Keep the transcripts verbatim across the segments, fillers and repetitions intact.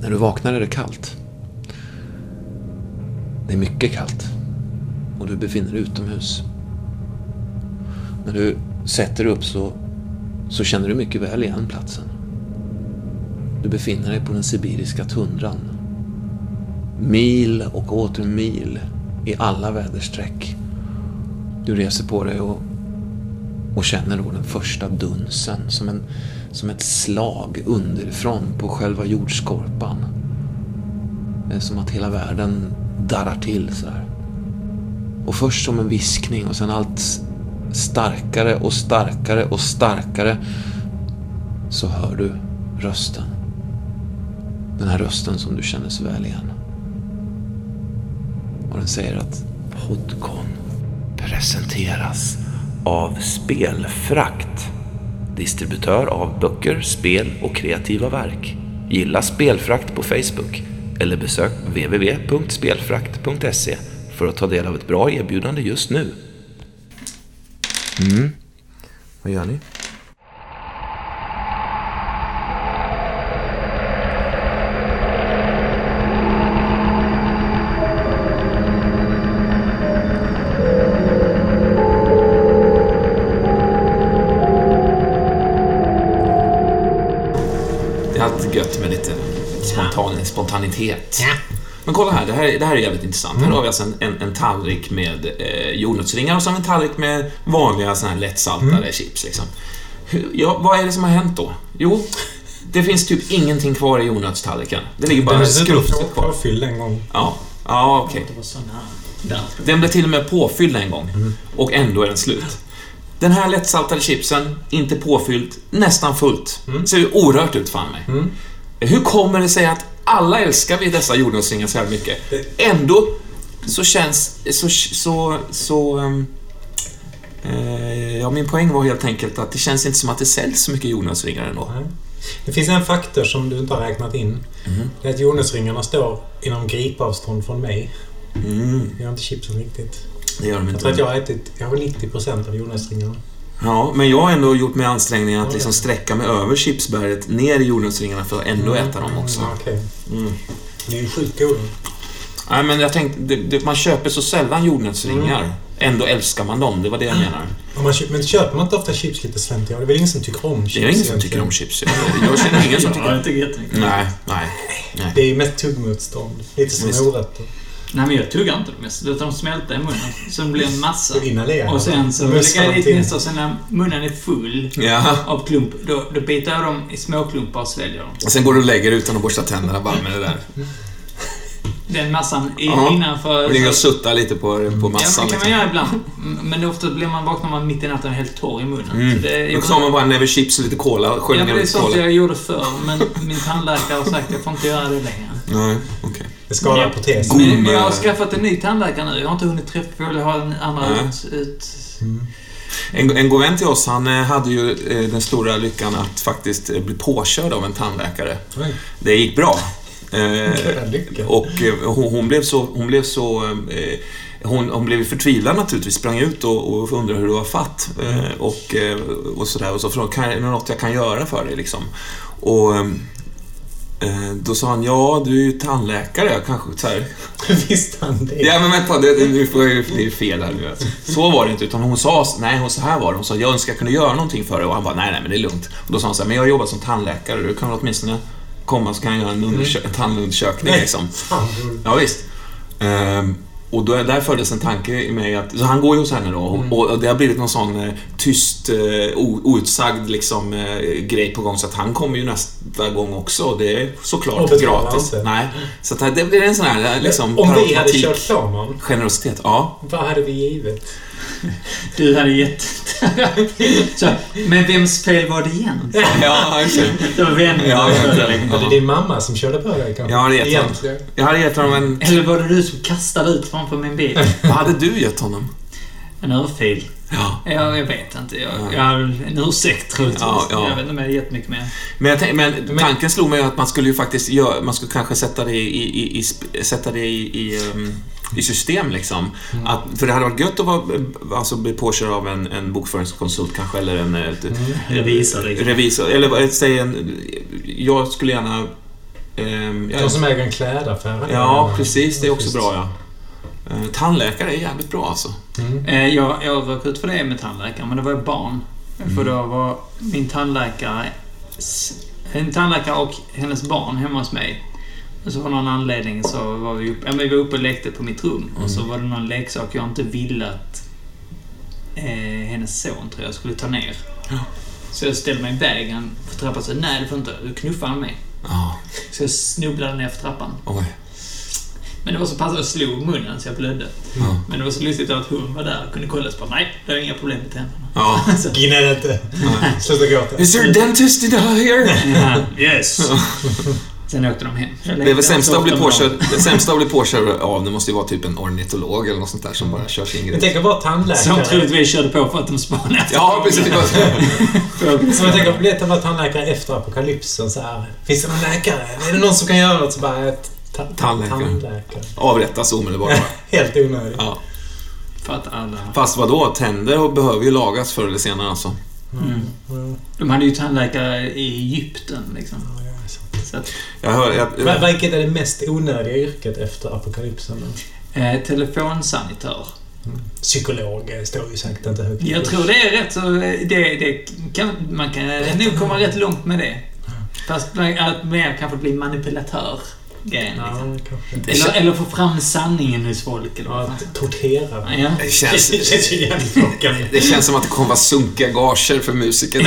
När du vaknar är det kallt. Det är mycket kallt. Och du befinner dig utomhus. När du sätter upp så, så känner du mycket väl igen platsen. Du befinner dig på den sibiriska tundran. Mil och åter mil i alla väderstreck. Du reser på dig och, och känner då den första dunsen som, en, som ett slag underifrån på själva jordskorpan. Det är som att hela världen darrar till så här. Och först som en viskning och sen allt starkare och starkare och starkare så hör du rösten. Den här rösten som du känner så väl igen. Och den säger att Podcon presenteras av Spelfrakt. Distributör av böcker, spel och kreativa verk. Gilla Spelfrakt på Facebook eller besök w w w punkt spelfrakt punkt se för att ta del av ett bra erbjudande just nu. Mm. Vad gör ni? Det är alltid gött med lite spontan, spontanitet. Ja. Men kolla här, det här, det här är jävligt intressant. Mm. Här har vi alltså en, en, en tallrik med eh, jordnötsringar och så en tallrik med vanliga såna här lättsaltade mm. chips liksom. Hur, ja, vad är det som har hänt då? Jo, det finns typ ingenting kvar i jordnötstallriken. Det ligger bara skruftet kvar. Påfylld en gång. Ja, ja okej. Okay. Den blev till och med påfylld en gång. Mm. Och ändå är den slut. Den här lättsaltade chipsen, inte påfylld, nästan fullt. Mm. Ser ju orört ut fan mig. Mm. Hur kommer det sig att alla älskar vi dessa jordnötsringar så här mycket? Ändå så känns så så så um, eh, ja, min poäng var helt enkelt att det känns inte som att det säljs så mycket jordnötsringar ändå. Nej. Det finns en faktor som du inte har räknat in. Mm. Det är att jordnötsringarna står inom gripavstånd från mig. Mm. Jag har inte chipsen riktigt. Det gör de inte. Jag tror att jag har ätit jag har nittio procent av jordnötsringarna. Ja, men jag har ändå gjort mig ansträngningar att okay. liksom sträcka mig över chipsberget ner i jordnötsringarna för att ändå mm. äta dem också. Mm, okay. mm. Det är ju sjukt goda. Nej, men jag tänkte, det, det, man köper så sällan jordnötsringar. Mm. Ändå älskar man dem, det var det jag menar. Om man köper, men köper man inte ofta chips lite slentigt? Det är väl ingen som tycker om chips? Det är ingen som tycker om chips. Jag, jag känner ingen som tycker om chips. Nej, nej, nej. Det är ju mest tuggmotstånd. Lite som morötter. Nej, men jag tuggar inte det mest. Låter de smälta i munnen. Så det blir en massa. Och sen så lägger jag lite nästa. Och sen när munnen är full ja. av klump, då, då bitar jag dem i små klumpar och sväljer dem. Och sen går du och lägger utan att borsta tänderna bara med det där. Den massan i, ja. innanför... Och det går sutta lite på, på massan. Ja, det kan man göra ibland. Men ofta blir man vaknar man mitt i natten och helt torr i munnen. Mm. Så det, och så har man bara en näve chips och lite cola. Ja, men det är sånt cola. Jag gjorde förr. Men min tandläkare har sagt att jag får inte göra det längre. Nej, okej. Okay. Det ska vara protes. Men jag har skaffat en ny tandläkare nu. Jag har inte hunnit träffa för jag har en annan ut... ut. Mm. En, en god vän till oss, han hade ju eh, den stora lyckan att faktiskt eh, bli påkörd av en tandläkare. Nej. Det gick bra. Eh, och eh, hon, hon blev så... Hon blev så eh, Hon, hon blev förtvivlad naturligtvis, sprang ut och, och undrade hur det var fatt eh, och, eh, och sådär och så frågade, kan, är det något jag kan göra för dig liksom? Och eh, då sa han, ja du är ju tandläkare kanske så här. Visste han det? Ja men vänta, det, det, det, det är fel här nu alltså. Så var det inte, utan hon sa, nej hon så här var det, hon sa, jag önskar jag kunde göra någonting för dig och han bara, nej nej men det är lugnt. Och då sa han så här, men jag jobbar som tandläkare, du kan väl åtminstone komma så kan jag göra en undersö- mm. tandundersökning liksom. Ja visst. Um, Och då, där föddes en tanke i mig att så han går ju hos henne då och, mm. och det har blivit någon sån eh, tyst eh, outsagd liksom, eh, grej på gång så att han kommer ju nästa gång också och det är såklart gratis. Nej. Så att det blir en sån här liksom, om vi hade kört planen generositet, ja. Vad hade vi givet? Du hade gett så, men vems fel var det igen? Ja, det var vänner. Ja, var det din mamma som körde på dig kanske? Jag hade gett honom. Jag hade gett honom en... Eller var det du som kastade ut framför min bil? Vad hade du gett honom? En örfil. Ja. Jag, jag vet inte. Jag, ja. jag har en ursäkt troligtvis. Ja, ja. Jag vet inte om jag har gett mycket mer. Men, jag tänk, men tanken slog mig att man skulle ju faktiskt göra, man skulle kanske sätta det i, i, i, sätta det i, i, um, i system liksom. Mm. Att, för det hade varit gött att vara, alltså, bli påkörd av en, en bokföringskonsult kanske eller en ett, mm. revisor. Liksom. Revisor. Eller säg en, jag skulle gärna ehm, De som äger en klädaffär. Ja, precis. Det är också bra, ja. Eh, tandläkare är jävligt bra, alltså. Mm. Eh, jag, jag var ut för det med tandläkaren, men det var ju barn. Mm. För då var min tandläkare... En tandläkare och hennes barn hemma hos mig. Och så var någon anledning så var vi uppe, ja, vi var uppe och lekte på mitt rum. Mm. Och så var det någon leksak jag inte ville att eh, hennes son, tror jag, skulle ta ner. Ja. Så jag ställde mig i vägen för trappan. Så nej, det får inte. Du knuffade mig. Ja. Så jag snubblade ner för trappan. Oj. Men det var så pass att jag slog munnen så jag blödde. Mm. Men det var så lustigt att hon var där och kunde kolla på. Nej, det är inga problem med tänderna. Ja. Gnäll inte. Sluta gråta. Is there a dentist in here? Ja, yes. Sen åkte de hem. Det är väl sämsta att bli påkörd, det sämsta att bli påkörd av, det måste ju vara typ en ornitolog eller något sånt där som bara kör sin grej. Jag tänker bara tandläkare. Som troligtvis körde på för att de spanade efter. Ja, precis. Så jag tänker, det var tandläkare efter apokalypsen så här. Finns det någon läkare? Är det någon som kan göra något så bara ett ta- tandläkare. tandläkare. Avrättas omedelbart. Helt onödigt. Ja. För att alla... Fast vadå? Tänder behöver ju lagas förr eller senare alltså. Mm. Mm. De hade ju tandläkare i Egypten liksom. Så att, jag hör, jag, jag, vilket är det mest onödiga yrket efter apokalypsen? Eh, telefonsanitör. Mm. Psykolog står ju säkert inte högt. Jag tror det är rätt så det, det kan, man kan nog komma rätt långt med det. Fast att mer kanske bli manipulatör. Grejen, ja, liksom. eller, eller få fram sanningen hos folk. Eller ja, tortera. Ja. Det, känns, det, känns det känns som att det kommer vara sunkiga gager för musikerna.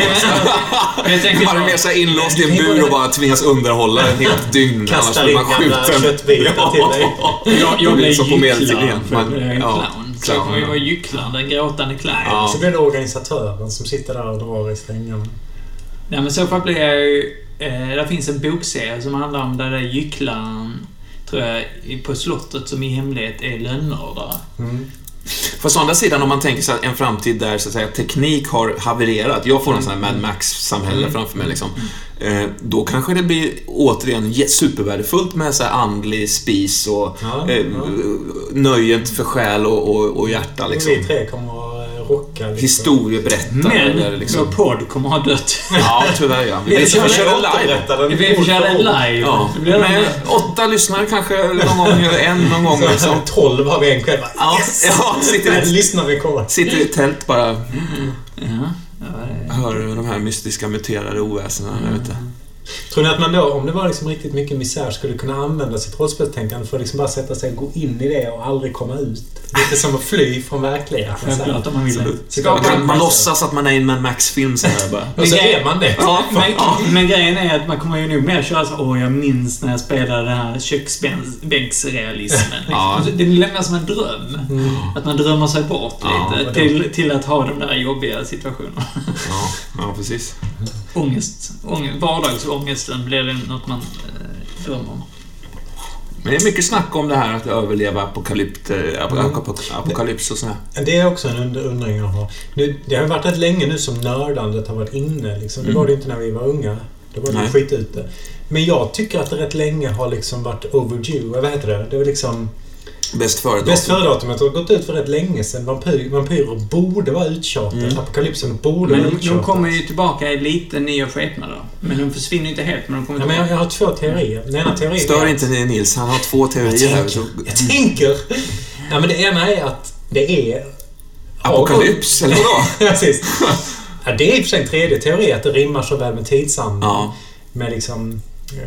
Jag tänker man är mer så inlåst i en bur och bara tvingas underhålla en helt dygn. Kastar annars blir man skjuten. Köttbitar till dig. Jag, jag blev gycklan. Man, jag är en ja, clown. Så jag ja. var gycklan, den gråtande clown. Ja. Så blir det organisatören som sitter där och drar i strängarna. Nej, men så fall blir jag ju... Eh, där finns en bokserie som handlar om där det är gycklan, tror jag, på slottet som i hemlighet är lönnmördare. Mm. Fast å andra sidan, om man tänker sig en framtid där så att säga, teknik har havererat, jag får en sån här Mad Max-samhälle mm. framför mig liksom. eh, då kanske det blir återigen supervärdefullt med så här andlig spis och ja, eh, ja. nöjet för själ och, och, och hjärta liksom. Vi tre kommer rocka liksom. Historieberättare. Men eller liksom. vår podd kommer ha dött. Ja, tyvärr ja. Vi får köra den live. Vi får köra den live. Ja. Men åtta lyssnare kanske någon gång, eller en någon gång. Så liksom. tolv har vi en kväll. Ja, yes! ja sitter, i, lyssnar vi kvar. sitter i ett tält bara. Mm. Ja. Ja, hör de här mystiska muterade oväsena. Mm. Ute. Tror ni att man då, om det var liksom riktigt mycket misär, skulle kunna använda sitt rollspelstänkande för att liksom bara sätta sig och gå in i det och aldrig komma ut? Lite som att fly från verkligheten. Självklart om man vill. Man, man låtsas att man är i en Mad Max-film så här bara. Och så är man det. Ja, men, ja. men grejen är att man kommer ju nog mer köra så, åh jag minns när jag spelade den här köksbänksrealismen. Ja. Det lämnar som en dröm. Mm. Att man drömmer sig bort ja, lite till, till att ha de där jobbiga situationerna. Ja, ja precis. Ångest. Ångest. Vardagsångesten blir det något man eh, drömmer om. Men det är mycket snack om det här att överleva apokalypt, apokalyps och sådär. Det är också en undring jag har. Nu, det har varit rätt länge nu som nördandet har varit inne. Liksom. Det var det inte när vi var unga. Då var det skit ute. Men jag tycker att det rätt länge har liksom varit overdue. Vad heter det? Det var liksom... Bäst före datum. Bäst före datumet har gått ut för rätt länge sedan. Vampyr, vampyrer borde vara uttjatade. Mm. Apokalypsen borde men vara de, uttjatade. de kommer ju tillbaka i lite nya skepnader. Men de försvinner inte helt. Men de kommer ja, men jag, jag har två teorier. Den ena teorin Stör inte ni Nils, han har två teorier jag här. Tänker, jag tänker! Ja, men det ena är att det är... Apokalyps, eller vadå? Ja, precis. Ja, det är i och för sig en tredje teori att det rimmar så väl med tidsandan. Ja. Med liksom...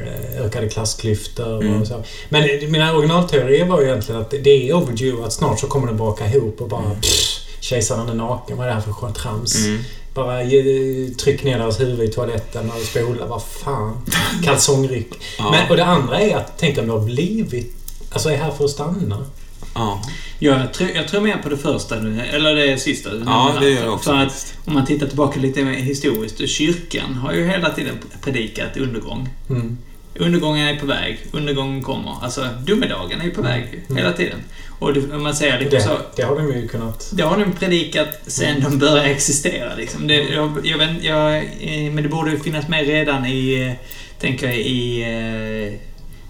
ökade klassklyftor mm. och så. Men mina originalteorier var ju egentligen att det är overdue, att snart så kommer det baka ihop och bara mm. pff, kejsaren är naken, vad är det här för skön trams? Mm. Bara ge, tryck ner deras huvud i toaletten och spola, vad fan. Kalsongryck. Ja. Men, och det andra är att tänk om det har blivit, alltså är här för att stanna. Ja. Jag tror, jag tror mer på det första, eller det sista. Ja, det gör jag också. För att om man tittar tillbaka lite mer historiskt, kyrkan har ju hela tiden predikat undergång. Mm. Undergången är på väg, undergången kommer. Alltså, domedagen är på väg mm. hela tiden. Och det, om man säger det, det, så, det har de ju kunnat... Det har de predikat sen mm. de började existera. Liksom. Det, jag, jag vet, jag, men det borde ju finnas med redan i, tänker jag, i...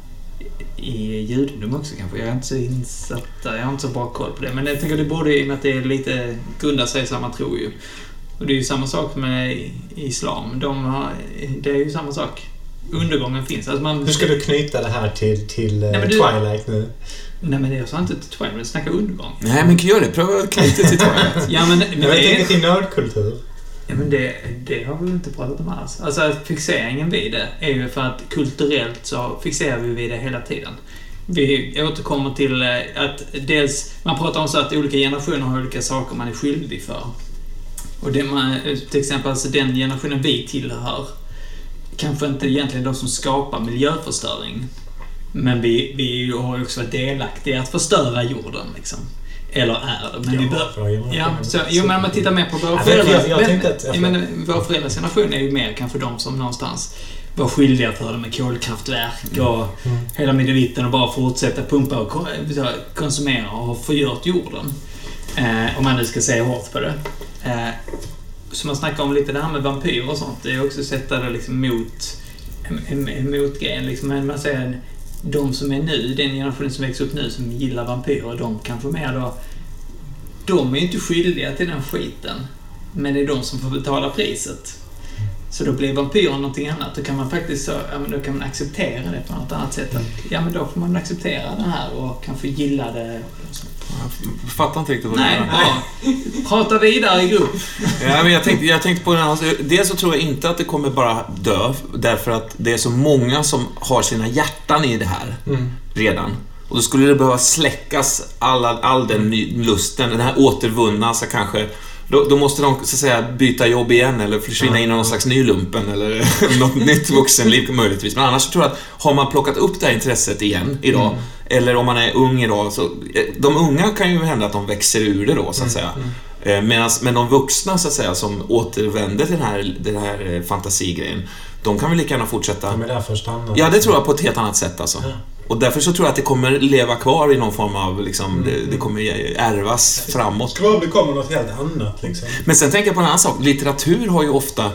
i judendom också kanske. Jag är inte så insatt där. Jag har inte så bra koll på det. Men jag tänker det borde, i och med att det är lite grundar sig i samma tro ju. Och det är ju samma sak med islam. De har, det är ju samma sak. undergången finns. Alltså man... Hur ska du knyta det här till, till Nej, du... Twilight nu? Nej, men det är så inte till Twilight, men snacka undergång. Nej, men gör det. Pröva att knyta till Twilight. Ja, men, men jag det tänker är... till nördkultur. Ja, men det, det har vi inte pratat om alls. Alltså fixeringen vid det är ju för att kulturellt så fixerar vi vid det hela tiden. Vi återkommer till att dels, man pratar om så att olika generationer har olika saker man är skyldig för. Och det man, till exempel alltså den generationen vi tillhör, kanske inte egentligen de som skapar miljöförstöring. Men vi, vi har ju också varit delaktiga att förstöra jorden liksom. Eller är det. Men ja, vi bör, ja, så, jo, men om man tittar mer på våra föräldrar. Jag, jag, jag att, jag men, våra föräldrars generation är ju mer kanske de som någonstans var skyldiga för det med kolkraftverk och mm. hela middelvitten och bara fortsätta pumpa och konsumera och ha förgjort jorden. Eh, om man nu ska säga hårt på det. Eh, så man snackar om lite det här med vampyrer och sånt. Det är också att sätta det liksom mot en, en motgren. Liksom. Men man säger de som är nu, den generationen som växer upp nu som gillar vampyrer, de kanske mer då, de är ju inte skyldiga till den skiten, men det är de som får betala priset. Så då blir vampyrer någonting annat. Då kan man faktiskt så, ja, men då kan man acceptera det på något annat sätt. Att, ja, men då får man acceptera det här och kanske gilla det. Jag fattar inte riktigt vad Nej, det är. Nej, prata vidare i grupp. Ja, men jag tänkte, jag tänkte på den här. Dels så tror jag inte att det kommer bara dö, därför att det är så många som har sina hjärtan i det här mm. redan. Och då skulle det behöva släckas alla, all den ny, lusten, den här återvunna, så kanske Då, då måste de så att säga byta jobb igen eller försvinna ja, in i någon ja. slags ny lumpen eller något nytt vuxenliv möjligtvis. Men annars så tror jag att har man plockat upp det här intresset igen idag mm. eller om man är ung idag, så de unga kan ju hända att de växer ur det då så att säga. Mm. Mm. Medans, men de vuxna så att säga som återvänder till den här, den här fantasigrejen, de kan väl lika gärna fortsätta. De är där först hand. Ja, det tror jag på ett helt annat sätt alltså. Ja. Och därför så tror jag att det kommer leva kvar i någon form av liksom, mm. det, det kommer ärvas framåt. Det ska bekomma något helt annat liksom. Men sen tänker jag på en annan sak. Litteratur har ju ofta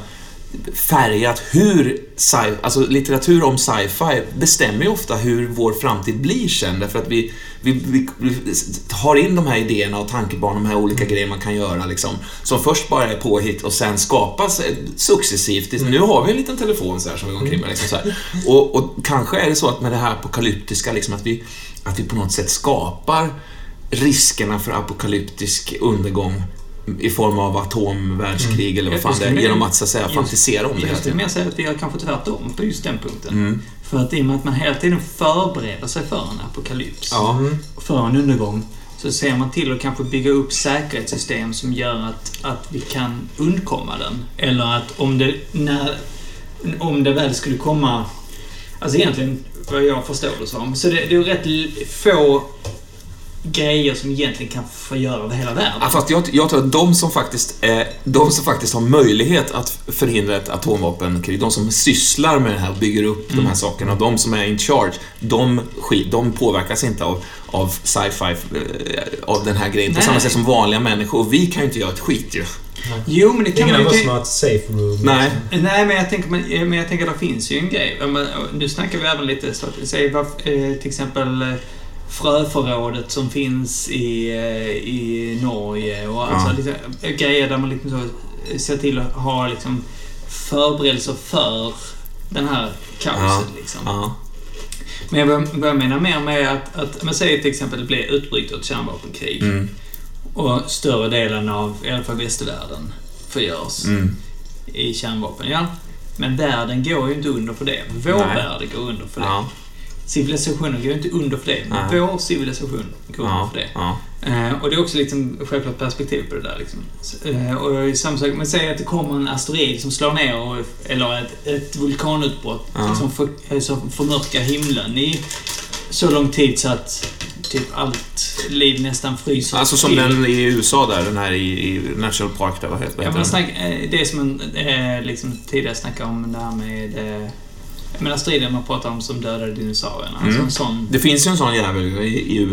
färgat hur sci- alltså litteratur om sci-fi bestämmer ju ofta hur vår framtid blir sen, därför att vi, vi, vi, vi har in de här idéerna och tankebarn, de här olika grejer man kan göra liksom, som först bara är påhitt och sen skapas successivt. Mm. Nu har vi en liten telefon så här som vi går omkring med liksom, så här. Och, och kanske är det så att med det här apokalyptiska liksom, att, vi, att vi på något sätt skapar riskerna för apokalyptisk undergång i form av atomvärldskrig mm. eller vad fan det är, genom att, så att säga, just, fantisera om det. Jag skulle mer säga att vi har kanske tvärtom på just den punkten. Mm. För att i och med att man hela tiden förbereder sig för en apokalyps, ja. för en undergång, så ser man till att kanske bygga upp säkerhetssystem som gör att, att vi kan undkomma den. Eller att om det, när, om det väl skulle komma, alltså egentligen vad jag förstår det som, så det, det är rätt få grejer som egentligen kan förgöra det hela världen. Ja, fast jag, jag tror att de som faktiskt eh, de som faktiskt har möjlighet att förhindra ett atomvapenkrig, de som sysslar med det här och bygger upp mm. de här sakerna, de som är in charge, de, de påverkas inte av, av sci-fi, eh, av den här grejen på samma sätt som vanliga människor, och vi kan ju inte göra ett skit ju. Nej. Jo, men det kan Ingen man ju... Ingen av oss har ett safe room. Nej. Nej, men jag tänker, men, men jag tänker att det finns ju en grej. Nu snackar vi även lite, så att säga, till exempel fröförrådet som finns i, i Norge och alltså ja. lite, grejer där man liksom så ser till att ha liksom förberedelser för den här kaoset ja. liksom. Ja. Men jag börjar mena mer med att, att man säger till exempel det blir utbryter ett kärnvapenkrig mm. och större delen av i alla fall västvärlden förgörs mm. i kärnvapen, ja. Men världen går ju inte under för det. Vår Nej. värld går under för det. Ja. Civilisationen går inte under för det, men ja. vår civilisation går ja. under för det. Ja. Eh, och det är också liksom självklart perspektiv på det där. Liksom. Eh, och i samma sak, man säger att det kommer en asteroid som slår ner, och, eller ett, ett vulkanutbrott ja. som, för, som förmörkar himlen i så lång tid så att typ allt liv nästan fryser. Alltså som till. Den i U S A där, den här i, i National Park där, vad heter ja, men snack, det är som en, eh, liksom tidigare snackade om det här med... Eh, Jag menar striden man pratar om som dödade dinosaurierna. Mm. Alltså en sån... Det finns ju en sån jävel i, i U S A.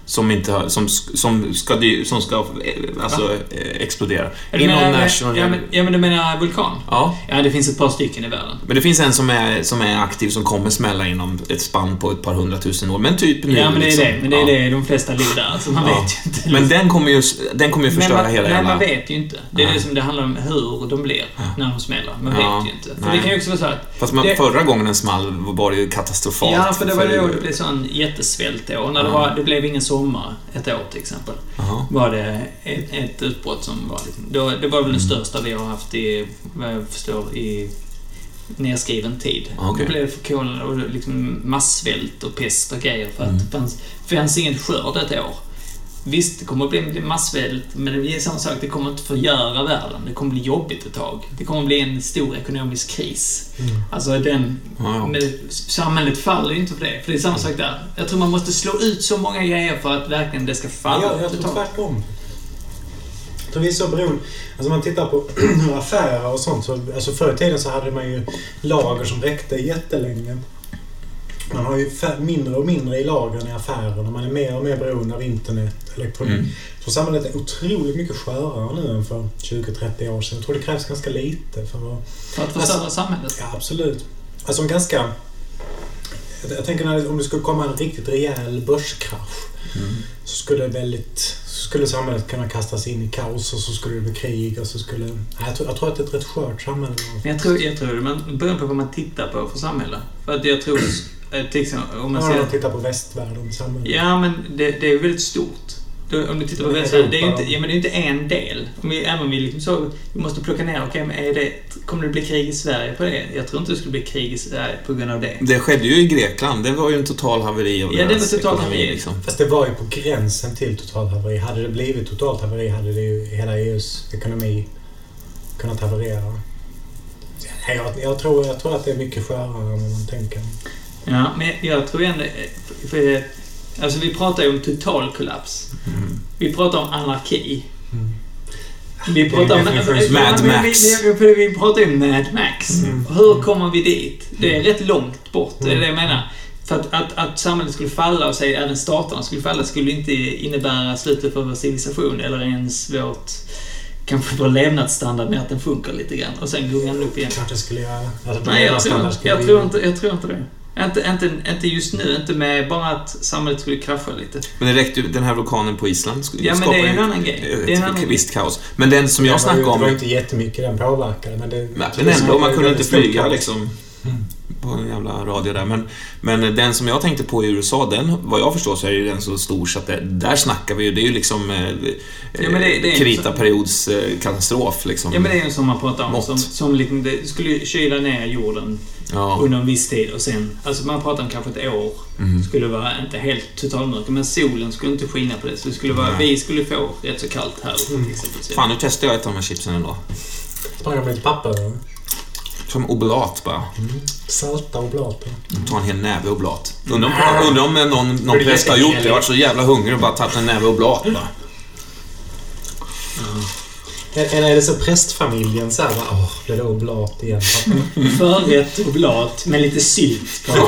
som inte har, som som ska som ska alltså explodera. Inom National. Ja men, ja men du menar vulkan? Ja. Ja, det finns ett par stycken i världen. Men det finns en som är som är aktiv som kommer smälla inom ett spann på ett par hundratusen år. Men typ nu ja, men det är liksom. det. Men det är ja. det de flesta liv där. Så man ja. vet ju inte. Men den kommer ju den kommer ju förstöra man, hela nej, jävla. Man vet ju inte. Det är nej. det som det handlar om hur de blir ja. när de smäller. Man ja. vet ju inte. För nej. det kan ju också vara så att fast man, det, förra gången den small var det ju katastrofalt. Ja, för det var då det blev sån jättesvält då. När ja. det var det blev ingen sommar ett år till exempel. Aha. Var det ett, ett utbrott som var liksom, då, det var väl den största vi har haft i vad jag förstår i nedskriven tid. Okay. Då blev det förkolande och liksom massvält och pest och grejer för att mm. det fanns, fanns ingen skörd ett år. Visst, det kommer att bli massvält, men det är samma sak, det kommer inte förgöra världen. Det kommer bli jobbigt ett tag. Det kommer att bli en stor ekonomisk kris. Mm. Alltså den, wow. med, samhället faller ju inte för det. För det är samma sak där. Jag tror man måste slå ut så många grejer för att verkligen det ska falla. Ja, jag tror tvärtom. Jag tror vi är så beroende. Alltså man tittar på hur affärer och sånt. Så, alltså förr i tiden så hade man ju lager som räckte jättelänge. Man har ju mindre och mindre i lagren i affärerna. Man är mer och mer beroende av internet, elektronik. Mm. Så samhället är otroligt mycket skörare nu än för tjugo till trettio år sedan. Jag tror det krävs ganska lite för att... För att förstöra alltså, samhället? Ja, absolut. Alltså en ganska... Jag, jag tänker när, om det skulle komma en riktigt rejäl börskrasch mm. så skulle väldigt... Så skulle samhället kunna kastas in i kaos och så skulle det bli krig och så skulle... Jag tror, jag tror att det är ett rätt skört samhälle. Jag tror, jag tror det. Man börjar på vad man tittar på för samhälle. För att jag tror... Exempel, om man ja, ser att titta på västvärlden samhället. Ja, men det, det är väldigt stort. Då, om du tittar på västvärlden, det är inte, ja, men det är inte en del. Om vi, även om vi liksom så, vi måste plocka ner, okej, okay, men är det, kommer det bli krig i Sverige på det? Jag tror inte det skulle bli krig i Sverige på grund av det. Det skedde ju i Grekland, det var ju en total haveri av ja, det var total haveri liksom. Fast det var ju på gränsen till total haveri. Hade det blivit totalt haveri hade det ju hela E U:s ekonomi kunnat haverera. Jag, jag, tror, jag tror att det är mycket skörare än man tänker. Ja, men jag tror ändå... För, alltså vi pratar ju om total kollaps. Mm. Vi pratar om anarki. Mm. Vi pratar om... Mad Max. Vi, vi, vi pratar ju om Mad Max. Mm. Hur kommer vi dit? Det är rätt långt bort, mm. det är det jag menar. För att, att, att samhället skulle falla och säga även staterna skulle falla skulle inte innebära slutet för vår civilisation eller ens vårt... kanske vår levnadsstandard med att den funkar lite grann. Och sen gungar den upp igen. Kanske skulle jag... Alltså, nej, jag tror, jag, tror inte, jag tror inte det. Inte, inte, inte just nu, inte med bara att samhället skulle krascha lite. Men det räckte ju, den här vulkanen på Island skulle ja, men det är en annan grej. Det är en annan visst kaos. Men den som jag snackade om... Det var inte jättemycket den påverkade, men det... Men, men ändå, man kunde inte flyga liksom mm. på en jävla radio där. Men, men den som jag tänkte på i U S A, den, vad jag förstår så är ju den så stor så att det, där snackar vi ju, det är ju liksom eh, ja, men det, det är kritaperiods eh, katastrof liksom. Ja, men det är ju som man pratar om, som, som liksom, det skulle kyla ner jorden ja. under en viss tid och sen, alltså man pratar om kanske ett år mm. skulle vara inte helt totalmörker, men solen skulle inte skina på det, så det skulle vara, vi skulle få rätt så kallt här mm. till exempel. Fan, nu testar jag ett av de här chipsen ändå. Sprang med lite papper. Som oblat bara. Mm. Salta oblat. Mm. Ta en hel näve oblat. Undrar om, undrar om någon, någon präst har gjort det. Jag har varit så jävla hungrig och bara tagit en näve oblat bara. Mm. Eller är det så prästfamiljen så här, åh, blir det oblat igen? Förrätt oblat med lite sylt på.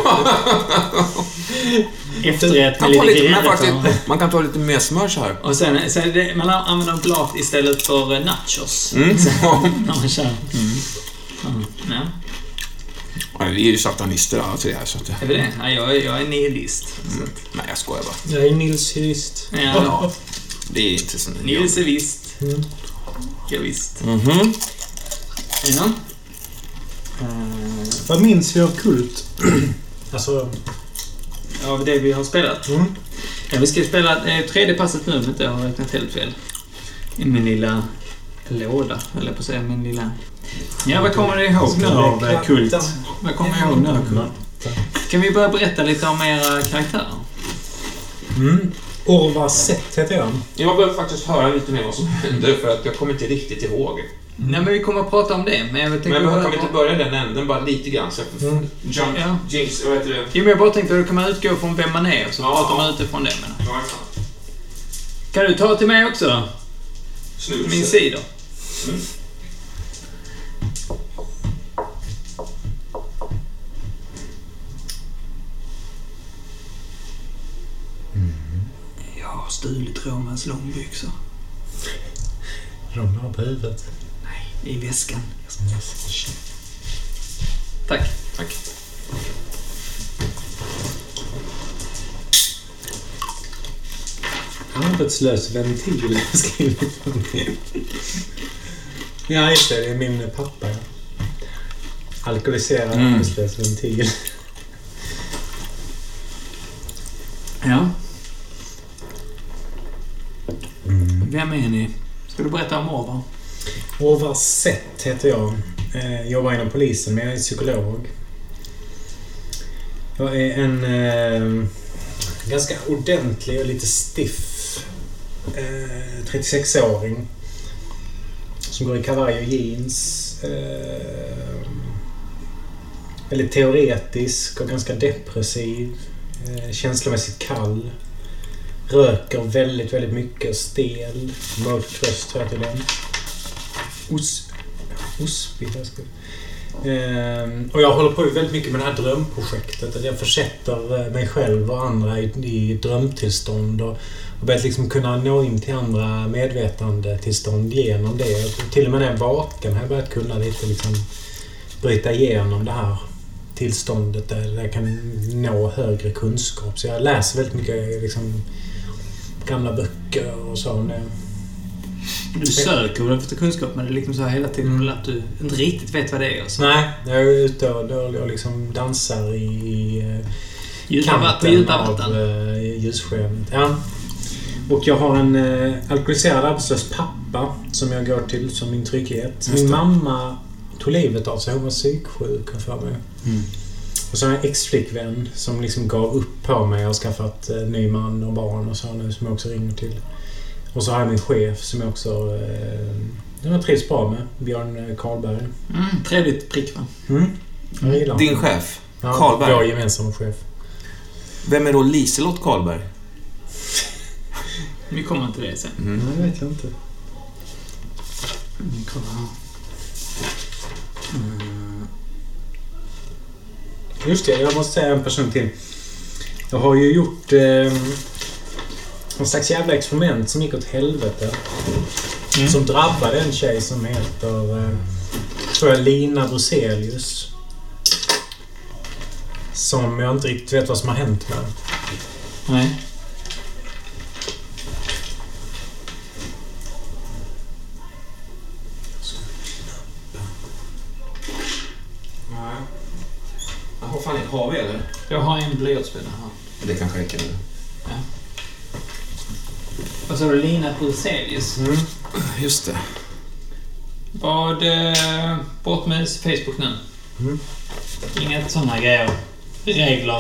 Efterrätt med lite grädde. Man kan ta lite mer smör så här. Och sen, sen det, man använder oblat istället för nachos. Mm. När man kör. Mm. Mm. Ja. Ja, vi är ju satanister alla tre här så att... Är vi det? Ja, jag, jag är nihilist. Mm. Nej, jag skojar bara. Jag är nilshyst. Ja. ja. Det är inte så... Nils är visst. Mm. Ja, visst. Mhm. Ja. Uh, Vad minns vi av Kult? Alltså... Av det vi har spelat? Mm. Ja, vi ska spela eh, tredje passet nu, om inte jag har räknat helt fel. I min lilla låda, eller på att säga, min lilla... Ja, vad kommer du ihåg nu av Kult? Vad kommer jag ihåg nu av Kult? Kan vi börja berätta lite om era karaktärer? Mm. Orvar Sett heter jag. Jag behöver faktiskt höra lite mer vad som hände för att jag kommer inte riktigt ihåg. Mm. Nej, men vi kommer att prata om det. Men jag tänkte... Men jag kan vi inte börja den änden bara lite grann. Så mm. Jump, ja. Jinx, vad heter det? Jo, men jag bara tänkte att då kan man utgå från vem man är. Så ja, pratar man utifrån det. Men... Ja, kan du ta till mig också? Snus. Min sida. Mm. stulit Romans långbyxor. De har på huvudet. Nej, i väskan. Yes. Tack. Tack. Arbetslös ventil. Ja, just det. Det är min pappa. Alkoholiserad mm. arbetslös ventil. Ja. Mm. Vem är ni? Ska du berätta om Orvar? Orvar Sett heter jag. Jag jobbar inom polisen, men jag är psykolog. Jag är en eh, ganska ordentlig och lite stiff eh, trettiosex-åring som går i kavaj och jeans. Eh, väldigt teoretisk och ganska depressiv. Eh, känslomässigt kall. Röker väldigt, väldigt mycket och stel. Mörk tröst tror jag till den. Os... Osby, jag ska... ehm, och jag håller på väldigt mycket med det här drömprojektet. Att jag försätter mig själv och andra i, i drömtillstånd. Och, och börjat liksom kunna nå in till andra medvetandetillstånd genom det. Och till och med när jag är vaken har jag börjat kunna lite liksom bryta igenom det här tillståndet där jag kan nå högre kunskap. Så jag läser väldigt mycket liksom, gamla böcker och så om det. Du söker väl efter kunskap, men det är liksom så här hela tiden mm. att du inte riktigt vet vad det är. Och så. Nej, jag är ute och, och, och liksom dansar i uh, kanten av uh, ljusskenet. Ja. Och jag har en uh, alkoholiserad arbetslös pappa som jag går till som min trygghet. Min mamma tog livet av sig, hon var psyksjuk för mig. Mm. Och så har jag en ex-flickvän som liksom gav upp på mig och skaffat uh, ny man och barn och så nu som jag också ringer till. Och så har jag min chef som jag också eh, jag trivs bra med, Björn Karlberg. Mm, trevligt prick va? Mm. Mm. Din chef, ja, Karlberg? Jag är gemensam chef. Vem är då Liselott Karlberg? Vi kommer till det sen. Mm. Nej, det vet jag inte. Mm, kolla. Mm. Just det, jag måste säga en person till. Jag har ju gjort... Eh, en slags jävla experiment som gick åt helvete. Mm. Som drabbade en tjej som heter eh, tror jag Lina Bruselius. Som jag inte riktigt vet vad som har hänt med. Nej. Nej. Vad fan har vi eller? Jag har en blyertspenna här. Det kanske räcker nu. Ja. Vad sa du, Lina Bruselius? Mm. Just det. Vad eh, bort med Facebook nu? Mm. Inget sådana grejer. Regler.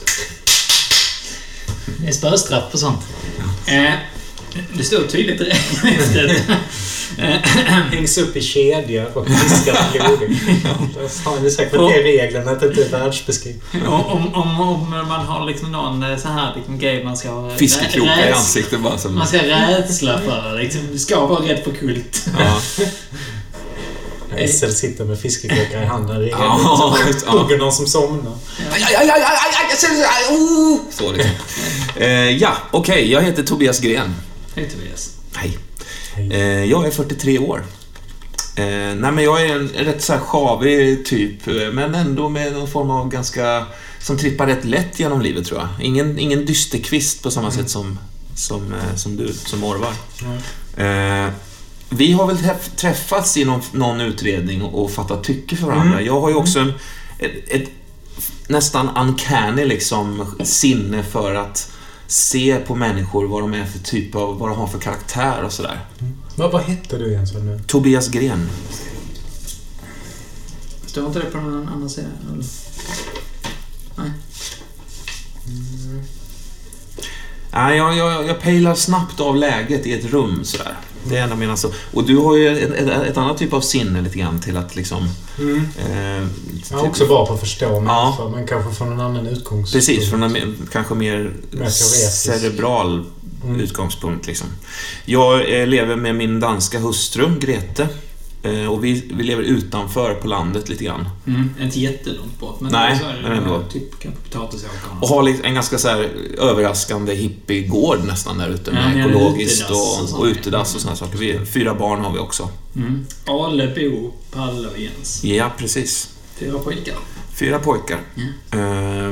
Det är spöstraff på sånt. Eh, det står tydligt i regler. Hängs upp i kedjor och fiskat blodig. Ja. Det är säkert att det är reglerna att det inte är världsbeskrivning. Om, om, om man har liksom någon så här liksom grej man ska ha... Fiskekrokar i ansiktet bara som... Man ska rädsla för liksom, du ska vara rädd för kult. Ja. Essel sitter med fiskekrokar i handen. Det är ja, ja. Någon som somnar. Så liksom. eh, Ja, okej. Okay. Jag heter Tobias Gren. Hej Tobias. Hej. Eh, jag är fyrtiotre år. Eh, nej men jag är en rätt så här sjavig typ, men ändå med någon form av ganska som trippar rätt lätt genom livet tror jag. Ingen ingen dysterkvist på samma mm. sätt som som som du som Orvar. Mm. Eh, vi har väl träff, träffats i någon, någon utredning och, och fattat tycke för varandra. Mm. Jag har ju också en ett, ett nästan uncanny liksom sinne för att se på människor vad de är för typ av, vad de har för karaktär och sådär. Mm. Vad, vad heter du egentligen nu? Tobias Gren. Står inte det på någon annan sida? Eller? Nej. Mm. Nej, jag, jag, jag pejlar snabbt av läget i ett rum sådär. Det är en av mina så. Och du har ju ett, ett, ett annat typ av sinne lite grann till att liksom... Mm. Eh, jag är också bra på att förstå människor, ja. Men kanske från en annan utgångspunkt. Precis, från en kanske mer, mer cerebral mm. utgångspunkt liksom. Jag eh, lever med min danska hustru, Grete. Eh, och vi, vi lever utanför på landet lite grann. Mm, inte jättelångt bort. Men Nej, så är det men ändå. Typ kanske potatisåkar. Och har liksom en ganska så här överraskande hippiegård nästan där ute med Ja, ekologiskt utedass och, och och utedass och såna saker. Vi, fyra barn har vi också. Mm. Ale, Bo, Palle och Jens. Ja, precis. Fyra pojkar. Fyra pojkar. Mm. Eh,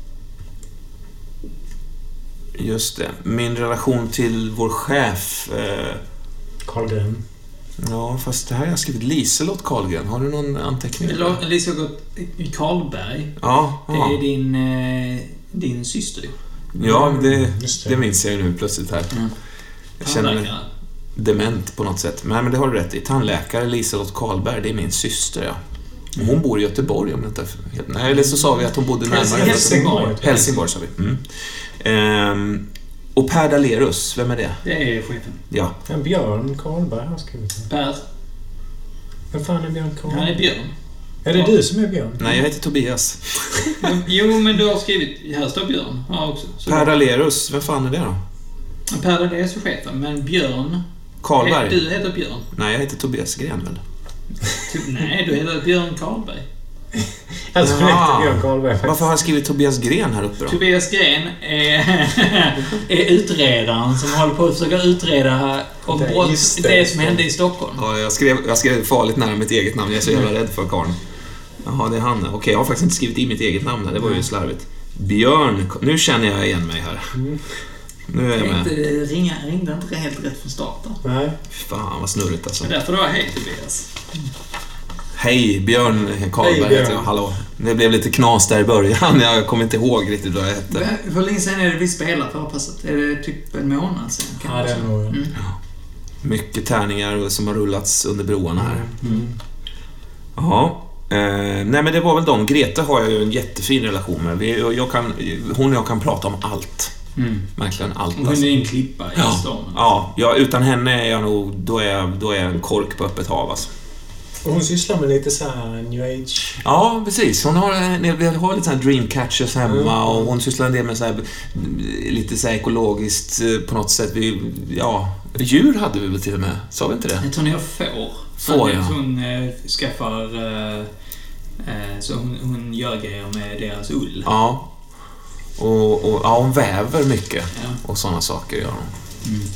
just det. Min relation till vår chef... Eh, Karlgren. ja, fast det här har jag skrivit Liselott Karlgren. Har du någon anteckning? Lisa har gått i Karlberg. Ja, Det ja. är din, eh, din syster. Ja, det, Just det. det minns jag ju nu plötsligt här. Mm. Jag känner mig Tandläkare. dement på något sätt. Men, men det har du rätt i. Tandläkare Liselott Karlberg, det är min syster, ja. Och hon bor i Göteborg om det inte är helt... Nej, eller så sa vi att hon bodde närmare. Helsingborg. Helsingborg sa vi. Mm. Ehm, och Per Dalerus, vem är det? Det är chefen. Ja. En Björn Karlberg har skrivit. Per. Vem fan är Björn Karlberg? Han är Björn. Är det du som är Björn? Nej, jag heter Tobias. Jo, men du har skrivit... Här står Björn. Ja, också. Så Per Dalerus, vem fan är det då? Per det är så chefen, men Björn... Karlberg? Du heter Björn. Nej, jag heter Tobias Gren väl? Typ, nej, du heter Björn Karlberg. Alltså, Jaha. heter Björn Karlberg faktiskt. Varför har jag skrivit Tobias Gren här uppe då? Tobias Gren är, är utredaren som håller på att försöka utreda om Det är brott, just det, det. som hände i Stockholm. Ja, jag skrev, jag skrev farligt nära mitt eget namn. Jag är så jävla rädd för karln. Jaha, det är han. Okej, jag har faktiskt inte skrivit i mitt eget namn där. Det var ju slarvigt. Björn, nu känner jag igen mig här. Nu är jag med. Tänkte, det ringa, ringde inte helt rätt från starten. Nej. Fan vad snurrigt alltså. Det är därför det var hej Tobias. Hej, Björn Karlberg Hej, Björn. heter jag. Hallå. Det blev lite knas där i början. Jag kommer inte ihåg riktigt vad jag hette. Hur länge sedan är det vi spelar förra passet? Är det typ en månad sedan? Ja, det är nog... Mm. Mycket tärningar som har rullats under broarna här. Mm. Jaha. Eh, nej men det var väl de. Greta har jag ju en jättefin relation med. Vi, jag, jag kan, hon och jag kan prata om allt. Mm. Verkligen allt. Hon är Alltså. din klippa i Ja, stormen. ja, ja, utan henne är jag nog, då är jag, då är jag en kork på öppet hav alltså. Och hon sysslar med lite så här new age. Ja, precis. Hon har, vi har lite sån här dreamcatchers hemma Mm. och hon sysslar en del med så här, lite så här ekologiskt på något sätt. Vi, ja, djur hade vi väl till och med. Sa vi inte det? Jag tror ni har får. Får, ja. Hon äh, skaffar... Äh, äh, så hon, hon gör grejer med deras ull. Ja. Och, och ja, hon väver mycket. Ja. Och sådana saker gör hon. Mm.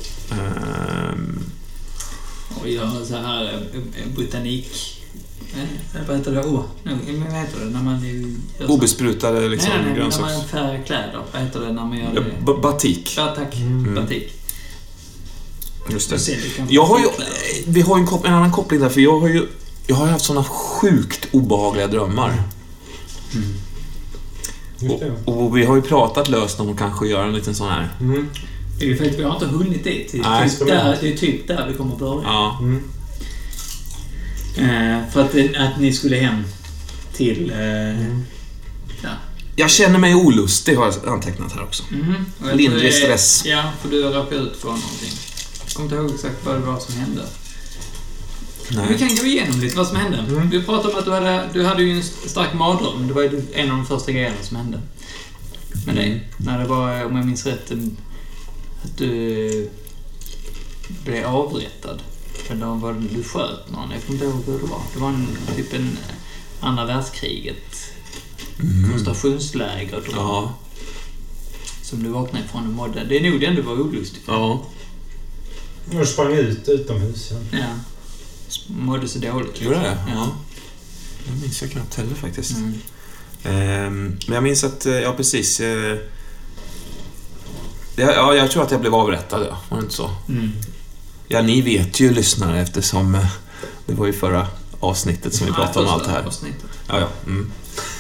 Ehm, Och gör så här äh, botanik... Äh, vad heter det? Oh, vad heter det? När man gör så- obesprutade liksom nej, nej, nej, när grönsaks... man färgar kläder. Vad heter det när man gör Ja, det? b- batik. Ja, tack. Mm. Batik. Just Du det. ser, du kan Jag har ju, kläder. vi har ju en, kop- en annan koppling där, för jag har ju jag har ju haft såna sjukt obehagliga drömmar. Just det. Och, och vi har ju pratat löst om att kanske göra en liten sån här. Mm. Det är ju för att vi har inte hunnit dit. Det är, Nej, typ där, det är typ där vi kommer börja. Ja. Mm. Eh, för att, att ni skulle hem till... Eh, Mm. ja. Jag känner mig olustig, har jag antecknat här också. Mhm. Och jag Lindrig tror det- stress. Ja, för du har råkat ut för någonting. Jag kommer inte ihåg exakt vad det var som hände. Vi Nej. kan gå igenom lite vad som hände. Mm. Vi pratade om att du hade, du hade ju en stark mardröm. Det var ju en av de första grejerna som hände. Med dig. Mm. När det var, om jag minns rätt, en- att du blev avrättad. Eller var det, du sköt någon. Jag kommer inte ihåg hur det var. Det var en, typ en andra världskriget. Mm. Koncentrationsläger. Då, Ja. som du vaknade ifrån och mådde. Det är nog den du var olustig för. Ja. Och sprang ut utomhus. Ja. Ja. Mådde så dåligt. Gjorde det? Ja. Ja. Det minns jag knappt heller faktiskt. Mm. Ehm, men jag minns att, eh, ja precis. Eh, ja, ja, jag tror att jag blev avrättad, ja. Var det inte så? Mm. Ja, ni vet ju lyssnare eftersom eh, det var ju förra avsnittet som vi pratade om allt det här. Avsnittet. Ja, ja. Mm.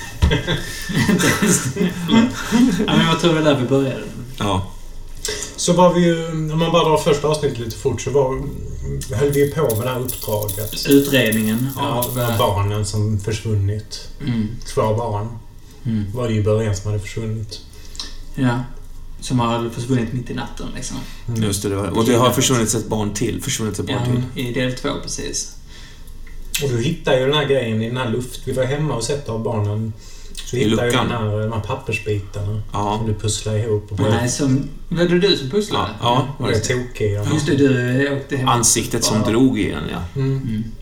Ja, men jag tror det var där vi började. Ja. Så var vi ju, om man bara drar första avsnittet lite fort, så var, höll vi ju på med det här uppdraget. Utredningen Av av... barnen som försvunnit. Mm. Två barn Mm. var det ju i början som hade försvunnit. Ja. Som har försvunnit mitt i natten liksom. Mm. Just det, det var, och det har försvunnit ett barn till. Försvunnit ett barn Ja, till. i del två precis. Och du hittar ju den här grejen i den här luft. Vi var hemma och sett av barnen. Så I hittar ju luckan. den här, de här pappersbitarna Ja. som du pusslar ihop. Och Nej, som... Var det du som pusslade? Ja, ja. och det är tokig. Ja. Just det, du åkte hem. Ansiktet som Bara- drog i en, ja. Mm. Mm.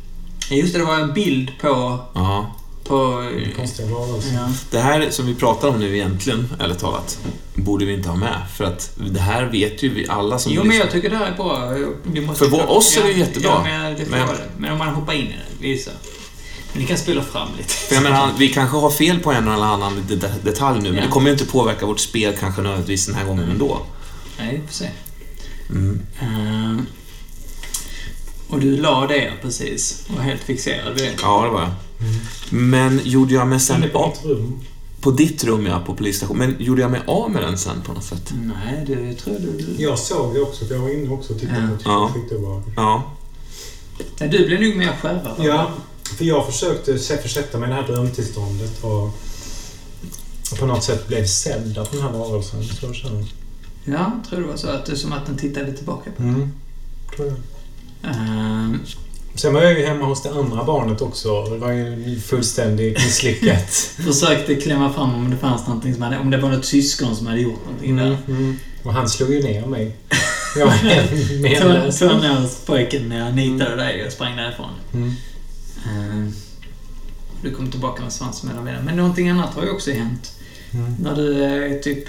Just det, det var en bild på... Ja. På... Konstiga varelser. Ja. Det här som vi pratar om nu egentligen, eller talat, borde vi inte ha med. För att det här vet ju vi alla som... Jo, men jag tycker det här är bra. Vi måste för vår, oss är det ju jättebra. Ja, men, det men... men om man hoppar in i det, visa. Men ni kan spela fram lite. För jag menar, vi kanske har fel på en eller annan detalj nu, men ja. det kommer ju inte påverka vårt spel kanske nödvändigtvis den här gången mm. ändå. Nej, vi får se. Mm. Uh, och du la det precis. Och helt fixerad vid det. Ja, det var jag. Mm. Men gjorde jag mig sen... på ditt rum. På ditt rum, ja, på polisstation. Men gjorde jag mig av med den sen på något sätt? Nej, det tror jag du... Jag såg det också, för jag var inne också och tittade ja. på det. Ja. Ja. Nej, du blev nog mer skärrad. Ja, för jag försökte försätta mig i det här drömtillståndet och på något sätt blev sedd av den här varelsen. Så jag känner. Ja, jag tror det var så att det är som att den tittade tillbaka på. Mm, tror jag. Um, Sen var jag ju hemma hos det andra barnet också. Det var ju fullständigt misslyckat. Försökte klämma fram om det fanns någonting som hade, om det var något syskon som hade gjort någonting mm, där. Mm. Och han slog ju ner mig. Jag var helt medlös. Tog ner pojken när jag nitade dig och sprang därifrån. Mm. Um, du kom tillbaka med svans mellan benen. Men någonting annat har ju också hänt. Mm. När du eh, typ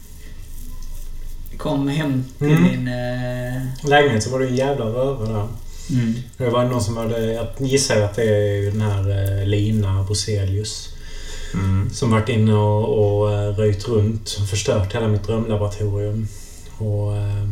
kom hem till mm. din... Eh... lägenhet så var det en jävla röva där. Mm. Det var någon som hade... Jag gissar att det är den här eh, Lina Boselius. Mm. Som varit inne och, och uh, röjt runt och förstört hela mitt drömlaboratorium. Och uh,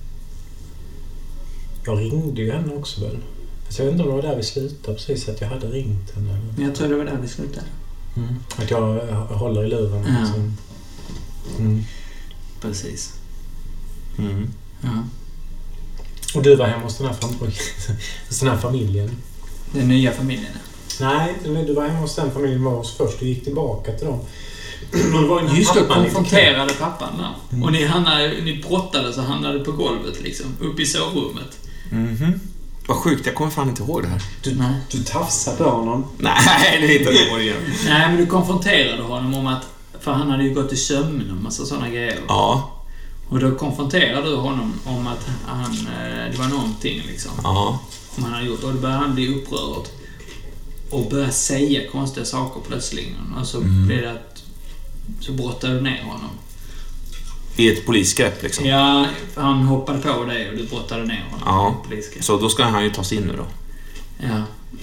jag ringde ju henne också väl. Alltså, jag vet inte om det var där vi slutade precis, att jag hade ringt henne. Eller? Jag tror det var där vi slutade. Mm. Att jag, jag håller i luren. Ja. Liksom. Mm. Precis. Mm. Ja. Och du var hemma hos den här, fam- hos den här familjen. Den nya familjen? Nej, du var hemma hos den familjen var oss först. Du gick tillbaka till dem. Det var just då konfronterade pappan där. Mm. Och ni, hamnade, ni brottade så hamnade på golvet liksom. Uppe i sovrummet. Mhm. Vad sjukt, jag kommer fan inte ihåg det här. Du, du tafsade på honom. Nej, det hittar jag på igen. Nej, men du konfronterade honom om att... För han hade ju gått i sömn och massa sådana grejer. Ja. Och då konfronterade du honom om att han, det var någonting liksom. Ja. Som han hade gjort. Och då började han bli upprörd. Och började säga konstiga saker plötsligen. Och så mm. blev det att... Så brottade du ner honom. I ett polisgrepp liksom? Ja, han hoppade på dig och du brottade ner honom. Ja, polisgrepp. Så då ska han ju ta sig in nu då? Ja.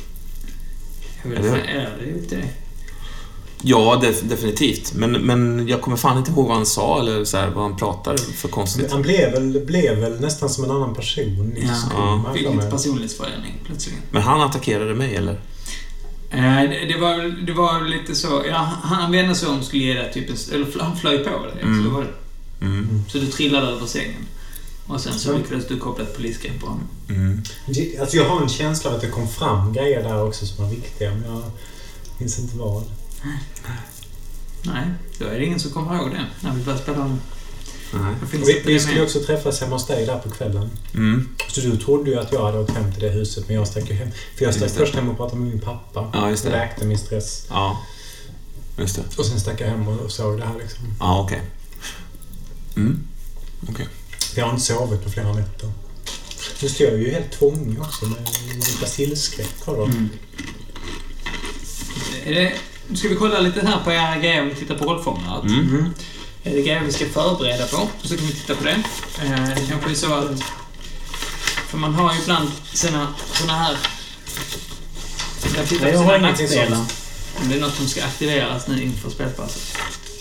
Jag vill säga, är det inte det? Ja, def- definitivt. Men, men jag kommer fan inte ihåg vad han sa eller så här, vad han pratade för konstigt. Han blev väl, blev väl nästan som en annan person. Ja, ja. Fick lite personlighetsförändring plötsligt. Men han attackerade mig, eller? Eh, det, var, det var lite så... Ja, han vände sig om och skulle ge dig typ en... Eller han flög på dig. Mm. Så, var det. Mm. Så du trillade över sängen. Och sen så lyckades du koppla ett polisgrepp på honom. Mm. Alltså jag har en känsla av att det kom fram grejer där också som var viktiga. Men jag minns inte vad. Nej, då är det ingen som kommer ihåg det när vi börjar spela om. Nej. Vi, vi skulle också träffas hemma hos dig där på kvällen. Mm. Så du trodde ju att jag hade åkt hem till det huset, men jag stack ju hem. För jag stack först hem och pratade med min pappa. Ja, just det. Och läkte min stress. Ja, just det. Och sen stack jag hem och såg det här liksom. Ja, okej. Okay. Mm, okej. Okay. Jag har inte sovit på flera nätter. Just jag är ju helt tvångig också med basilskräck. Mm. Är det... Nu ska vi kolla lite här på era grejer om vi tittar på rollfångare. Mm. Mm. Är det grejer vi ska förbereda på? Så kan vi titta på det. Det kanske är så att... För man har ju ibland sina såna här... Jag tittar på sina nackdelar. Om det är något som ska aktiveras nu inför spelpasset.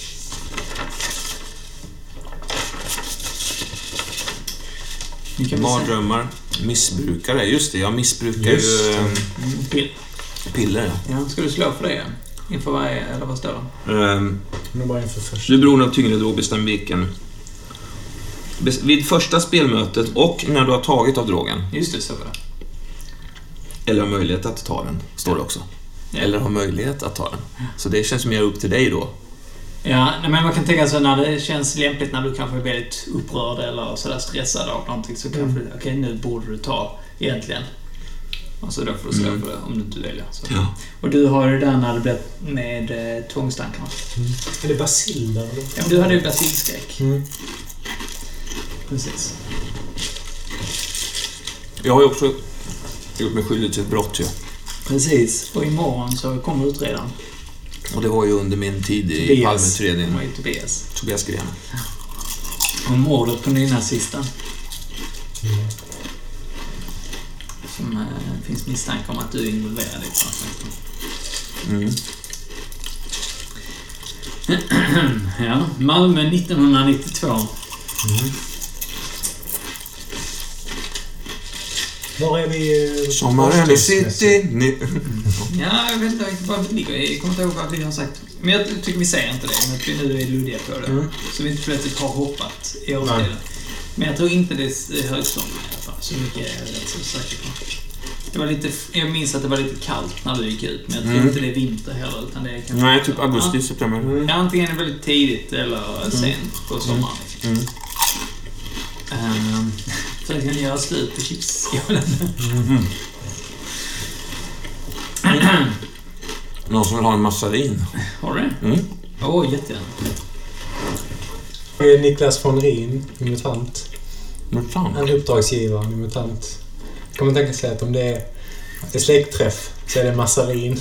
Mardrömmar. Missbrukare. Just det, jag missbrukar Just ju... Mm, pill. Piller. Ja, ska du slå för det? Inför varje, eller vad står det? Um, Men bara inför först. du är beroende av tyngre drog, bestäm vilken. Bes- vid första spelmötet och när du har tagit av drogen. Just det, så var det. Eller har möjlighet att ta den, står det också. Ja. Eller har möjlighet att ta den. Så det känns mer upp till dig då. Ja, men man kan tänka så när det känns lämpligt när du kanske är väldigt upprörd eller sådär stressad av någonting så kanske mm. okej, okay, nu borde du ta egentligen. Och så då får du slå mm. för det om du inte väljer. Så. Ja. Och du har ju där när det blev med eh, tvångstankarna. Mm. Är det basil där? Eller? Ja, du hade ju basilskräck. Mm. Precis. Jag har ju också gjort mig skyldig till ett brott ju. Precis. Och imorgon så kommer utredaren. Och det var ju under min tid i Tobias. Palmeutredningen. Det var ju Tobias. Tobias Gren. Och mordet på nynazisten. Mm. Som eh, finns misstanke om att du är involverad i. Mm. Ja, Malmö nittonhundranittiotvå. Mm. Var är vi? Sommaren i city. Ni... Ja, jag vet inte riktigt vad vi ligger. Jag kommer inte ihåg vad vi har sagt. Men jag tycker vi säger inte det. Men att vi nu är luddiga på det. Mm. Så vi inte plötsligt har hoppat i årstiden. Men jag tror inte det är högsommar i alla fall. Så mycket är jag rätt så säker på. Det var lite, jag minns att det var lite kallt när du gick ut. Men jag tror Mm. inte det är vinter heller. Utan det är kanske... Nej, typ augusti, ja. september. Mm. Ja, antingen är det väldigt tidigt eller sent på sommaren. Mm. Um, så jag kan göra slut på chipsskålen. Mm. Någon som vill ha en massarin. Har du det? Mm. Åh, oh, jättegärna. Det är Niklas von Rien i MUTANT. Men fan. En uppdragsgivare i MUTANT. Kan man tänka sig att om det är ett släktträff så är det massarin.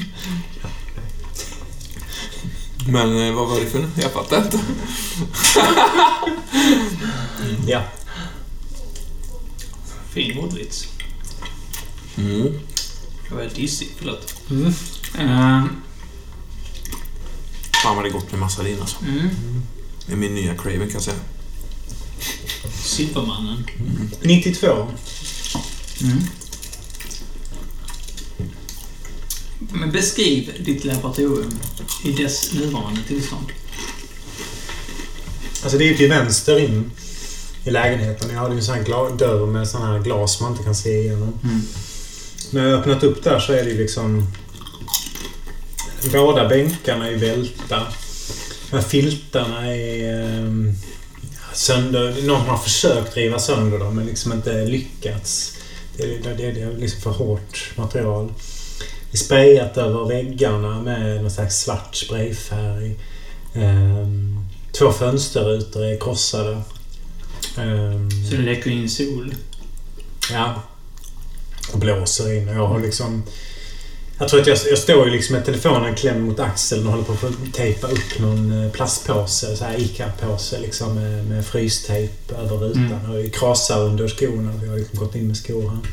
Men eh, vad var det för? Jag fattar inte. Ja. Fin ordvits. Mm. Jag var dissig, förlåt. Mm. Uh, Fan vad det är gott med massarin alltså. mm. Det är min nya craving kan jag säga. Supermannen. Mm. nittiotvå. Mm. Men beskriv ditt laboratorium i dess nuvarande tillstånd. Alltså det är ju till vänster in i lägenheten. Jag hade ju en sån här gla- dörr med sån här glas man inte kan se igenom. Mm. När jag öppnat upp där så är det ju liksom... Båda bänkarna är välta. De här filtarna är eh, sönder... Någon har försökt riva sönder dem men liksom inte lyckats. Det är, det är, det är liksom för hårt material. Det är sprayat över väggarna med någon slags svart sprayfärg. Eh, två fönsterrutor är krossade. Eh, Så det läcker in sol. Ja. Och blåser in. Och jag har liksom... Jag tror att jag, jag står ju liksom med telefonen klämd mot axeln och håller på att tejpa upp någon plastpåse, så här ICA-påse liksom med, med frystejp över rutan. Mm. Och krasar under skorna. Jag har liksom gått in med skor här.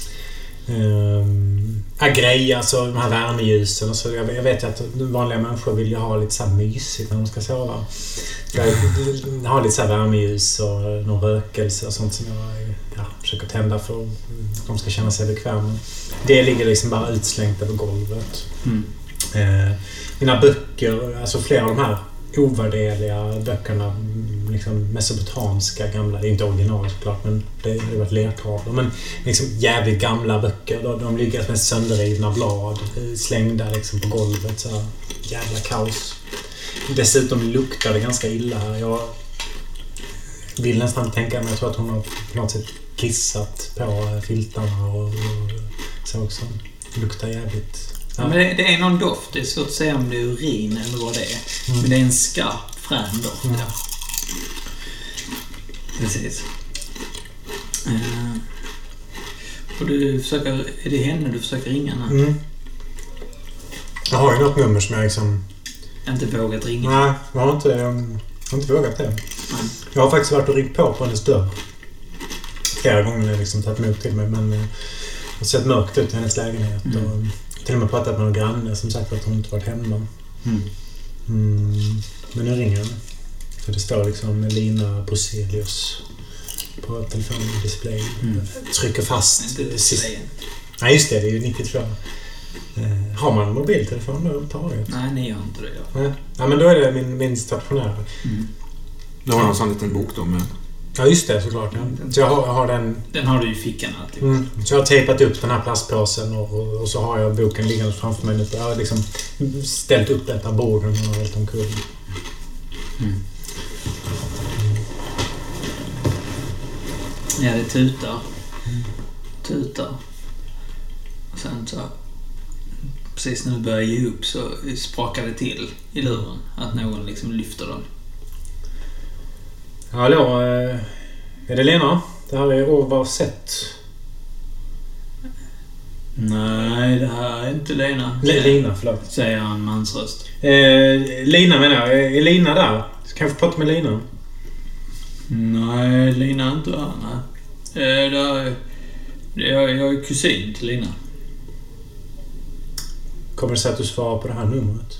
Um, ja, grejer, alltså de här värmeljusen och så. Jag, jag vet ju att vanliga människor vill ju ha lite så här mysigt när de ska sova. Jag har lite så här värmeljus och någon rökelse och sånt som jag ja, försöker tända för att de ska känna sig bekväma. Det ligger liksom bara utslängt över golvet. Mm. Eh, mina böcker, alltså flera av de här ovärderliga böckerna, liksom mesopotamiska gamla, det är inte original såklart, men det har varit lertavlor, men liksom jävligt gamla böcker, de, de ligger med sönderrivna blad slängda liksom på golvet, så här, jävla kaos. Dessutom luktar det ganska illa här. Jag vill nästan tänka mig, jag tror att hon har på något sätt kissat på filtarna och, och så också. Det luktar jävligt. Ja. Men det, det är någon doft. Det är svårt att säga om det är urin eller vad det är. Mm. Men det är en skarp, frän doft. Mm. Ja. Precis. Uh, och du försöker... Är det henne du försöker ringa nu? Mm. Jag har ju något nummer som jag liksom... Jag har inte vågat ringa. Nej, jag har inte, jag har inte vågat det. Mm. Jag har faktiskt varit och ringt på på hennes dörr. Flera gånger har jag liksom tagit emot till mig, men det har sett mörkt ut i hennes lägenhet. Mm. Och till och med pratat med någon granne som sagt att hon inte varit hemma. Mm. Mm. Men nu ringer henne. För det står liksom Lina Bruselius på telefondisplayen. Mm. Trycker fast. Nej, just det. Det är ju nittiotvå. Eh, har man en mobiltelefon då överhuvudtaget? Nej, ni har inte det. Ja, Nej. Ja, men då är det min, min stationära. Mm. Du har en sån liten bok då med... Ja, just det, såklart. Ja. Så jag har, jag har den... Den har du i fickan alltid. Mm. Så jag har tejpat upp den här plastpåsen och, och så har jag boken liggande framför mig. Jag har liksom ställt upp detta borden och har helt omkull. Mm. Ja, det tutar. Mm. Tutar. Och sen så... Precis när du börjar ge upp så sprakar det till i luren. Att någon liksom lyfter den. Hallå, är det Lena? Det här är Ovarsett. Nej, det här är inte Lina. L- Lina, förlåt. Säger han mansröst. Eh, Lina menar jag. Är Lina där? Kan jag få prata med Lina? Nej, Lina är inte här. Nej. Eh, där, jag, jag är kusin till Lina. Kommer det sig att du svarar på det här numret?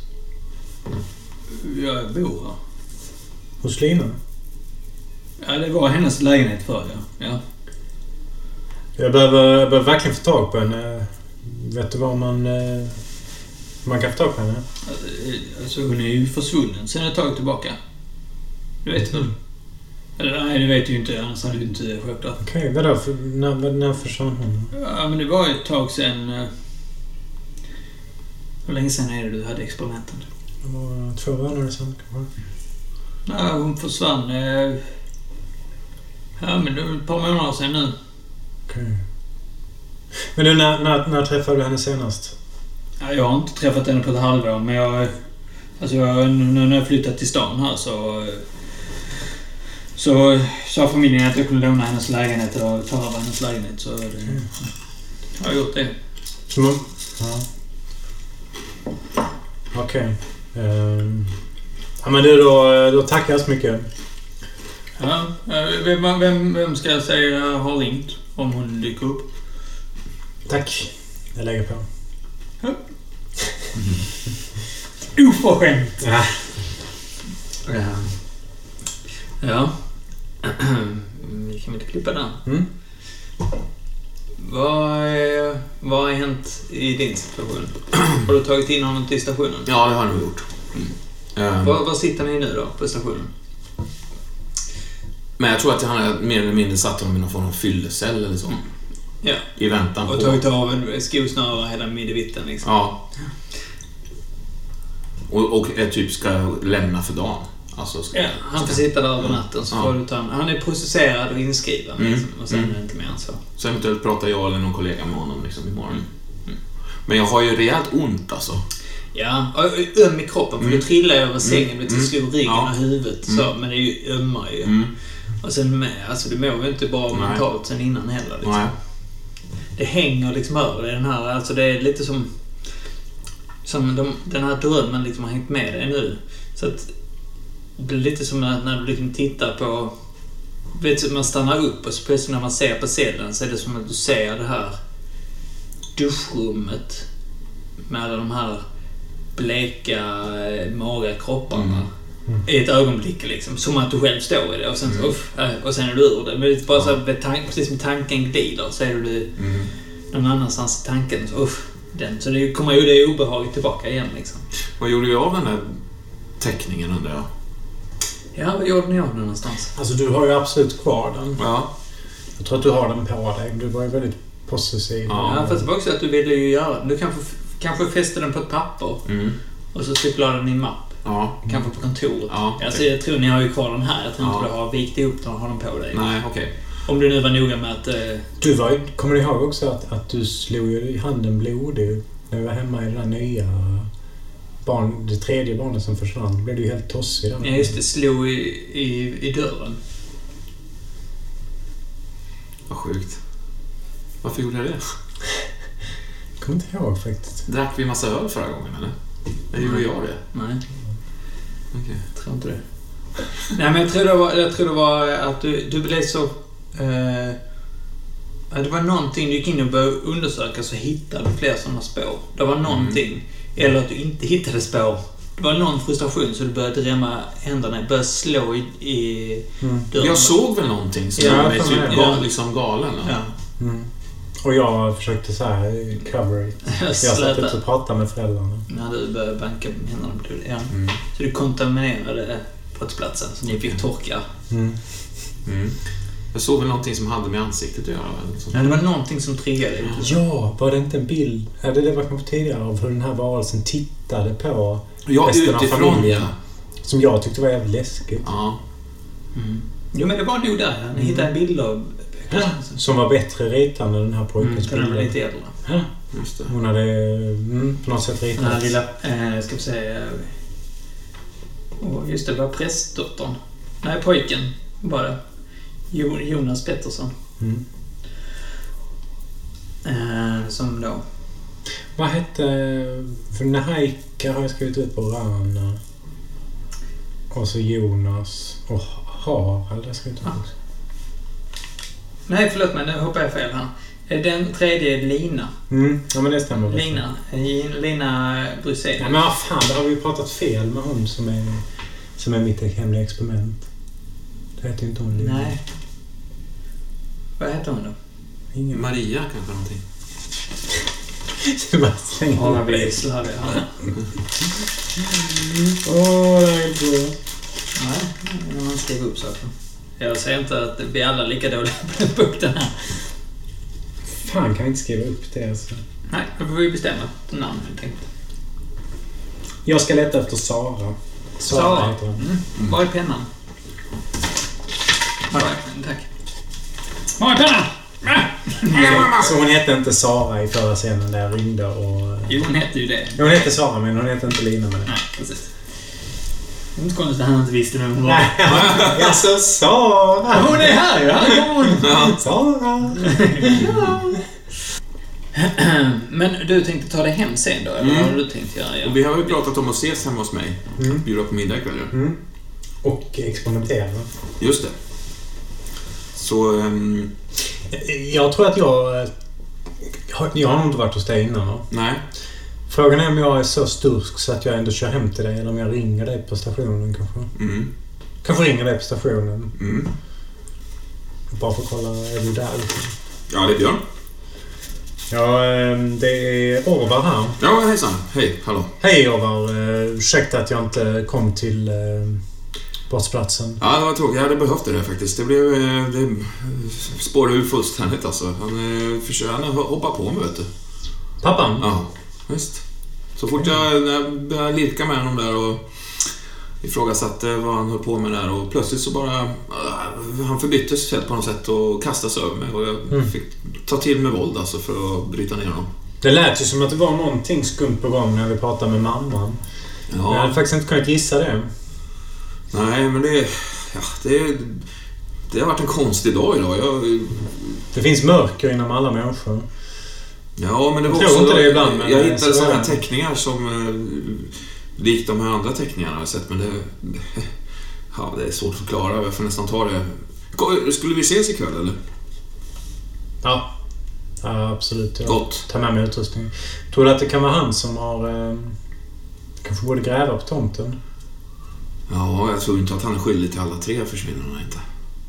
Jag bor här. Hos Lina? Ja, det var hennes lägenhet för ja. ja. Jag behöver, jag behöver verkligen få tag på henne. Vet du vad man... Eh, man kan få tag på henne? Alltså, hon är ju försvunnen sen ett tag tillbaka. Du vet väl? Eller nej, det vet du ju inte. Annars hade du inte självklart. Okej, okay, vadå? För, när, när försvann hon? Ja, men det var ett tag sen... Eh, hur länge sen är det du hade experimenten? Det var två månader sedan kanske. Nej, hon försvann. Eh, ja, men det var ett par månader sedan nu. Okej. Okay. Men du, när, när, när träffade du henne senast? Ja, jag har inte träffat henne på ett halvår, men jag... Alltså, jag, nu när jag flyttat till stan här så... Så sa familjen att jag kunde låna hennes lägenhet och ta över hennes lägenhet, så det, mm. jag har gjort det. Så man, ja. Okej. Okay. Um, ja, men du, då, då tackar jag så mycket. Ja, vem, vem, vem ska jag säga har ringt om hon dyker upp? Tack. Jag lägger på. Ja. Oförskämt. Ja. Ja. Ja. Vi kan inte klippa den. Mm. Vad, är, vad har hänt i din situation? Har du tagit in honom till stationen? Ja, det har jag nog gjort. Mm. Um, var, var sitter ni nu då på stationen? Men jag tror att han är mer eller mindre satt honom i någon form av fyllecell eller så. Mm. Ja. I väntan och på... Och tagit av en skosnöre hela midjevitten liksom. Ja. Och, och är typ ska lämna för dagen. Alltså ska, ja, han får sitta där över natten så ja. Får du ta en, han är processerad och inskriven mm. liksom, och sen mm. är det inte mer än så. Så eventuellt pratar jag eller någon kollega med honom liksom imorgon. Mm. Mm. Men jag har ju rejält ont alltså. Ja, och öm i kroppen för mm. du trillar över sängen och mm. slår ryggen ja. Och huvudet så, mm. men det är ju ömmar ju. Mm. Och sen med, alltså du mår ju inte bara mentalt sen innan heller liksom. Nej. Det hänger liksom över den här, alltså det är lite som som de, den här drömmen liksom har hängt med dig nu. Så att det blir lite som när du liksom tittar på, vet du, man stannar upp och så plötsligt när man ser på cellen så är det som att du ser det här duschrummet med alla de här bleka, magra kropparna mm. Mm. i ett ögonblick liksom, som att du själv står i det och sen, mm. uff, och sen är du ur det. Men det är bara ja. Så att tank, precis som tanken glider så är du mm. någon annanstans i tanken så, uff, den. Så det kommer ju det obehaget tillbaka igen liksom. Vad gjorde vi av den där teckningen undrar jag? Ja, vad gjorde ni av den någonstans? Alltså du har ju absolut kvar den. Ja. Jag tror att du har den på dig. Du var ju väldigt possessiv. Ja, ja fast det var också att du ville ju göra. Du kanske, kanske fäste den på ett papper. Mm. Och så typ la den i en mapp. Ja. Kanske på kontoret. Ja, okay. Alltså jag tror ni har ju kvar den här. Jag tror ja. Inte du har vikt ihop den och har den på dig. Nej, okej. Okay. Om du nu var noga med att... Eh... Du var, kommer du ihåg också att, att du slog i handen blodig när du var hemma i den där nya... Barn, det tredje barnet som försvann blev du ju helt tossig där. Ja just det, slog i, i, i dörren. Vad sjukt. Varför gjorde jag det? Jag kommer inte ihåg faktiskt. Drack vi massa öl förra gången eller? Eller gjorde jag det? Nej. Okej. Okay. Jag tror inte det. Nej men jag tror det var, jag tror det var att du, du blev så... Eh, det var någonting du gick in och började undersöka så hittade du fler sådana spår. Det var någonting... Mm. Eller att du inte hittade spår. Det var någon frustration så du började remma händerna, började slå i, i mm. dörren. Jag såg väl någonting som ja, var typ ja. gal, liksom galen. Ja. Mm. Och jag försökte så här cover it. Jag satt ut och pratade med föräldrarna. När du började banka händerna på det. Ja. Mm. Så du kontaminerade brottsplatsen så ni fick torka. Mm. Mm. Jag såg väl någonting som hade med ansiktet att göra. Ja, det var någonting som triggade. Ja, var det inte en bild? Ja, det var kanske tidigare av hur den här varelsen tittade på ja, resten av familjen. Ja. Som jag tyckte var jävligt läskigt. Ja. Mm. Jo, men det var nog där. Ni mm. hittade en bild av... Ja, som var bättre ritande än den här pojkens mm, bild. Den var lite äldre. Ja, just det. Hon hade mm, på något sätt ritat. Den här lilla... Äh, ska vi säga... Oh, just det, det var prästdottern. Nej, pojken var det. Jonas Pettersson. Mm. Eh, som då... Vad hette... För Nahika har jag skrivit ut på Rana. Och så Jonas. Och Harald har jag skrivit ut också. Nej, förlåt mig. Nu hoppar jag fel här. Den tredje är Lina. Mm, ja men det stämmer. Lina. Lina Brysell. Ja, men vad fan, då har vi ju pratat fel med hon som är, som är mitt hemliga experiment. Det heter ju inte hon Lina. Nej. Vad heter hon då? Ingen. Maria kanske någonting. Sebastian. Ja, jag blir slarvig. Åh, det är bra. Nej, när man skriver upp saker. Jag säger inte att vi alla är lika dåliga på punkten här. Fan, kan vi inte skriva upp det alltså? Nej, då får vi bestämma ett namn helt enkelt. Jag ska leta efter Sara. Sara, Sara. heter hon. Mm. Var är pennan? Var är tack. Var är pennan? Så hon hette inte Sara i förra scenen där jag ringde och... Jo, hon hette ju det. Hon hette Sara, men hon hette inte Lina med det. Nej, precis. Det är inte konstigt att han inte visste vem hon var. Ja, så Sara! Hon är här ju, här kommer hon! Ja. Sara! Ja. Men du tänkte ta dig hem sen då, eller Mm. vad har du tänkt göra? Ja. Och vi har ju pratat om att ses hemma hos mig. Mm. Bjuda på middag ikväll. Mm. Och experimentera. Just det. Så... Um, Jag tror att jag... Jag har nog inte varit hos dig innan, va? nej. Frågan är om jag är så stursk så att jag ändå kör hem till dig, eller om jag ringer dig på stationen kanske. Mm. Kanske ringer dig på stationen. Mm. Bara för att kolla, är du där? Ja, det är Björn. Ja, det är Orvar här. Ja, hejsan. Hej, hallå. Hej Orvar. Ursäkta att jag inte kom till eh, brottsplatsen. Ja, det var tråkigt. Jag hade behövt det där faktiskt. Det blev... eh, Det spårade ur fullständigt alltså. Han eh, försökte han hoppa på mig, vet du. Pappan? Ja, visst. Så fort jag, när jag började lirka med honom där och ifrågasatte vad han höll på med där, och plötsligt så bara uh, han förbyttes helt på något sätt och kastades över mig och jag Mm. fick ta till med våld alltså för att bryta ner honom. Det lät ju som att det var någonting skumt på gång när vi pratade med mamman. Ja. Men jag hade faktiskt inte kunnat gissa det. Nej, men det ja, det det har varit en konstig dag idag. Jag, Det finns mörker inom alla människor. ja, men det Jag var tror också inte det ibland, men jag hittade så sådana är här det. teckningar som eh, likt de här andra teckningarna jag har sett, men det ja, det är svårt att förklara. Jag får nästan ta det. Skulle vi ses ikväll eller? Ja, ja absolut. Jag Gott. tar med mig utrustning. Tror du att det kan vara han som har... Eh, kanske borde gräva på tomten? Ja, jag tror inte att han är skyldig till alla tre försvinnandena inte.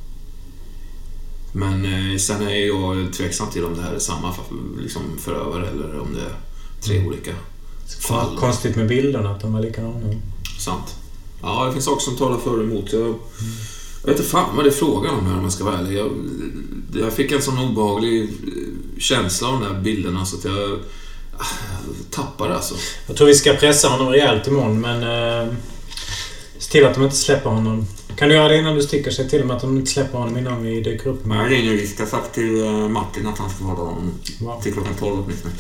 Men eh, sen är jag tveksam till om det här är samma liksom, förövare eller om det är tre Mm. olika fall. Konstigt med bilderna att de var likadana. Sant. Ja, det finns också som talar för och emot. Jag, mm. jag vet inte fan vad det är frågan om här om jag ska vara ärlig. Jag, jag fick en sån obehaglig känsla av de där bilderna så att jag, jag tappade alltså. Jag tror vi ska pressa honom rejält imorgon, men eh, se till att de inte släpper honom. Kan du göra det innan du sticker? Se till att de inte släpper honom innan vi dyker upp. Nej, det är ingen risk. Jag har sagt till Martin att han ska vara där Wow. till klockan tolv åtminstone.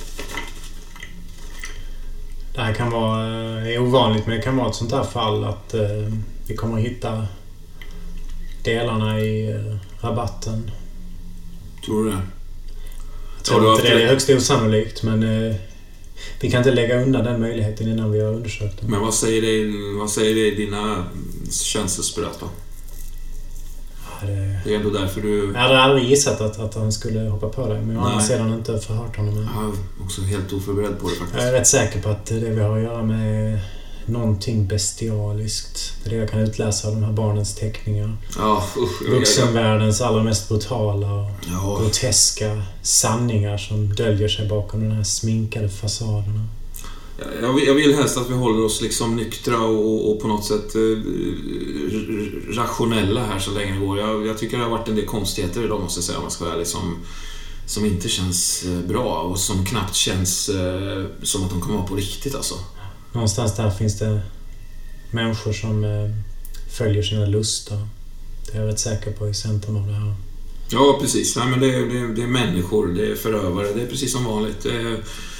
Det här kan vara är ovanligt, men det kan vara ett sånt här fall att eh, vi kommer att hitta delarna i eh, rabatten. Tror du det? Jag tror Ja, inte du har det är högst osannolikt, men eh, vi kan inte lägga undan den möjligheten innan vi har undersökt den. Men vad säger det, vad säger det dina känselspröt då? Ja, det... Det är ändå därför du... Jag hade aldrig gissat att, att han skulle hoppa på det, men jag har Nej. sedan inte förhört honom än. Jag är också helt oförberedd på det faktiskt. Jag är rätt säker på att det vi har att göra med någonting bestialiskt. Det är det jag kan utläsa av de här barnens teckningar. Ja, usch. Vuxenvärldens allra mest brutala och Ja, groteska sanningar som döljer sig bakom de här sminkade fasaderna. jag vill, jag vill helst att vi håller oss liksom nyktra och, och på något sätt eh, rationella här så länge det går. Jag, jag tycker det har varit en del konstigheter idag, måste jag säga, om jag ska vara ärlig, som, som inte känns eh, bra och som knappt känns eh, som att de kommer vara på riktigt alltså. Någonstans där finns det människor som eh, följer sina lustar. Det är jag rätt säker på i centrum av det här. Ja, precis. Nej, men det, är, det, är, det är människor, det är förövare, det är precis som vanligt. Det är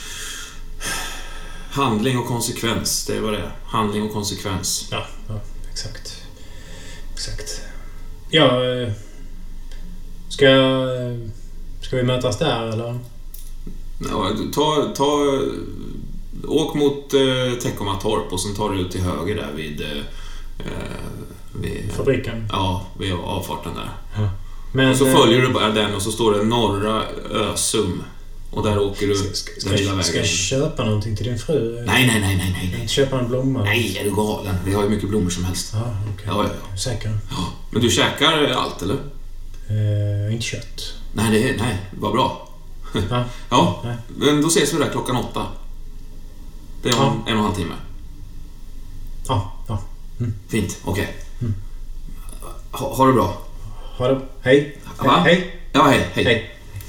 handling och konsekvens, det är vad det är. Handling och konsekvens. Ja, ja exakt. Exakt. Ja, eh, ska, jag, ska vi mötas där eller? Ja, ta, ta, åk mot eh, Teckomatorp och sen tar du ut till höger där vid, eh, vid fabriken. Ja, vid avfarten där. Ja. Men, och så följer du bara den och så står det Norra Ösum. Och där åker du ska, ska, den lilla vägen. Ska jag köpa någonting till din fru? Nej, nej, nej, nej, nej. Köpa en blomma? Nej, är du galen? Vi har ju mycket blommor som helst. Ah, okay. Ja, ja, ja. Säker? Ja. Men du käkar allt, eller? Uh, inte kött. Nej, det är, nej, vad bra. Ah. Ja, nej. Men då ses vi där klockan åtta. Det är om ah. en och en halv timme. Ja, ah, ja. Mm. Fint, okej. Okay. Mm. Ha, ha det bra. Ha det. Hej. Va? Hej. Ja, hej. Hej. Hej.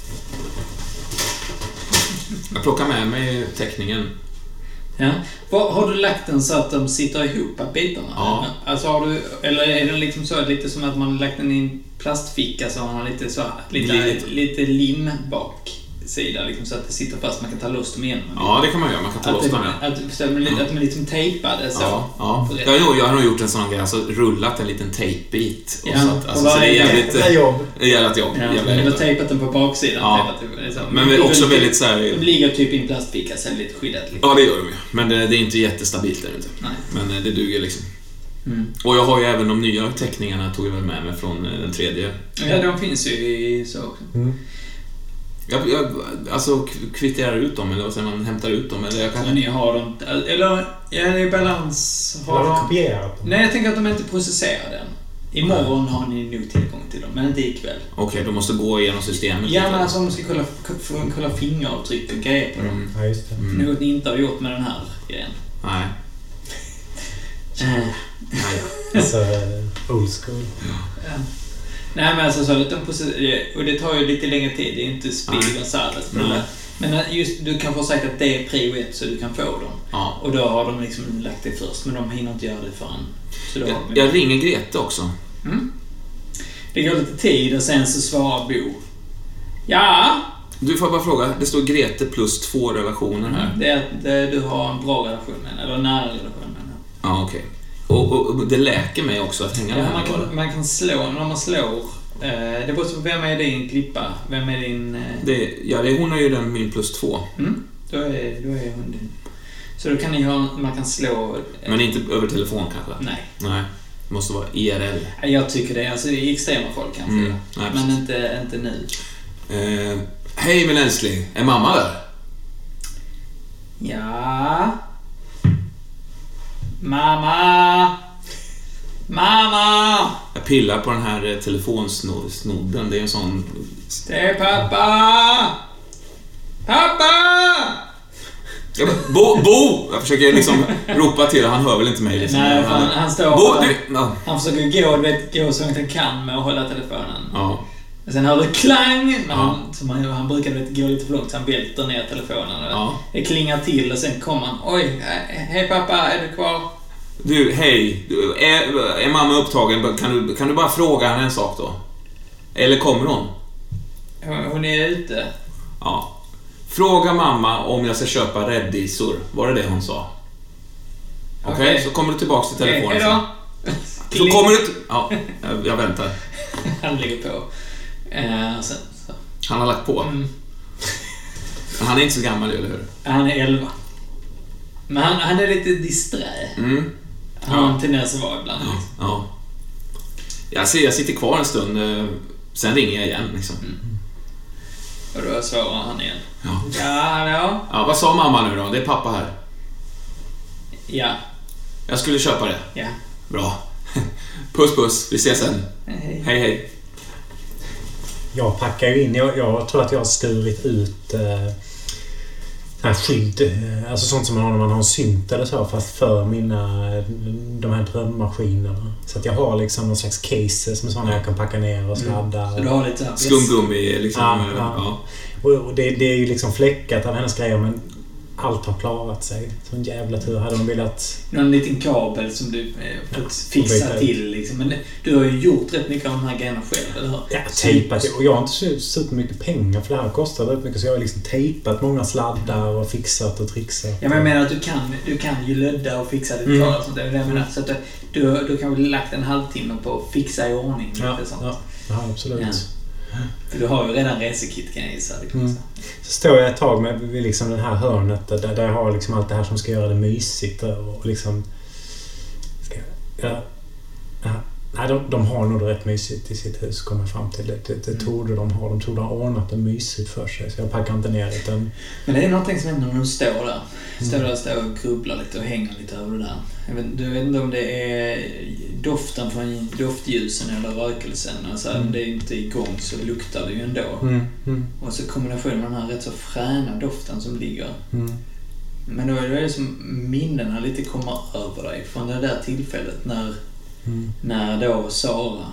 Jag plockar med mig teckningen. Ja. Har du lagt den så att de sitter ihop, bitarna? Ja. Alltså har du, eller är den liksom så lite som att man har lagt den i en plastficka så har man lite så lite, lite. lite lim bak sida liksom, så att det sitter fast, man kan ta loss dem igen. Ja, det kan man göra, man kan ta loss dem igen. Att, att, att, mm. att de är liksom tejpade så. Ja, ja. Jag, jag, jag har nog gjort en sån grej, alltså rullat en liten tejpbit. Ja, så att, alltså, så det är jävligt... Det är jobb. Det är jävligt jobb. Ja, men du har tejpat den på baksidan. Ja. Tejpat, liksom. Men det är också väldigt så här... De ligger typ i en plastficka så är det lite skyddat. Liksom. Ja, det gör de ju. Men det, det är inte jättestabilt där inte. Nej. Men det duger liksom. Mm. Och jag har ju även de nya teckningarna, tog jag väl med mig från den tredje. Ja, de finns ju i så också. Mm. Jag, jag, alltså kvitterar ut dem, eller vad säger man, hämtar ut dem, eller jag kan... Så ni har dem, eller ja, det är balans. Har de kopierat dem? Nej, jag tänker att de inte processerar den. Imorgon har ni nog tillgång till dem, men inte ikväll. Okej, okay, de måste gå igenom systemet. Ja, men alltså om de ska kolla, kolla fingeravtryck och grejer på dem. Mm. Ja, just det. Mm. Något ni inte har gjort med den här grejen. Nej. Äh. Nej. Alltså, old school. Ja. Nej, men alltså så att de process- och det tar ju lite längre tid, det är inte Speedy Gonzales. Men, men just, du kan få sagt att det är prio ett så du kan få dem. Ja. Och då har de liksom lagt det först, men de hinner inte göra det förrän. Så då jag, jag ringer Grete också. Mm. Det går lite tid och sen så svarar Bo. Ja? Du får bara fråga, det står Grete plus två relationer här. Mm. Det är att det, du har en bra relation med henne, eller en nära relation med henne. Ja, okej. Okay. Och, och, och det läker mig också att hänga ja, med. Man kan, man kan slå, när man slår... Eh, det beror på vem är din klippa? Vem är din... Eh... Det, ja, det, hon är ju den min plus två. Mm, då är, då är hon din. Så då kan ni ha... Man kan slå... Eh... Men inte över telefon kanske? Nej. Nej, det måste vara I R L. Jag tycker det. Alltså i extrema folk kanske. Mm, nej, men inte, inte nu. Eh, Hej min älskling, är mamma där? Ja... Mamma! Mamma! Jag pillar på den här telefonsnodden. Det är en sån... Det är pappa! Pappa! Ja, Bo! Bo! Jag försöker liksom ropa till. Han hör väl inte mig liksom. Nej, han, han står... Bo, du, no. Han försöker gå, du vet, gå så långt han kan med att hålla telefonen. Ja. Sen hör du klang, men ja. han, som han, han brukar vet, gå lite för långt så han välter ner telefonen. Ja. Det klingar till och sen kommer han. Oj, hej pappa, är du kvar? Du, hej. Är, är mamma upptagen? Kan du, kan du bara fråga henne en sak då? Eller kommer hon? Hon är ute. Ja. Fråga mamma om jag ska köpa räddisor. Var det det hon sa? Okej, okay, okay. Så kommer du tillbaka till telefonen. Hej då. Så kommer du... T- ja, jag, jag väntar. Han lägger på. Uh, sen, så. Han har lagt på. Mm. Men han är inte så gammal, eller hur? Han är elva. Men han, han är lite disträ. Mm. Han har en tendens att vara ibland. Ja, ja. Jag, ser, jag sitter kvar en stund. Sen ringer jag igen liksom. Mm. Och då svarar han igen. Ja. Ja, hallå? Ja, vad sa mamma nu då? Det är pappa här. Ja. Jag skulle köpa det. Ja. Bra. Puss puss, vi ses sen. Hej hej. hej. Jag packar ju in, jag, jag tror att jag har skurit ut eh, här skydd, alltså sånt som man har när man har en synt eller så, fast för mina, de här drömmaskinerna. Så att jag har liksom någon slags cases med sådana jag kan packa ner och sladda. Mm. Så du har lite här skumgummi liksom. Ja, ja. Ja. Och det, det är ju liksom fläckat av hennes grejer, men allt har klarat sig. Så en jävla tur. Hade de velat... Någon liten kabel som du eh, fått fixa till liksom. Men du har ju gjort rätt mycket av de här grejerna själv, eller hur? Ja, tejpat. Och jag har inte super mycket pengar för det här kostar rätt mycket. Så jag har liksom tejpat många sladdar och fixat och trixat. Ja, men jag menar att du kan, du kan ju lödda och fixa det. Mm. Och sånt där. Jag menar, så att du, du kan väl lagt en halvtimme på att fixa i ordning. Ja, sånt. ja, ja absolut. Ja. För du har ju redan resekit, kan jag gissa. Mm. Så står jag ett tag med vid liksom det här hörnet där, där jag har liksom allt det här som ska göra det mysigt och liksom... Ska, ja, ja, nej, de, de har nog rätt mysigt i sitt hus, kommer fram till. Det, det, det mm. torde de ha. De torde ha ordnat det mysigt för sig, så jag packar inte ner det. Utan... Men det är någonting som händer när du står där. Står där och står och grubblar lite och hänger lite över det där. Jag vet, du vet inte om det är doften från doftljusen eller rökelsen. Alltså, mm. det är inte igång så luktar det ju ändå. Mm. Mm. Och så kombinationen med den här rätt så fräna doften som ligger. Mm. Men då är det som minnena lite kommer över dig från det där tillfället när, mm. när då Sara...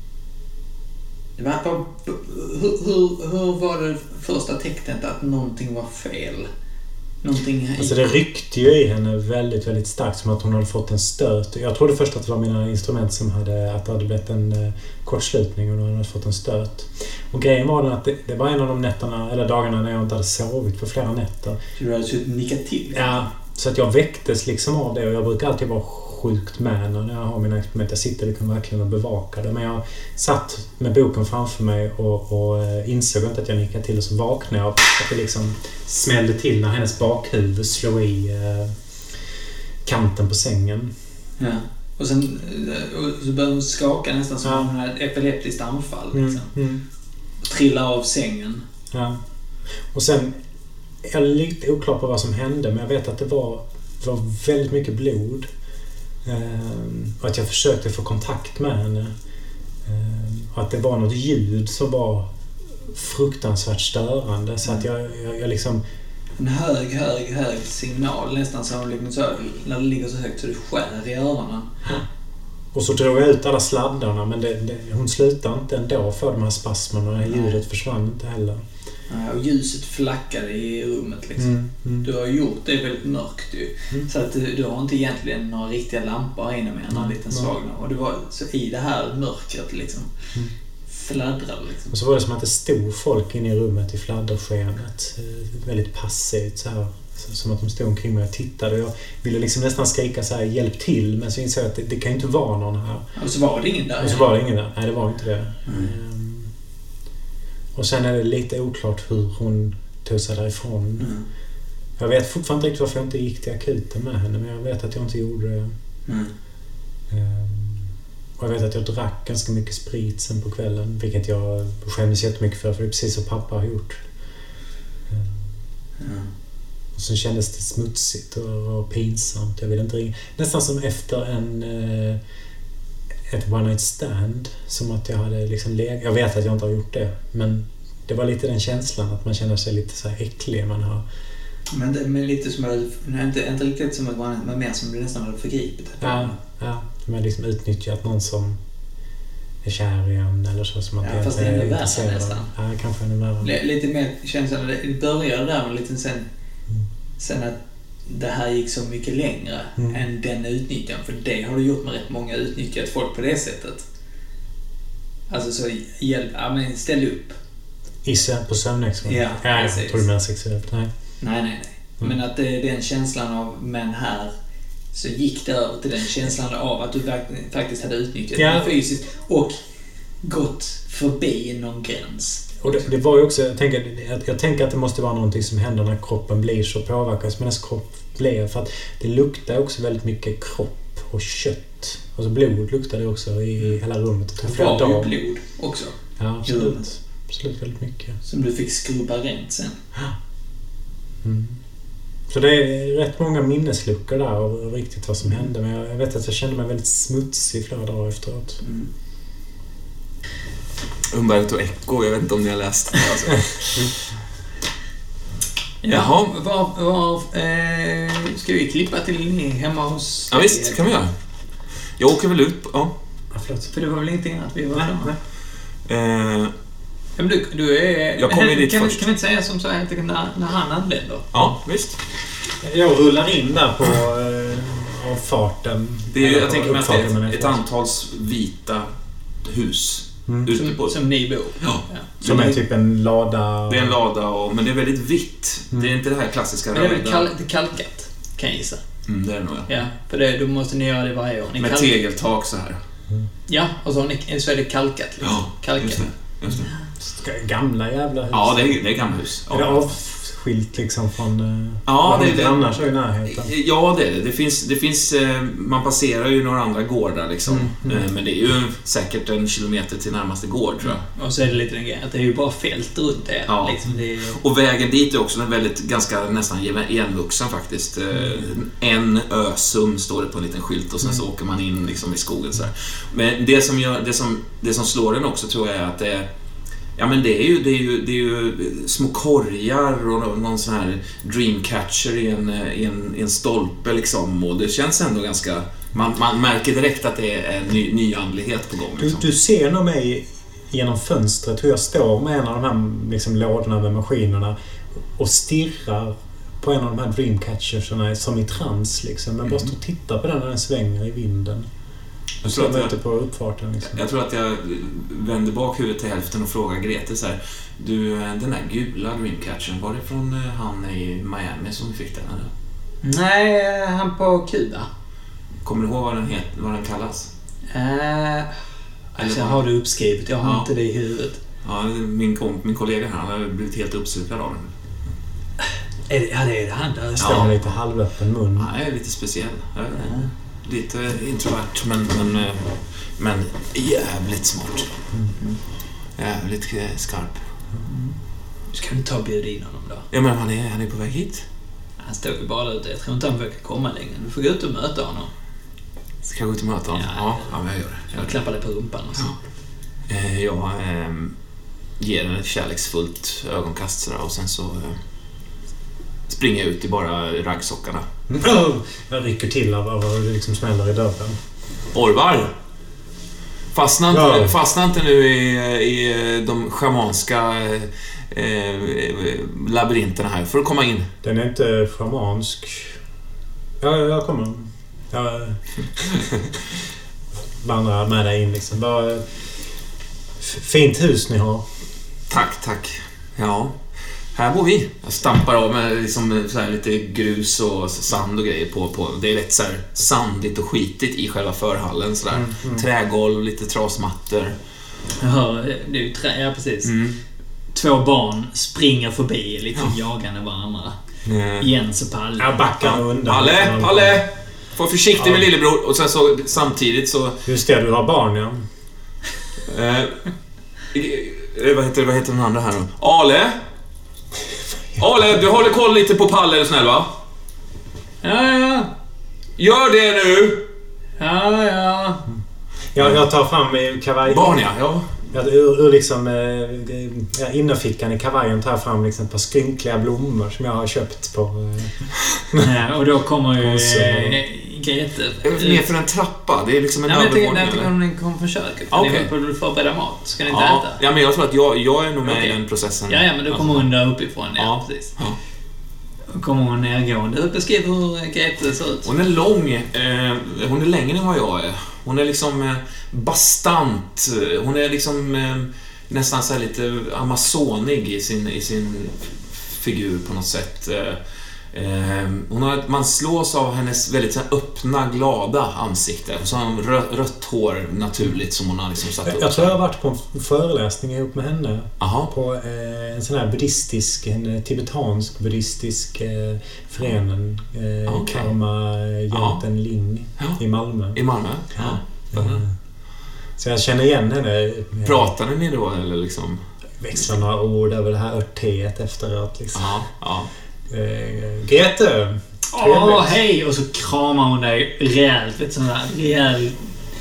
Det var på, hur, hur, hur var det första tecknet att någonting var fel? Någonting... Alltså det ryckte ju i henne väldigt, väldigt starkt, som att hon hade fått en stöt. Jag trodde först att det var mina instrument som hade, att det hade blivit en eh, kortslutning och hon hade fått en stöt. Och grejen var den att det, det var en av de nätterna, eller dagarna när jag inte hade sovit på flera nätter. Så du hade suttit nickat till? Ja, så att jag väcktes liksom av det, och jag brukar alltid vara sjukt med när jag har mina experiment. Jag sitter liksom verkligen och bevakar det. Men jag satt med boken framför mig och, och insåg inte att jag nickade till, och så vaknade jag. Att det liksom smällde till när hennes bakhuvud slog i eh, kanten på sängen. Ja. Och sen och så började hon skaka nästan som ja. ett epileptiskt anfall. Liksom. Mm, mm. Trilla av sängen. Ja. Och sen, jag är lite oklar på vad som hände, men jag vet att det var, det var väldigt mycket blod. Ehm, och att jag försökte få kontakt med henne. Ehm, och att det var något ljud som var fruktansvärt störande. Så att jag, jag, jag liksom... En hög, hög, hög signal. Nästan som liksom så, när det ligger så högt så det skär i öronen. Och så drog jag ut alla sladdarna, men det, det, hon slutade inte ändå för de här spasmerna. Det här ljudet försvann inte heller. Ja, och ljuset flackade i rummet liksom. Mm, mm. Du har gjort det väldigt mörkt ju. Mm. Så att du, du har inte egentligen några riktiga lampor här inne med en mm. liten slagna. Och du var så i det här mörkret liksom. Mm. Fladdrade liksom. Och så var det som att det stod folk inne i rummet i fladderskenet. Väldigt passivt så här. Som att de stod omkring mig och tittade. Jag ville liksom nästan skrika så här, hjälp till. Men så insåg jag att det, det kan ju inte vara någon här. Och så var det ingen där. Och så var det ingen där. Nej, det var inte det. Mm. Um, och sen är det lite oklart hur hon tog sig därifrån. Mm. Jag vet fortfarande inte riktigt varför jag inte gick till akuten med henne. Men jag vet att jag inte gjorde det. Mm. Um, och jag vet att jag drack ganska mycket sprit sen på kvällen. Vilket jag skämdes jättemycket för. För det är precis som pappa har gjort. Um, mm. Och så kändes det smutsigt och, och pinsamt. Jag ville inte ringa. Nästan som efter en eh, ett one night stand. Som att jag hade liksom legat. Jag vet att jag inte har gjort det. Men det var lite den känslan att man känner sig lite så här äcklig. Man har... Men, det, men lite som att, inte, inte riktigt som att man var mer som du nästan hade förgripit. Ja, ja. Man har liksom utnyttjat någon som är kär i en eller så. Som att ja, fast det är ännu värre nästan. Ja, kanske ännu värre. Lite mer känslan. Det började där och lite sen... Mm. Sen att det här gick så mycket längre mm. än den utnyttjan. För det har du gjort med rätt många utnyttjat folk på det sättet. Alltså så hjälp, ja men ställ upp. I på sömnex? Ja, ja, jag tror du menar sexuellt. Nej, nej, nej. nej. Mm. Men att det, den känslan av men här så gick det över till den känslan av att du faktiskt hade utnyttjat ja. det fysiskt och gått förbi någon gräns. Och det, det var ju också, jag tänker, jag, jag tänker att det måste vara någonting som händer när kroppen blir så påverkas, men ens kropp blir, för att det luktar också väldigt mycket kropp och kött. Alltså blod luktar det också i mm. hela rummet. Det var ju blod också. Ja, absolut. Absolut väldigt mycket. Som du fick skrubba rent sen. Mm. Så det är rätt många minnesluckor där av riktigt vad som mm. hände, men jag vet att jag kände mig väldigt smutsig flera dagar efteråt. Mm. Umberto Eco, jag vet inte om ni har läst det. Alltså. Jaha, var, var, eh, ska vi klippa till hemma hos... Ja visst, kan vi göra. Jag åker väl ut, ja. ja för det var väl ingenting att vi var där. Eh, men du, du är... Jag kommer dit kan, först. Kan vi inte säga som så här när, när han anländer? Ja, visst. Jag rullar in där på eh, av farten. Det är, jag tänker mig att det är ett, ett antals vita hus. Mm. Som, som ni bor. Ja. Ja. Som är typ en lada. Det är en lada, och, men det är väldigt vitt. Mm. Det är inte det här klassiska. Men det är väl kal- det kalkat, kan jag gissa. Mm, det är det nog, ja. Ja, för det, då måste ni göra det varje år. Ni med kalk- tegeltak så här. Mm. Ja, och så, har ni, så är det kalkat. Liksom. Ja, kalkat. just det. Just det. Gamla jävla hus. Ja, det är, det är gamla hus. Ja. Är det avskilt liksom från... Ja, det är det. Annars är i närheten. Ja, det är det. Det finns, det finns, man passerar ju några andra gårdar liksom. Mm, mm. Men det är ju säkert en kilometer till närmaste gård, tror jag. Och så är det lite en grej att det är ju bara fält runt det. Ja. Liksom det är... Och vägen dit är också en väldigt, ganska nästan igenvuxen faktiskt. Mm. En ösum står det på en liten skylt och sen så mm. åker man in liksom i skogen så här. Men det som, gör, det, som, det som slår den också tror jag är att det är Ja, men det är ju, det är ju, det är ju små korgar och någon sån här dreamcatcher i en, i en, i en stolpe liksom, och det känns ändå ganska, man, man märker direkt att det är en ny, nyandlighet på gång liksom. du, du ser nog mig genom fönstret hur jag står med en av de här liksom, lådorna med maskinerna och stirrar på en av de här dreamcatcherserna som i trans liksom, men bara står och tittar på den när den svänger i vinden. Jag tror, att jag, på uppfarten, liksom. jag tror att jag vänder bak huvudet till hälften och frågar Grete så här: du, den där gula Dreamcatchern, var det från han i Miami som fick den eller? Nej, han på Kuba. Kommer du ihåg vad den, het, vad den kallas? Uh, alltså, jag har det uppskrivet, jag har ja. inte det i huvudet. Ja, min, kom, min kollega här, han har blivit helt uppslukad av den. Är det, ja, det är det han där. Står ja. lite halvöppen mun. Ja, är lite speciell. Ja. Lite introvert, men, men, men jävligt smart. Mm. Jävligt skarp. Mm. Ska du ta och bjuda in honom då? Ja, men han är, han är på väg hit. Han står ju bara ute. Jag tror inte han försöker komma längre. Du får gå ut och möta honom. Ska jag gå ut och möta honom? Ja, ja, ja men jag gör det. Jag, jag klappar dig på rumpan och så. Ja. Eh, jag eh, ger den ett kärleksfullt ögonkast sådär, och sen så eh, springer jag ut i bara raggsockarna. Jag rycker till av vad det liksom smäller i dörren. Orvar! Fastna inte, ja. fastna inte nu i, i de schamanska eh, labyrinterna här för att komma in. Den är inte schamansk. Ja, jag kommer. Jag vandrar med dig in liksom. Bara fint hus ni har. Tack, tack. Ja. Här bor vi. Jag stampar av med liksom så här lite grus och sand och grejer på. på. Det är rätt så här sandigt och skitigt i själva förhallen. Så där. Mm, mm. Trägolv, lite trasmattor. Ja, det är ju trä, ja precis. Mm. Två barn springer förbi liksom ja. jagande varandra. Mm. Jens och Palle. Jag backar undan. Palle, Palle! Var försiktig ja. med lillebror. Och sen så samtidigt så... Just det, du har barn, ja. eh, vad, heter, vad heter den andra här då? Ale! Ale, du håller koll lite på Palle, är du snäll va? Ja, ja. Gör det nu! Ja, ja. Jag, jag tar fram kavajen. Barn, ja. ja. Jag, ur, ur liksom, äh, innerfickan i kavajen tar jag fram liksom ett par skrynkliga blommor som jag har köpt på... Äh, ja, och då kommer ju äh, Grete... Ner för en trappa, det är liksom en övervåning. Nej, jag tycker att den kommer från köket. För okay. Ni vill förbereda mat. Ska ni inte ja. äta? Ja, men jag tror att jag, jag är nog med okay. i den processen. Ja, ja, men då kommer hon där uppifrån. Ja, ja. precis. Ja. Då kommer hon nergående. Beskriv hur Grete ser ut. Hon är lång. Eh, hon är längre än vad jag är. Hon är liksom eh, bastant. Hon är liksom eh, nästan så här lite amazonig i sin, i sin figur på något sätt. Eh, eh, hon har, man slås av hennes väldigt så här, öppna, glada ansikte. Så har hon rött, rött hår naturligt som hon har liksom satt upp. Jag tror jag har varit på en föreläsning ihop med henne. Aha. På eh, en sån här buddhistisk, en tibetansk buddhistisk eh, förening. Eh, okay. Karma Jenten Ling ja. i Malmö. I Malmö? Ja. Ja. Mm. Så jag känner igen henne. Pratade ni då eller liksom? Växlar några ord över det här örteet efteråt liksom. Ja, ja. Eh, Grete! Åh, oh, hej! Och så kramar hon dig rejält. Vet du, sån där rejäl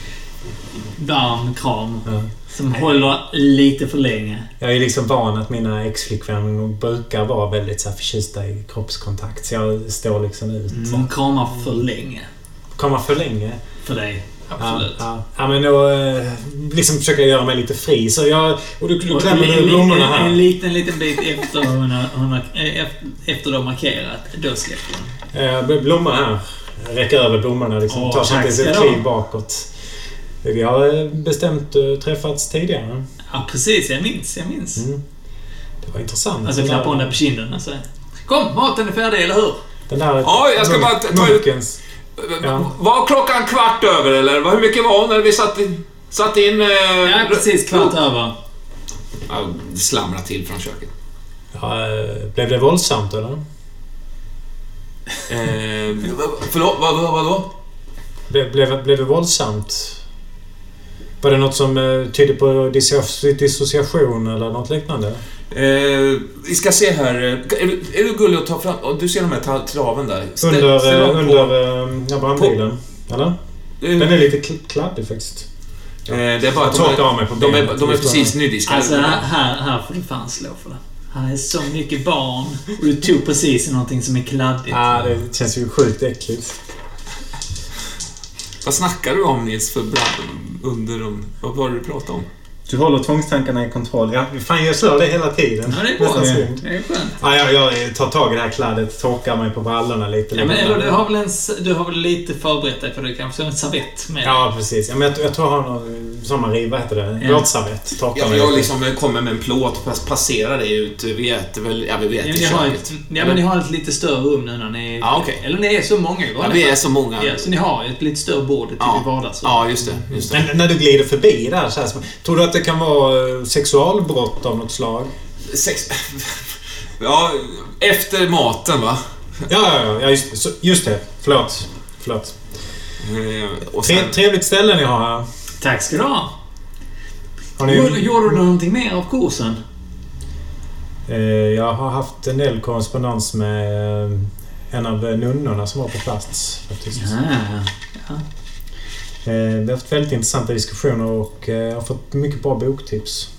varm kram. Ja. Som hej. Håller lite för länge. Jag är liksom van att mina ex-flickvänner brukar vara väldigt så här förtjusta i kroppskontakt. Så jag står liksom ut. Mm, hon kramar för länge. Kramar för länge? För dig. Absolut. Ja, ja. ja men då liksom försöker jag göra mig lite fri. Så jag, och du, du klämmer du blommorna här. En liten, liten bit efter hon har, hon har, efter de har markerat. Då släpper hon. Blommor här. Jag räcker över blommorna. Liksom, Åh, tar samtidigt ett kliv bakåt. Vi har bestämt träffats tidigare. Ja, precis. Jag minns. Jag minns. Mm. Det var intressant. Alltså klappar hon där på kinden. Alltså. Kom, maten är färdig, eller hur? Den där... Ja, jag ska bara ta ut... Ja. Var klockan kvart över eller? Hur mycket var hon när vi satt in... Satt in eh, ja, precis kvart över. Ja, det slamrar till från köket. Ja, blev det våldsamt eller? Eh, förlåt, vad, vad, vad då? Blev, blev, blev det våldsamt? Var det något som eh, tyder på dissociation eller något liknande? Eh, vi ska se här. Är du, är du gullig att ta fram... Du ser de här traven där. Ställ, under ställ eh, på, under eh, ja, brandbilen. Eller? eh, Den är lite kl- kladdig faktiskt. Eh, det är bara att Jag de torkar av är, mig på de är, benet. de är precis nydiskade. Alltså här, här, här får du fan slå för det. Här är så mycket barn. Och du tog precis i någonting som är kladdigt. Ja, det känns ju sjukt äckligt. Vad snackar du om, Nils, för brand under dem? Vad var det du pratade om? Du håller tvångstankarna i kontroll. Ja, fan, jag slår det hela tiden. Ja, det är bra. Nästan Det synd. är skönt. Ja, jag, jag tar tag i det här kladdet, torkar mig på brallorna lite. Ja, men eller du har väl en, du har väl lite förberett dig för det kanske en servett med. Ja, precis. Ja, men jag, jag tror jag har någon som man river, vad heter det? Ja. Våtservett. Torkar Ja, mig jag lite. liksom kommer med en plåt och passerar det ut. Vi äter väl... Ja, vi äter Ja, i ni har köket. ett, ja, men ni har ett lite större rum nu när ni... Ja, okej. Eller ni är så många i Ja, vanliga vi är fall. så många. Ja, så ni har ett lite större bord till Ja. i vardagsrum. Ja, just det. Just det. Men när du glider förbi där så här, så- tror du att det kan vara sexualbrott av något slag? Sex... Ja, efter maten, va? Ja, ja, ja just, så- just det. Förlåt. Förlåt. Eh, och Tre, sen... trevligt ställe ni har här. Tack ska du ha. Har Gjorde, ni, gjorde du någonting mer av kursen? eh, jag har haft en del korrespondens med eh, en av nunnorna som var på plats. Faktiskt. Ja, ja. Eh, vi har haft väldigt intressanta diskussioner och eh, jag har fått mycket bra boktips.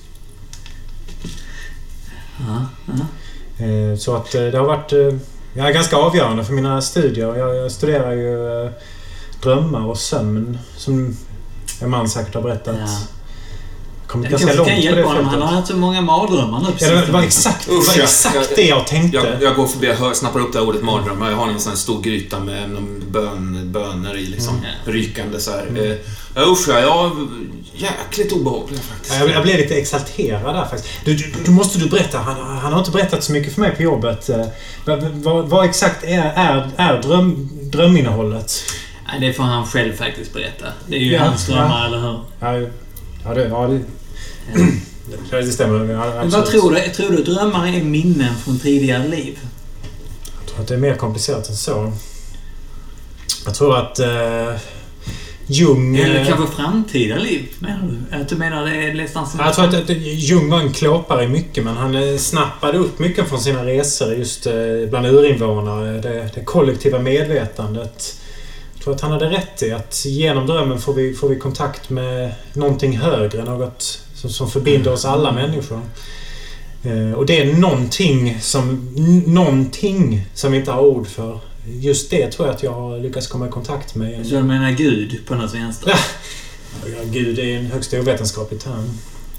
Ja, ja. Eh, så att eh, det har varit eh, ja, ganska avgörande för mina studier. Jag, jag studerar ju eh, drömmar och sömn som en man säkert har berättat. Ja. Kommit Det ganska kanske långt kan på hjälpa det honom. Han fältet. har haft så många mardrömmar nu. Ja, det var exakt, det var Usch, jag- exakt jag- det jag tänkte. Jag, jag går förbi, jag hör, snappar upp det här ordet mardrömmar. Jag har en sån här stor gryta med någon bön, bönor i liksom. Mm. Rykande så här. Mm. Eh, usch, ja, jag... Jäkligt obehagligt faktiskt. Ja, Jag, jag blev lite exalterad där faktiskt. Du, du, du måste du berätta. Han, han har inte berättat så mycket för mig på jobbet. Eh, Vad, vad, vad exakt är, är, är dröm, dröminnehållet? Nej, det får han själv faktiskt berätta. Det är ju Ja, hans drömmar, ja. eller hur? Ja, ja, det, ja, det, det, det stämmer. Ja, Men vad tror du? Tror du drömmar är minnen från tidigare liv? Jag tror att det är mer komplicerat än så. Jag tror att eh, Jung... Eller eh, kanske framtida liv, menar du? Att du menar det är nästan som... Jag tror att, att Jung var en klåpare i mycket, men han eh, snappade upp mycket från sina resor just eh, bland urinvånare. Det, det kollektiva medvetandet. Jag tror att han hade rätt i att genom drömmen får vi, får vi kontakt med någonting högre, något som, som förbinder oss alla människor. Eh, och det är någonting som, n- någonting som vi inte har ord för. Just det tror jag att jag har lyckats komma i kontakt med. Så du menar Gud på något vänster? Ja. Ja, Gud är en högst ovetenskaplig term.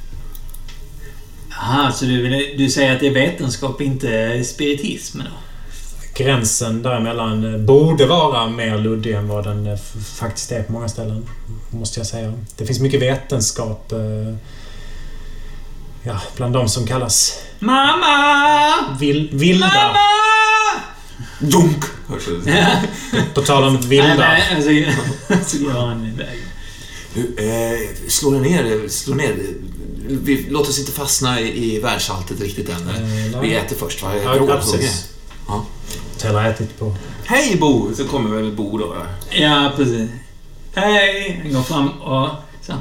Aha, så du, vill, du säger att det är vetenskap, inte spiritism då? Gränsen däremellan borde vara mer luddig än vad den f- faktiskt är på många ställen, måste jag säga. Det finns mycket vetenskap eh, ja, bland de som kallas Mamma! vil, vilda. Mamma! Dunk! Hörs det? Ja. På tal om vilda. Nej, nej, alltså, så gör han iväg. Du, eh, slå ner, slå ner. Vi, låt oss inte fastna i, i världsalltet riktigt än. Eh, Vi äter först, va? Ja, Gråhunge. precis. Ja. Hotel har ätit på. Hej Bo! Så kommer väl Bo då. Ja, precis. Hej! Han går fram och... Så.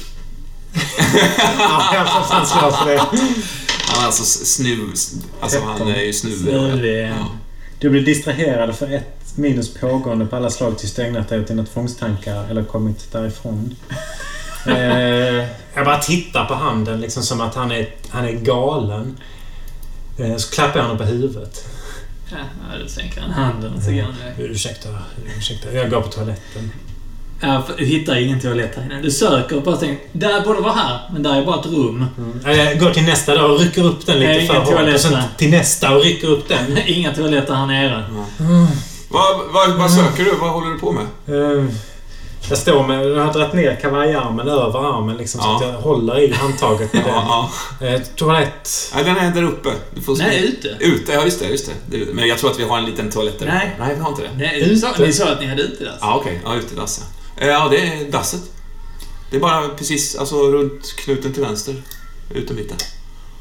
Ja, jag får fan slå för det. Han är alltså snuv... Alltså han är ju snuvig. Snuvig, ja. Ja. Du blir distraherad för ett minus pågående på alla slag till stängnat dig åt dina tvångstankar eller kommit därifrån. eh, jag bara tittar på handen liksom som att han är, han är galen. Eh, så klappar jag honom på huvudet. Ja, då sänker han handen och så går han iväg. Ursäkta, ursäkta. Jag går på toaletten. Ja, för du hittar ingen toalett här inne. Du söker och bara tänker, där borde vara här, men där är bara ett rum. Mm. Jag går till nästa då och rycker upp den lite Nej, för ingen hårt. toalett Och sen där. till nästa och rycker upp den. Inga toaletter här nere. Vad, vad, vad söker du? Vad håller du på med? Eh, jag står med... Jag har dragit ner kavajarmen över armen liksom, Ja. så att jag håller i handtaget med den. Ja, Eh, toalett. ja. Den är där uppe. Du får Nej, ute. Ute, ja just det, just det. det. Men jag tror att vi har en liten toalett där. Nej. Nej, vi har inte det. Nej, ni, sa, ni sa att ni hade utedass. Ja, okej. Ja, utedass, ja. Eh, Ja, det är dasset. Det är bara precis alltså, runt knuten till vänster. Ut och mitten.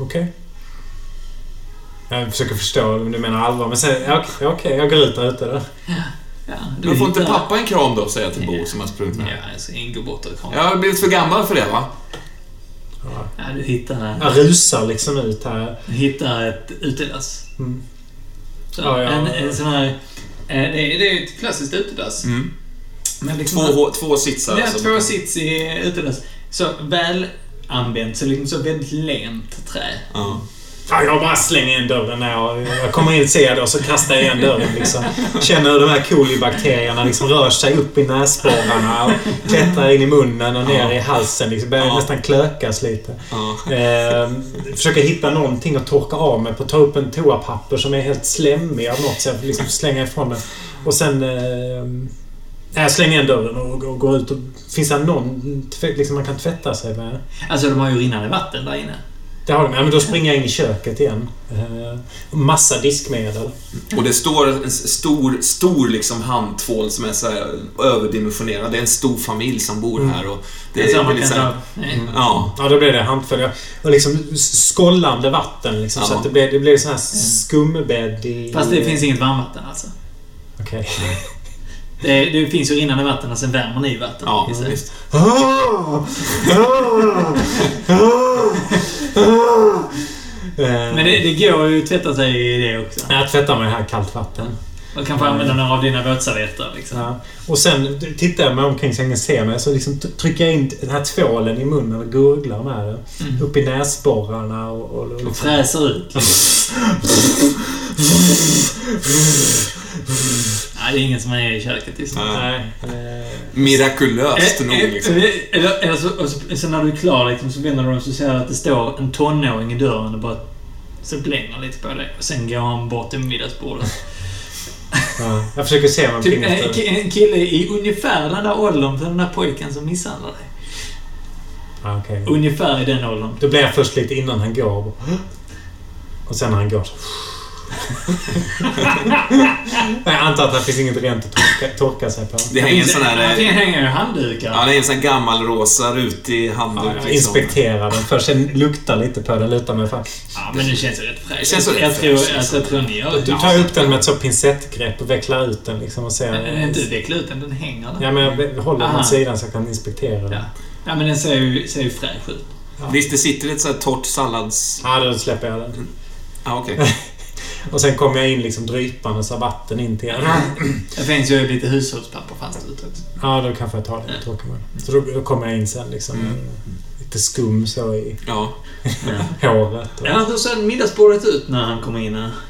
Okej. Okay. Jag försöker förstå om du menar allvar. Men sen, okej, okay, okay, jag går ut där ute då. Ja, du får hittar... inte pappa en kram då, säger jag till Bo ja. som har sprungit med. Ja, alltså ingen bort och kram. Jag har blivit för gammal för det, va? Ja, ja du hittar... Jag rusar liksom ut här. Du hittar ett utedass. Mm. Så, ja, ja. En, en sån här... Det är, det är ett klassiskt utedass. Mm. Men liksom, två, två sitsar. Ja, två sits i utedass. Så väl använt, så liksom så väldigt lent trä. Ja. Ja, jag bara slänger igen dörren när jag, jag kommer in, ser det och så kastar jag igen dörren liksom. Känner hur de här kolibakterierna liksom rör sig upp i näsborrarna och klättrar in i munnen och ner ja. i halsen liksom. Börjar ja. nästan klökas lite. Ja. Eh, försöker hitta någonting att torka av med på. Ta upp en toapapper som är helt slemmig av något, så jag liksom slänga ifrån den. Och sen eh, jag slänger igen dörren och, och går ut och finns det någon liksom man kan tvätta sig med? Alltså de har ju rinnande vatten där inne. Det har de. Ja, men då springer jag in i köket igen. Eh, massa diskmedel. Och det står en stor, stor liksom handtvål som är så här överdimensionerad. Det är en stor familj som bor här. Och det är väldigt så här, mm. ja. ja, då blir det handfull. Och liksom skållande vatten. Liksom, ja. Så att det blir, det blir sån här skumbädd i... Fast det finns inget varmvatten alltså. Okej. Okay. Det, det finns ju rinnande vatten och sen värmer ni vatten. Ja, visst. Men det, det går ju att tvätta sig i det också. Jag tvättar med här kallt vatten. Och kanske använda några av dina våtservetter liksom. Ja. Och sen tittar jag mig omkring så ingen ser mig. Så liksom trycker jag in den här tvålen i munnen och gurglar med det. Mm. Upp i näsborrarna och, och, och, liksom. och fräser ut. Nej, det är ingen som är i köket just nu. Nej. Mirakulöst nog liksom. Eller, eller så, och så, så när du är klar liksom, så vänder du och så ser att det står en tonåring i dörren och bara så blänger lite på det. Och sen går han bort till middagsbordet. Ja, jag försöker se vad man typ, en, en kille i ungefär den där åldern för den där pojken som misshandlar dig. Ah, okay. Ungefär i den åldern. Då blir jag först lite innan han går. Och sen när han går så... Jag antar att det finns inget rent att torka, torka sig på. Det hänger en sån här... Det hänger handdukar. Ja, det är en sån här gammal rosa rutig handduk. Ja, jag inspekterar den först. Sen luktar lite på den. Lutar mig fan. Ja, men det känns ju rätt fräscht. Det känns så rätt jag fräscht. Tror, alltså, jag tror ni gör... Du tar upp den med ett så pincettgrepp och vecklar ut den liksom och ser... Men inte veckla ut den, den hänger där. Ja, men jag håller den sidan så jag kan inspektera den. Ja, ja men den ser ju, ser ju fräsch ut. Ja. Visst, det sitter ett så här torrt sallads... Ja, då släpper jag den. Ja, okej. Okay. Och sen kommer jag in liksom drypande så vatten in till er. Det finns ju lite hushållspapper fast ut också. Ja, då kanske jag tar det. Ja. Så då, då kommer jag in sen liksom mm. lite skum så i ja. håret. Och... Ja, hur ser middagsbordet ut när han kommer in här?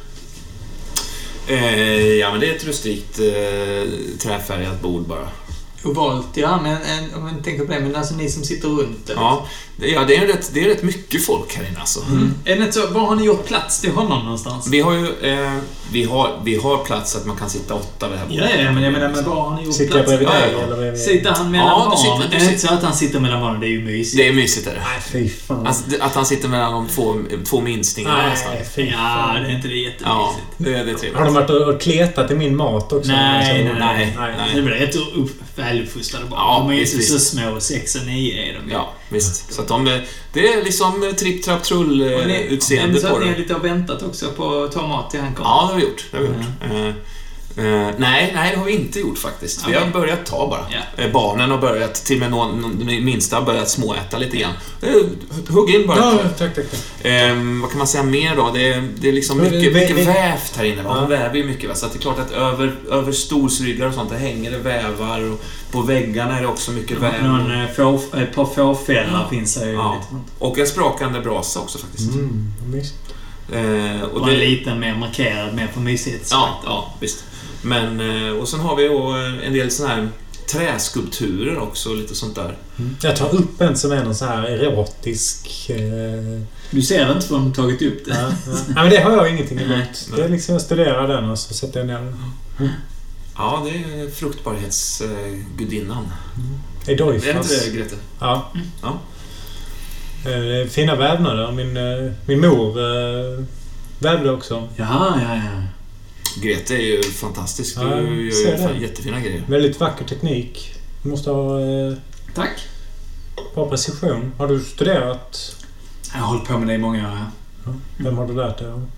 Eh, ja, men det är ett rustikt eh, träfärgat bord bara. Ovalt, ja, men en, om man tänker på det, men alltså ni som sitter runt det. Ja, det, ja det, är rätt, det är rätt mycket folk här inne alltså. Mm. Är det så, var har ni gjort plats till honom någonstans? Vi har ju, eh, vi har, vi har plats att man kan sitta åtta vid det här bordet. Ja, ja, men jag menar, men var har ni gjort sitter plats? Sitter jag bredvid dig, eller bredvid? Sitter han mellan ja, barnen? Sitter, är det inte så att han sitter mellan barnen? Det är ju mysigt. Det är mysigt, är det. Nej, fy fan. Alltså, att han sitter mellan de två, två minstningarna nästan. Nej, fy fan. Ja, det är inte det jättemysigt. Ja, det är det trevligt. Har de varit och kletat i min mat också? Nej, nej, nej. nej, nej. Det blir rätt väluppfostrade barn. Ja, de är visst, inte så visst. små, sex och nio är de ju. Ja, visst. Så att de, det är liksom tripp, trapp, trull utseende på det. Så att ni har lite väntat också på att ta mat till han kommer? Ja, det har vi gjort. Det har vi gjort. Mm. Uh, uh, nej, nej, det har vi inte gjort faktiskt. Vi okay. har börjat ta bara. Yeah. Uh, barnen har börjat, till och med någon, någon, den minsta har börjat småäta lite grann. Uh, hugg in bara. Ja, tack, tack, tack. Uh, vad kan man säga mer då? Det är, det är liksom mycket, mycket vävt här inne. Man väver ju mycket. Va? Så att det är klart att över, över stolsryggar och sånt, där hänger det vävar. Och på väggarna är det också mycket ja, väv. Någon, få, ett par fåfällar ja. finns det ju. Ja. Lite. Och en sprakande brasa också faktiskt. Mm, uh, och, och det, en liten mer markerad, mer på mysighets. Ja, ja, visst. Men, och sen har vi en del såna här träskulpturer också, lite sånt där. Mm. Jag tar upp en som är någon så här erotisk... Eh... Du ser inte vad de tagit upp det. Ja, ja. Ja, men det har jag ingenting emot. Det är liksom jag studerar den och så sätter jag ner den. Mm. Ja, det är fruktbarhetsgudinnan. Mm. Är det inte det, Grete? Ja. Mm. Ja. Eh, fina vävnader. Min, eh, min mor eh, vävde också. Jaha, ja, ja. Grete är ju fantastisk. Du ja, gör ju jättefina grejer. Väldigt vacker teknik. Du måste ha... Eh, Tack. Bra precision. Har du studerat? Jag har hållit på med det i många år. Ja. Vem har du lärt dig av?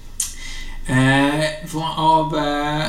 Eh, från av eh,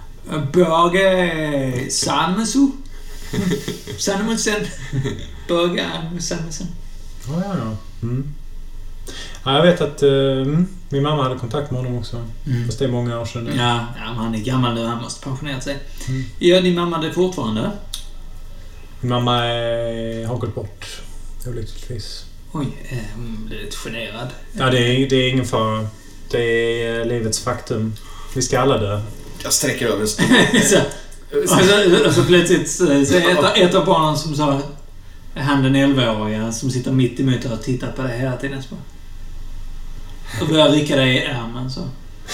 Börge Salmesu. Salmemusen. Börge Salmemusen. Ja, ja, ja. Mm. Ja, jag vet att uh, min mamma hade kontakt med honom också. Mm. Fast det är många år sedan. Ja, ja, men han är gammal nu. Han måste pensionera sig. Mm. Gör din mamma det fortfarande? Min mamma är, har gått bort. Olyckligtvis. Oj, eh, hon blir lite generad. Ja, det är, det är ingen fara. Det är livets faktum. Vi ska alla dö. Jag sträcker över en stol. så, så, så plötsligt så ett, ett av barnen som sa han den elvaåriga som sitter mitt emot och tittar på det hela tiden så och börjar rycka dig i ärmen så.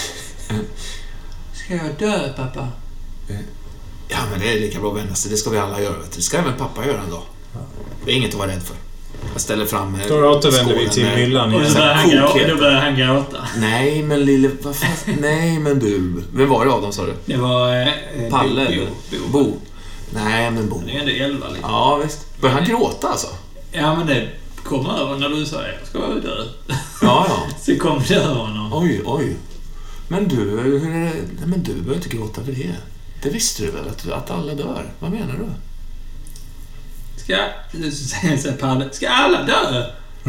Ska jag dö, pappa? Ja, men det är lika bra att vända sig. Det ska vi alla göra. Det ska även pappa göra en dag. Det är inget att vara rädd för. Jag ställer fram då återvänder vi till myllan. Och så börjar han, grå, då börjar han gråta. Nej, men lille... Vad fan? Nej, men du... Vem var det av dem, sa du? Det var... Eh, Palle? Bo, Bo. Bo. Nej, men Bo. Det är ändå elva liksom. Ja, visst. Börjar han gråta alltså? Ja, men det kommer över när du sa jag ska vara dö. Ja, ja. Så kommer det över honom. Oj, oj. Men du, hur är det? Nej, men du behöver inte gråta för det. Det visste du väl, att, att alla dör? Vad menar du? Ska... Så säger sig Palle. Ska alla dö?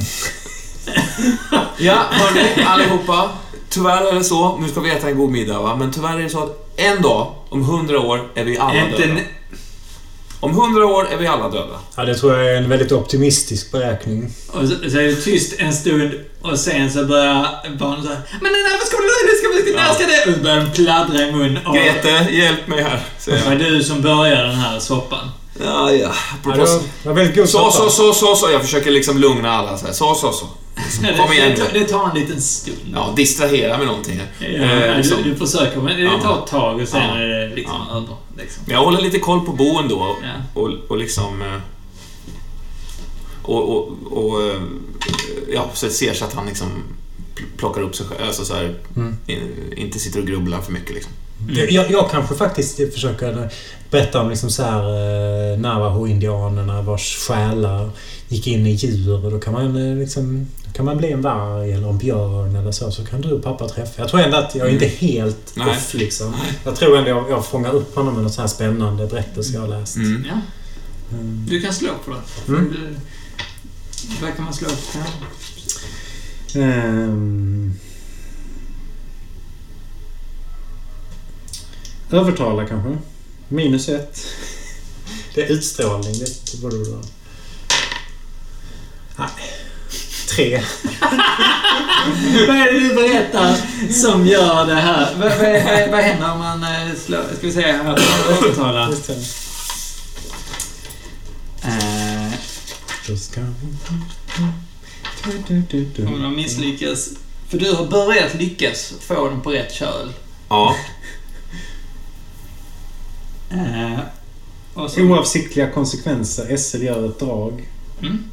Ja, hörni, allihopa. Tyvärr är det så. Nu ska vi äta en god middag, va? Men tyvärr är det så att en dag, om hundra år, är vi alla Inte döda. Om hundra år är vi alla döda. Ja, det tror jag är en väldigt optimistisk beräkning. Och så, så är det tyst en stund och sen så börjar barnen säga men nej, vad ska du göra? Ska vi när ska det? Och så börjar de pladdra i mun. Och Grete, hjälp mig här. Det var du som började den här soppan. Ja, ja. Ja, det var, var väldigt god så, soppa. så, så, så, så. Jag försöker liksom lugna alla. Så, här. så, så, så. Kom igen. Det, det tar en liten stund. Ja, distrahera med någonting. Ja, eh, liksom. du, du försöker, men det ja. tar ett tag och sen ja. är det liksom ja. över. Liksom. Men jag håller lite koll på boen då. Och, ja. och, och liksom... Och, och, och ja, så ser så att han liksom plockar upp sig själv. Alltså så här, mm. inte sitter och grubblar för mycket liksom. Mm. Jag, jag kanske faktiskt försöker berätta om liksom så här Navajo-indianerna vars själar gick in i djur och då kan man liksom då kan man bli en varg eller en björn eller så så kan du och pappa träffa. Jag tror ändå att jag är inte helt Nej. off liksom. Nej. Jag tror ändå jag, jag fångar upp honom med något så här spännande berättelse jag har läst. Mm. Ja. Mm. Du kan slå på det. Mm. Du, vad kan man slå på? Ja. Um, övertala kanske. Minus ett. Det är utstrålning. Det borde det vara. Nej. Tre. Vad är det du berättar som gör det här? Vad, vad, vad, vad händer om man slår? Ska vi säga här. Övertala. Eh... Om de misslyckas. För du har börjat lyckas få dem på rätt köl. Ja. Uh, och så... Oavsiktliga konsekvenser. S L gör ett drag. Mm.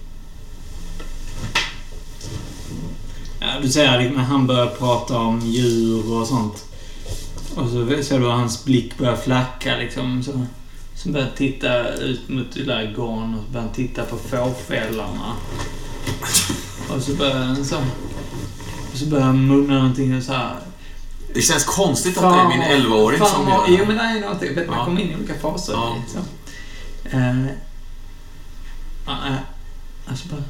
Ja, du säger att han börjar prata om djur och sånt. Och så ser du att hans blick börjar flacka liksom. Så, så börjar titta ut mot ladugården och så börjar titta på fårfällarna. Och så börjar han så... Och så börjar han mumla någonting och så här... Det känns konstigt att det är min elvaåring som gör det. Jo, men det är något. Vet, man ja. kommer in i olika faser. Ja. Liksom. Uh, uh, alltså bara...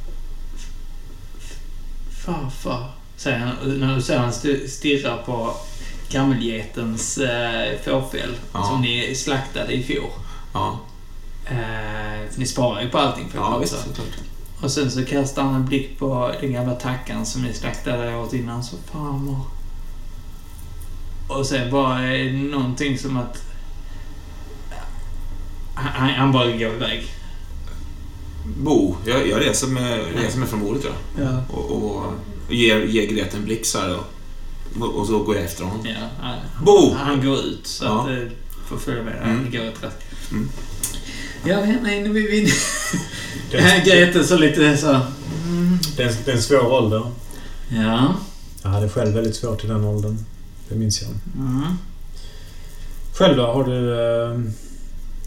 Farfar, säger han. När du ser han stirrar på gammelgetens uh, fårfäll ja. Som ni slaktade i fjol. Ja. Uh, för ni sparar ju på allting för ja, visst, och sen så kastar han en blick på den gamla tackan som ni slaktade åt innan. Så farmor. Och sen bara är det någonting som att han, han bara går iväg. Bo, jag, jag reser med, reser med från bordet ja. Ja. Och, och ger, ger Grete en blick så här då. Och så går jag efter honom. Ja, han, Bo! Han går ut så ja. att det får följa med. Han mm. går ett rätt. Mm. Ja, nej, nu vill vi Grete så lite så. Mm. Det, är en, det är en svår ålder. Ja. Jag hade själv väldigt svårt i den åldern. Det minns jag. Mm. Själv då, har du eh,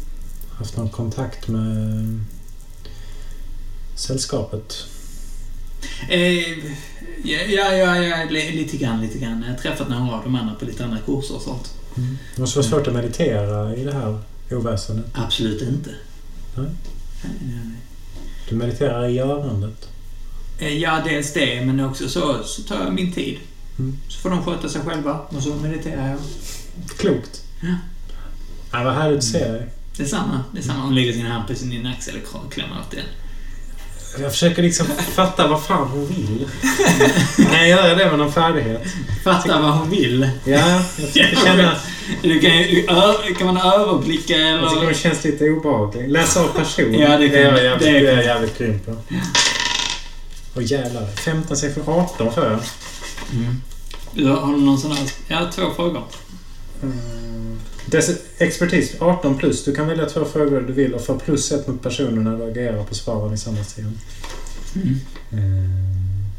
haft någon kontakt med sällskapet? Eh, ja, ja, ja, ja, lite grann, lite grann. Jag har träffat några av de andra på lite andra kurser och sånt. Mm. Det måste vara svårt att meditera i det här oväsendet. Absolut inte. Nej. Nej, nej, nej. Du mediterar i görandet? Eh, ja, dels det, men också så, så tar jag min tid. Mm. Så får de sköta sig själva och så mediterar jag. Klokt. Ja. Ja, vad härligt att se dig. Det är samma. Det är samma. Hon lägger sin hand på sin axel och klämmer åt den. Jag försöker liksom fatta vad fan hon vill. Kan jag göra det med någon färdighet? Fatta vad hon vill. Ja, jag försöker känna... Du kan, ju, kan man överblicka eller... Jag tycker hon känns lite obehaglig. Läsa av person. Ja, det kan jag jävligt, det jag är jävligt grym på. Åh jävlar. femton, sexton, arton för jag. Mm. Du, har du någon sån här... Ja, två frågor. Mm. Dess expertis, arton plus. Du kan välja två frågor du vill och få plus ett mot personen när du agerar på svaren i samma scen. Mm. Mm.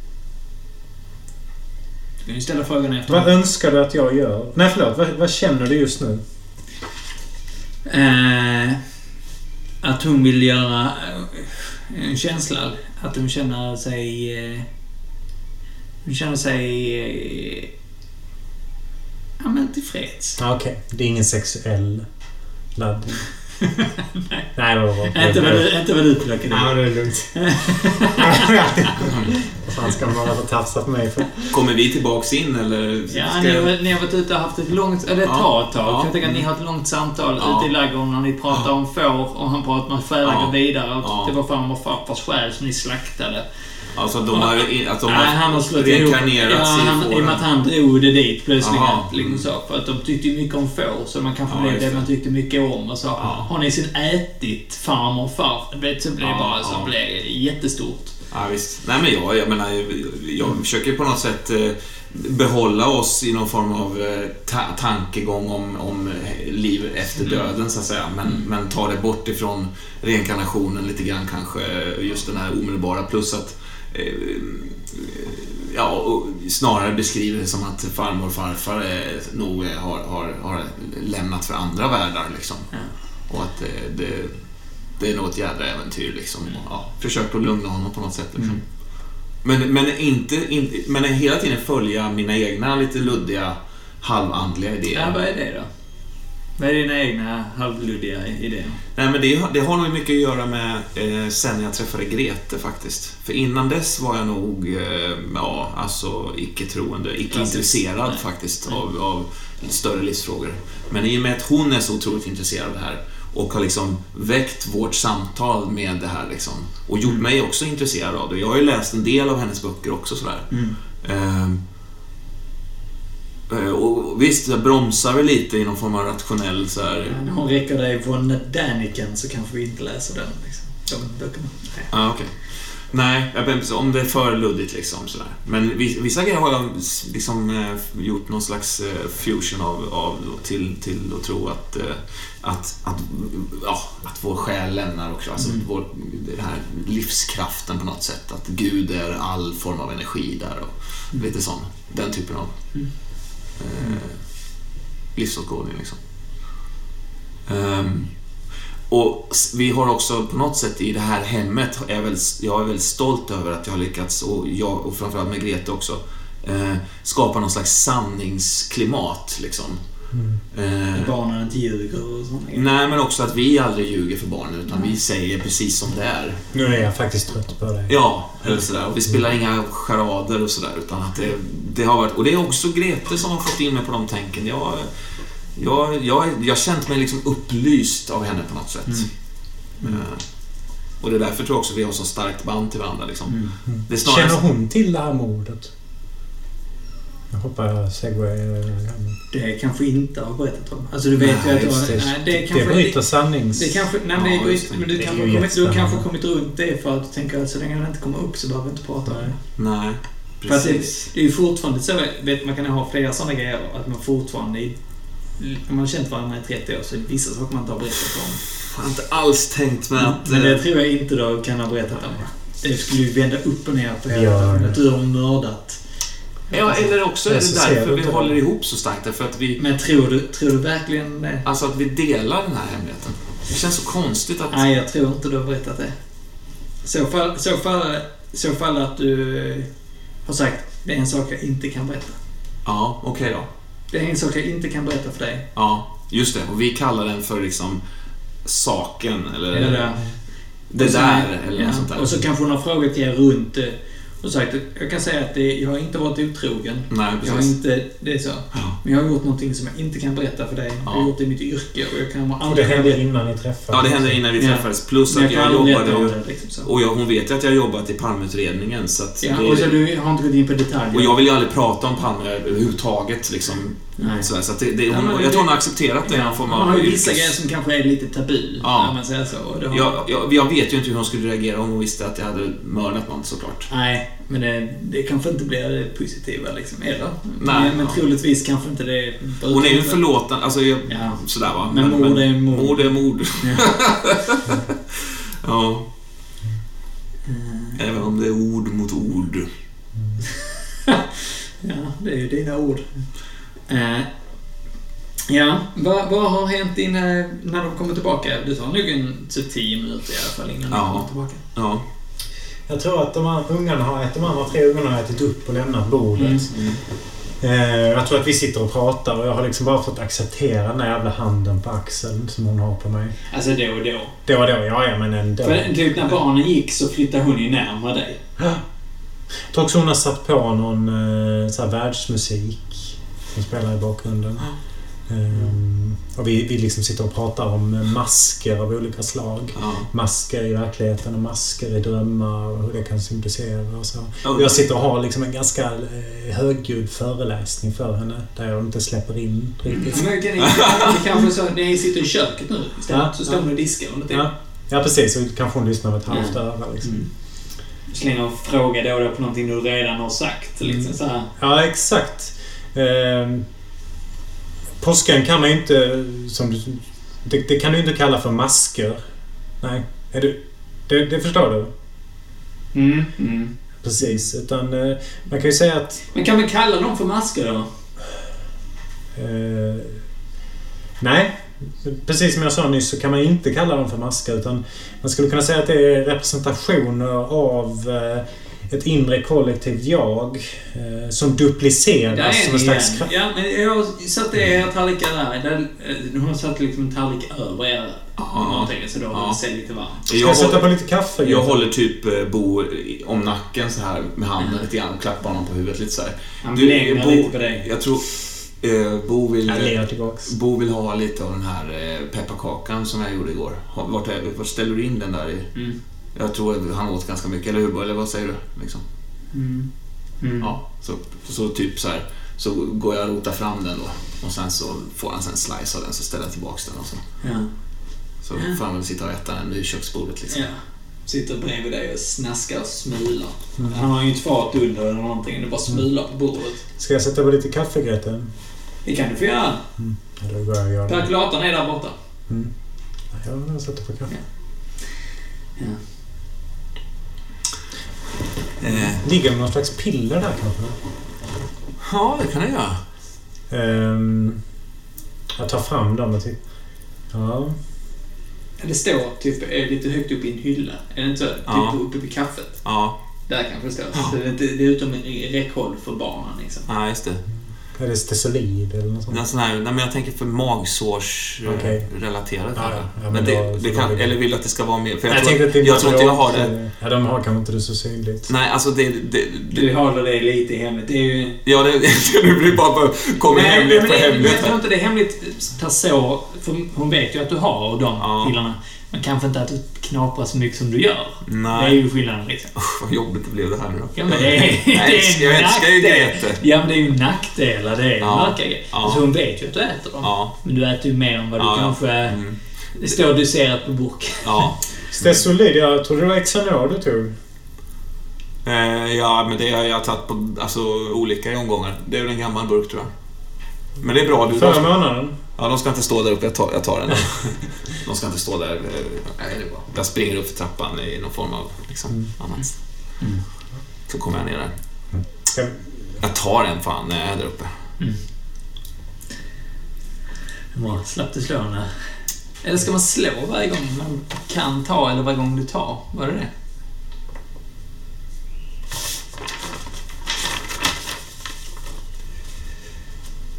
Du kan ju ställa frågorna efter. Vad önskar du att jag gör? Nej, förlåt. Vad, vad känner du just nu? Eh, att hon vill göra en känsla. Att hon känner sig... Eh, hon känner sig... Eh, ja, men tillfreds. Ah, Okej, okay. Det är ingen sexuell laddning. Nej. Nej, det var bra. Inte vad du, inte vad du plockade. Nej, det är lugnt. Vad fan ska man ha för tafsat på mig för? Kommer vi tillbaks in eller? Ja, ni har, ni har varit ute och haft ett långt, eller ett ja, tag. Ja. Jag tänker att ni har ett långt samtal ja. ute i ladugården när ni pratar ja. om får och han pratar om att själar ja. går vidare. Och ja. Det var fan och farfars själ som ni slaktade. Alltså de har, att de har, nej, han har reinkarnerat ja, sig han, i och med att han drog det dit plötsligt. Liksom så, för att de tyckte mycket om får, så man kanske ja, blev det man tyckte mycket om. Och så ja. har ni sin ätit farmor och far. Det så blev ja, bara så ja. blev jättestort. Ja visst. Nej men jag, jag menar, jag försöker på något sätt behålla oss i någon form av ta- tankegång om, om liv efter döden så att säga. Men, mm. men ta det bort ifrån reinkarnationen lite grann kanske, just den här omedelbara, plus att ja, och snarare beskriver det som att farmor och farfar nog har, har, har lämnat för andra världar liksom. Ja. Och att det, det, det är något jävla äventyr liksom. Och, ja, försök att lugna honom på något sätt liksom. Mm. Men, men, inte, inte, men hela tiden följa mina egna lite luddiga halvandliga idéer. Ja, vad är det då? Vad är dina egna halvluddiga idéer? Nej, men det, det har nog mycket att göra med eh, sen jag träffade Grete faktiskt. För innan dess var jag nog eh, ja, alltså icke-troende, icke-intresserad faktiskt av, av större livsfrågor. Men i och med att hon är så otroligt intresserad av det här och har liksom väckt vårt samtal med det här liksom, och gjort mig också intresserad av det. Jag har ju läst en del av hennes böcker också sådär. Mm. Eh, Och visst, jag bromsar väl lite i någon form av rationell så här. Ja, hon räcker dig på en Daniken så kanske vi inte läser den liksom. De böckerna. Nej. Ah, okej. Nej, om det är för luddigt liksom sådär. Men vissa grejer har jag liksom gjort någon slags fusion av, av till, till att tro att att, att, ja, att vår själ lämnar också, alltså mm. vår, den här livskraften på något sätt, att Gud är all form av energi där och mm. lite sån, den typen av mm. Eh, livsåskådning liksom. Um, och vi har också på något sätt i det här hemmet, är väl, jag är väldigt stolt över att jag har lyckats, och jag och framförallt med Grete också, eh, skapa någon slags sanningsklimat liksom. Mm. Eh, barnen inte ljuger och sånt. Nej, men också att vi aldrig ljuger för barnen, utan mm. vi säger precis som det är. Nu är jag faktiskt trött på det. Ja, eller sådär. Och vi spelar mm. inga charader och sådär, utan att det, det har varit, och det är också Grete som har fått in mig på de tänken. Jag jag jag jag har känt mig liksom upplyst av henne på något sätt. Mm. Mm. Uh, och det är därför tror jag också vi har så starkt band till varandra liksom. Mm. Mm. Det är snarare... Känner hon till det här mordet? Jag hoppar segway. Det kanske inte har berättat om. Alltså du vet nej, ju att det, det, nej, det kanske det bryter sannings. Det kanske nej, men, ja, det är, men du kan kommit, du kanske kommit runt det för att du tänker att så länge den inte kommer upp så behöver vi inte prata om det. Nej, precis. Det, det är ju fortfarande så, vet man kan ha flera sådana grejer att man fortfarande, om man har känt varandra i trettio år, så är det vissa saker man inte har berättat om. Jag har inte alls tänkt med att... Men det tror jag inte du kan ha berättat om. Det skulle ju vända upp och ner på hela ja. Att du har mördat. Ja, eller också är det därför vi håller ihop så starkt, därför att vi... Men tror du, tror du verkligen det? Alltså att vi delar den här hemligheten. Det känns så konstigt att... Nej, jag tror inte du har berättat det. Så fall, så fall i så fall att du har sagt det är en sak jag inte kan berätta. Ja, okej okay då. Det är en sak jag inte kan berätta för dig. Ja, just det. Och vi kallar den för liksom saken eller eller det, det så, där eller ja, något sånt där. Och så kanske hon har frågat er runt det och sagt att jag kan säga att det, jag har inte varit otrogen. Nej, jag har inte, det är så. Ja. Men jag har gjort någonting som jag inte kan berätta för dig. Ja. Jag har gjort det i mitt yrke och jag kan Och det hände innan ni träffades. Ja, det hände innan vi Ja. träffades. Plus Men att jag jag, kan jag jobbade ju, det, liksom så. och jag, hon vet ju att jag har jobbat i Palmeutredningen så att Ja, det, och så du har inte gått in på detaljer. och jag vill ju aldrig prata om Palme överhuvudtaget liksom. Nej. Så, så att det, det, hon, Ja, men jag det- tror hon har accepterat det i Ja, någon form man av har ju vissa yrkes- grejer som kanske är lite tabu. Ja. När man säger så. Och det har... jag, jag, jag vet ju inte hur hon skulle reagera om hon visste att jag hade mördat någon såklart. Nej, men det, det kanske inte blir det positiva liksom. Eller? Nej, men, men ja. troligtvis kanske inte det... Hon är ju förlåten, alltså jag, Ja. sådär va. Men mord är mord. Mord är mord. Ja. Även om det är ord mot ord. Ja, det är ju dina ord. Eh, ja, vad, vad har hänt innan, när de kommer tillbaka? Det tar nog en så tio minuter i alla fall innan Ja. de kommer tillbaka. Ja. Jag tror att de här ungarna har ätit, de andra tre ungarna har ätit upp och lämnat bordet. Mm. Eh, jag tror att vi sitter och pratar och jag har liksom bara fått acceptera den där jävla handen på axeln som hon har på mig. Alltså då och då. Det var då, ja, ja men ändå. För typ när barnen gick så flyttade hon ju närmare dig. Jag tror också hon har satt på någon eh, så här världsmusik som spelar i bakgrunden. Um, och vi, vi liksom sitter och pratar om masker av olika slag. Ja. Masker i verkligheten och masker i drömmar och hur det kan symbolisera och så. Ja. Och jag sitter och har liksom en ganska eh, högljudd föreläsning för henne där jag inte släpper in riktigt. Men kan ni, det kanske så att ni sitter i köket nu istället, Ja, så står ja. hon och diskar under tiden. Ja, ja precis. Och kanske hon lyssnar med ett halvt Ja. öra liksom. Mm. Slänger och frågar då och då på någonting du redan har sagt. Liksom Mm. så här. Ja, exakt. Eh, påsken kan man ju inte... Som du, det, det kan du inte kalla för masker. Nej. Är du, det, det förstår du? Mm. Mm. Precis. Utan eh, man kan ju säga att... Men kan man kalla dem för masker då? Eh, nej. Precis som jag sa nyss så kan man inte kalla dem för masker. Utan man skulle kunna säga att det är representationer av... Eh, ett inre kollektivt jag eh, som dupliceras Där är som en ni slags... igen. Ja, men jag satte era tallrikar där. där. Hon har satt liksom en tallrik över er. Ja. Någonting, så då Ja. ser lite varmt. Ska jag sätta på lite kaffe? Jag håller typ eh, Bo i- om nacken så här med handen lite grann och klappar honom på huvudet lite så här. Han Du, blänger Bo- lite på dig. Jag tror eh, Bo vill Jag ler tillbaks. Bo vill ha lite av den här eh, pepparkakan som jag gjorde igår. Ha- Vart, är, vart ställer du in den där i? Mm. Jag tror han åt ganska mycket, eller hur? Eller vad säger du? Liksom. Mm. Mm. Ja, så, så typ så här så går jag och rotar fram den då och sen så får han sen slice av den så ställer jag tillbaks den och så. Ja. Så får han väl sitta och äta den vid köksbordet liksom. Ja. Sitter bredvid dig och snaskar och smular. Mm. Han har ju inte fart under eller någonting. Det bara smular på bordet. Ska jag sätta på lite kaffe, Grete? Det kan du få göra. Mm. Ja, då går jag och gör det. Perkulatorn är där borta. Mm. Ja, jag sätter på kaffe. Ja. Eh, Ligger det någon slags piller där kanske? ja, det kan jag göra. Ehm, jag tar fram dem och tittar. Ja. Det står typ är lite högt upp i en hylla. Är det inte så? Ja. Typ uppe vid kaffet. Ja, Där kanske det står. Ja. Så det är inte det är utom i räckhåll för barnen liksom. ja just det. Är det Stesolid eller något sånt? En sån här, nej, men jag tänker för magsårs eh, Okej. relaterat. Ja, ja. Ja, men men då- det, det då kan, är det- eller vill du att det ska vara mer? För jag, Jag tror, tänkte att det jag tror inte jag har det. Ja, de har kanske inte det så synligt. Nej, alltså det... det, Du det håller det lite hemligt. Det är ju... ja, det, det blir bara kommer Nej, hemligt men på det, men hemligt. jag tror inte det är hemligt per så. För hon vet ju att du har de Ja. pillarna. Men kanske inte att du knaprar så mycket som du gör. Nej. Det är ju skillnaden liksom. Usch, vad jobbigt det blev det här nu då. Ja, men det är, det Jag älskar, är jag en älskar ju nackdel. Grete. Ja, men det är ju nackdelar. Det är Ja. mörka grejer. Ja. Alltså hon vet ju att du äter dem. Ja. Men du äter ju mer än vad du Ja, ja. kanske... Mm. Det står doserat på burk. Ja. Stesolid, jag tror det var Xanor du tog. Eh, ja, men det har jag tagit på alltså, olika omgångar. Det är väl en gammal burk tror jag. Men det är bra. Du, Förra månaden. ja, de ska inte stå där uppe. Jag tar, jag tar den. De ska inte stå där. eh, Nej, det är bra. Jag springer upp för trappan i någon form av liksom, Mm. annat. Mm. Så kommer jag ner där. Ska, Jag tar en fan när jag är där uppe. Mm. Bra, slapp du slå henne. Eller ska man slå varje gång man kan ta eller varje gång du tar? Var det det?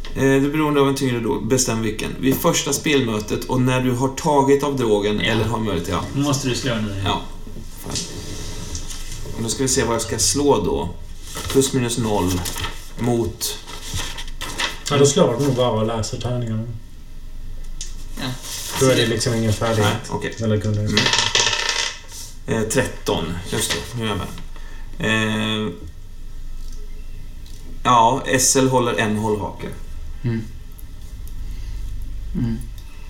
Eh, det beroende av en tyngre drog. Bestäm vilken. Vid första spelmötet och när du har tagit av drogen ja. eller har möjlighet ja. Nu måste du slå nu. Ja. Fan. Och nu ska vi se vad jag ska slå då. Plus minus noll mot... Ja, då slår du nog bara och läser tärningarna. Ja. Då är det liksom ingen färdighet. Nej, okej. Eller kunde mm. eh, tretton, just det. Nu är jag med. Eh, ja, S L håller en hållhake. Mm. Mm.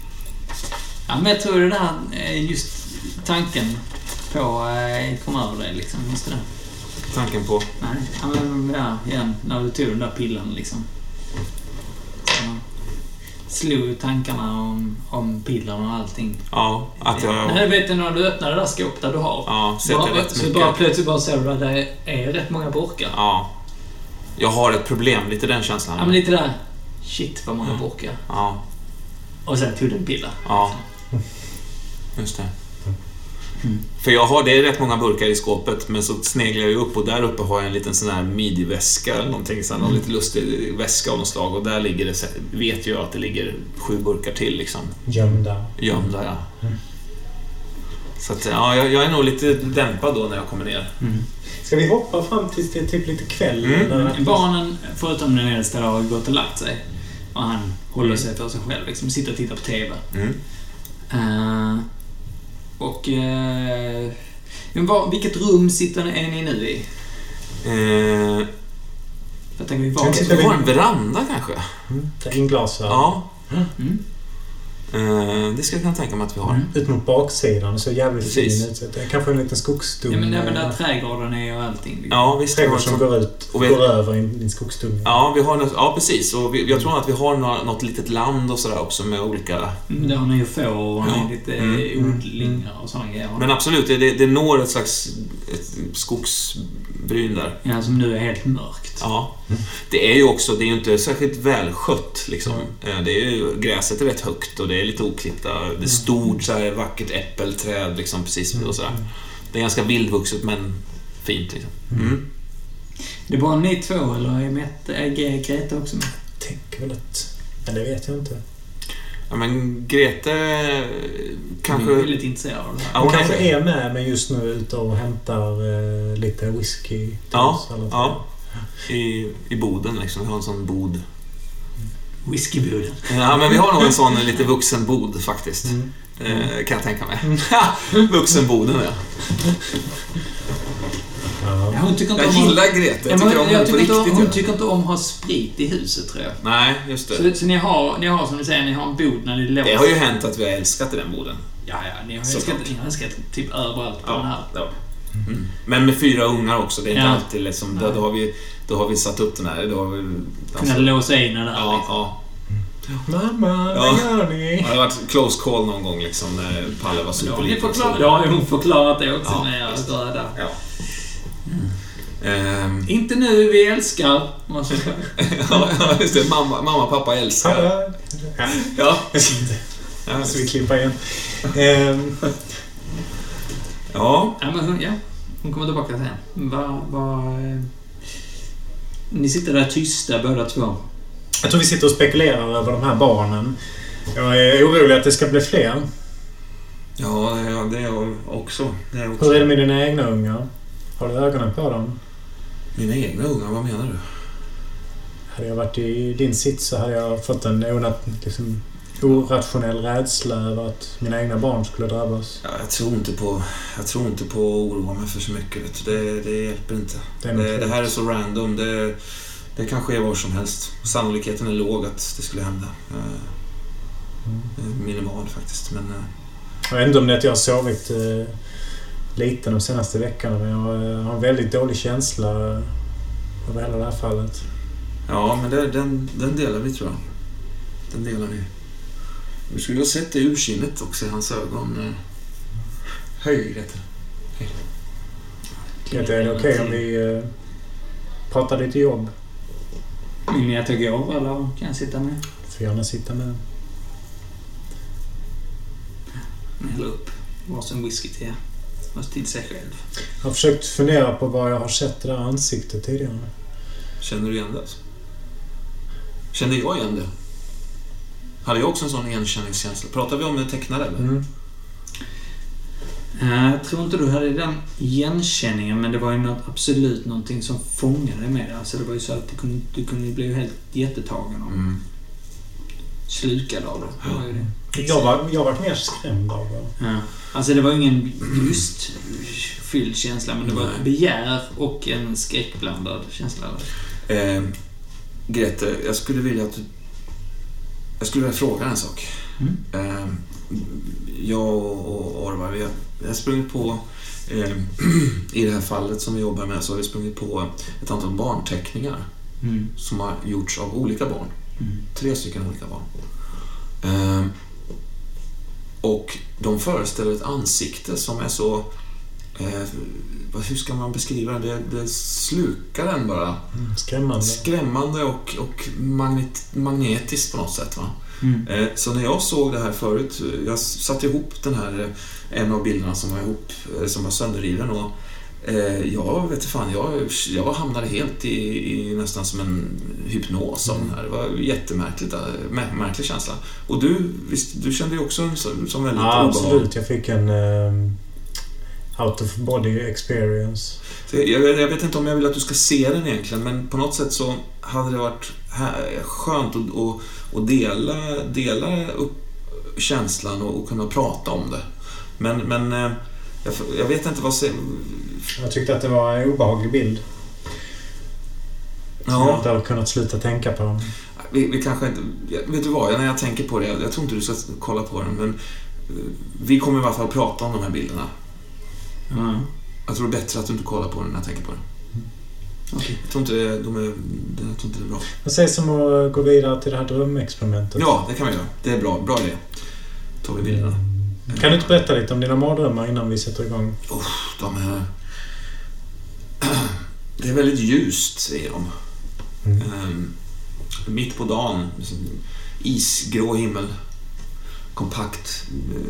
Ja, men jag tror det där just tanken på eh, kom över det liksom, just det där. Tanken på? Nej, ja, men ja, igen, när du tog den där pillen liksom. Så slog tankarna om, om pillen och allting. Ja, att jag... Nej, vet du när du öppnar det där skåpet där du har. Ja, sätter bara, rätt så mycket. bara plötsligt bara ser du att det är rätt många burkar. Ja. Jag har ett problem, lite den känslan. Ja, men lite där. Shit, vad många burkar. Ja. Och sen tog du en pilla. Ja. Just det. Mm. För jag har, det är rätt många burkar i skåpet, men så sneglar jag upp och där uppe har jag en liten sån här midi-väska eller någonting sån, mm. lite lustig väska av något slag och där ligger det, vet jag att det ligger sju burkar till liksom. Gömda. Gömda, ja. Mm. Så att, ja, jag, jag är nog lite dämpad då när jag kommer ner. Mm. Ska vi hoppa fram tills det är typ lite kväll? Mm. Mm. Barnen, förutom den äldsta, har gått och lagt sig. Och han håller sig för sig själv, liksom sitter och tittar på T V. Mm. Uh, och... Uh, men var, vilket rum sitter ni, är ni nu i? Uh, jag tänker vi var... Vi har en veranda kanske. Mm. Det är inglasar. Ja. Mm. Uh, det ska jag kunna tänka mig att vi har. Mm. Ut mot baksidan så jävligt Precis. fin ut. Det är kanske en liten skogsdung. Ja, men där, där trädgården är och allting. Liksom. Ja, visst. Trädgården som går ut och vi, går över i en skogsdung. Ja, vi har något, ja, precis. Och vi, jag tror att vi har något, något litet land och sådär också med olika... Mm, där har ni ju får och ja. lite mm. odlingar och sådana grejer. Men absolut, det, det når ett slags ett skogsbryn där. Ja, som nu är helt mörkt. Ja. Det är ju också, det är ju inte särskilt välskött liksom. Mm. Det är ju, gräset är rätt högt och det är lite oklippta. Det är stort så här vackert äppelträd liksom precis och så där. Det är ganska vildvuxet men fint liksom. Mm. Det är bara ni två eller är Mette, är Greta också med? Jag tänker väl att... Men det vet jag inte. Ja, men Grete kanske... Jag är väldigt intresserad av det här. Hon kanske är med, men just nu ute och hämtar eh, lite whisky. Ja, ja. I, I boden liksom. Vi har en sån bod. Whiskyboden. Ja, men vi har nog en sån lite vuxen bod faktiskt. Mm. Eh, kan jag tänka mig. Mm. Vuxenboden, ja. Ja. Hon tycker inte jag om gillar Grete. Jag ja, tycker om jag hon tycker på inte, riktigt. hon Ja. tycker inte om att ha sprit i huset, tror jag. Nej, just det. Så, så ni, har, ni har, som ni säger, ni har en bod när ni låser. Det har ju hänt att vi har älskat i den boden. Ja, ja. Ni har älskat, ni har älskat typ överallt på ja, den här. Ja. Mm. Men med fyra ungar också. Det är inte ja. alltid liksom... Då, då, har vi, då har vi satt upp den här. Då har vi... Alltså, kunna låsa in den där. Ja, liksom. ja. Mamma, ja. vad gör ni? Det har varit close call någon gång liksom när Palle var superliten. Ja, har hon förklarat det också ja, när jag står där. Ja. Mm. Um. Inte nu, vi älskar. Ja, just det. Mamma, mamma pappa älskar. Ja. Ja. Ja, så vi klipper igen. Um. Ja. Ja, men hon, ja. Hon kommer tillbaka sen. Va, va, eh. Ni sitter där tysta båda två. Jag tror vi sitter och spekulerar över de här barnen. Jag är orolig att det ska bli fler. Ja, det är jag också. Det är också. Hur är det med dina egna ungar? Har du ögonen på dem? Mina egna ungar? Vad menar du? Hade jag varit i din sits så hade jag fått en onat, liksom, orationell rädsla över att mina egna barn skulle drabbas. Ja, jag tror inte på jag tror inte på att oroa mig för så mycket. Det, det hjälper inte. Det, det, det här är så random. Det, det kan ske var som helst. Sannolikheten är låg att det skulle hända. Mm. Minimal faktiskt. Men, jag vet inte om det är att jag har sovit eh, lite de senaste veckorna, men jag har en väldigt dålig känsla över hela det här fallet. Ja, men det, den, den delar vi, tror jag. Den delar vi. Vi skulle ha sett det ursinnet också i hans ögon. Hej, Greta. Hej. Greta, är det okej okay om vi eh, pratar lite jobb? Vill ni att jag går eller kan jag sitta med? Får gärna sitta med. Jag häller upp varsin whisky till er. Måste till sig själv. Jag har försökt fundera på vad jag har sett det där ansiktet tidigare. Känner du igen det? Kände jag igen det? Hade jag också en sån igenkänningskänsla? Pratar vi om det tecknade eller? Mm. Jag tror inte du hade den igenkänningen, men det var ju något, absolut någonting som fångade med det. Alltså det var ju så att du kunde, du kunde bli helt jättetagen och mm. slukad av det. Det var ju det. Jag var, jag var mer skrämd av det. Ja. Alltså det var ingen lustfylld känsla, men det var ett begär och en skräckblandad känsla. Eh, Grete, jag skulle vilja att du... Jag skulle vilja fråga en sak. Mm. Eh, jag och Orvar, vi har, vi har sprungit på... Eh, I det här fallet som vi jobbar med så har vi sprungit på ett antal barnteckningar mm. som har gjorts av olika barn. Mm. Tre stycken olika barn. Eh, och de föreställer ett ansikte som är så... Eh, hur ska man beskriva det? Det, det slukar den bara. Mm, skrämmande. Skrämmande och, och magnet, magnetiskt på något sätt. Va? Mm. Eh, så när jag såg det här förut, jag satte ihop den här, en av bilderna som var ihop, som var sönderriven och eh, jag vet inte fan, jag, jag hamnade helt i, i nästan som en hypnos av mm. den här. Det var jättemärkligt, mä, märklig känsla. Och du, visst, du kände ju också en, som, som väldigt ja, absolut. Jag fick en... Um... out of body experience. Jag, jag vet inte om jag vill att du ska se den egentligen, men på något sätt så hade det varit här, skönt att, att, att dela, dela upp känslan och, och kunna prata om det. Men, men jag, jag vet inte vad... Se... Jag tyckte att det var en obehaglig bild. Ja. Jag inte har kunnat sluta tänka på den. Vi, vi kanske inte... Vet du vad, när jag tänker på det, jag tror inte du ska kolla på den, men vi kommer i alla fall prata om de här bilderna. Mm. Jag tror det är bättre att du inte kollar på den när jag tänker på den. Mm. Okay. Jag tror inte det, de är, jag tror inte det är bra. Vad sägs om att gå vidare till det här drömexperimentet? Ja, det kan vi göra. Det är bra, bra idé. Tar vi bilderna. Mm. Kan du inte berätta lite om dina mardrömmar innan vi sätter igång? Oh, de är... Det är väldigt ljust, säger de. Mm. Um, mitt på dagen. Isgrå himmel. Kompakt.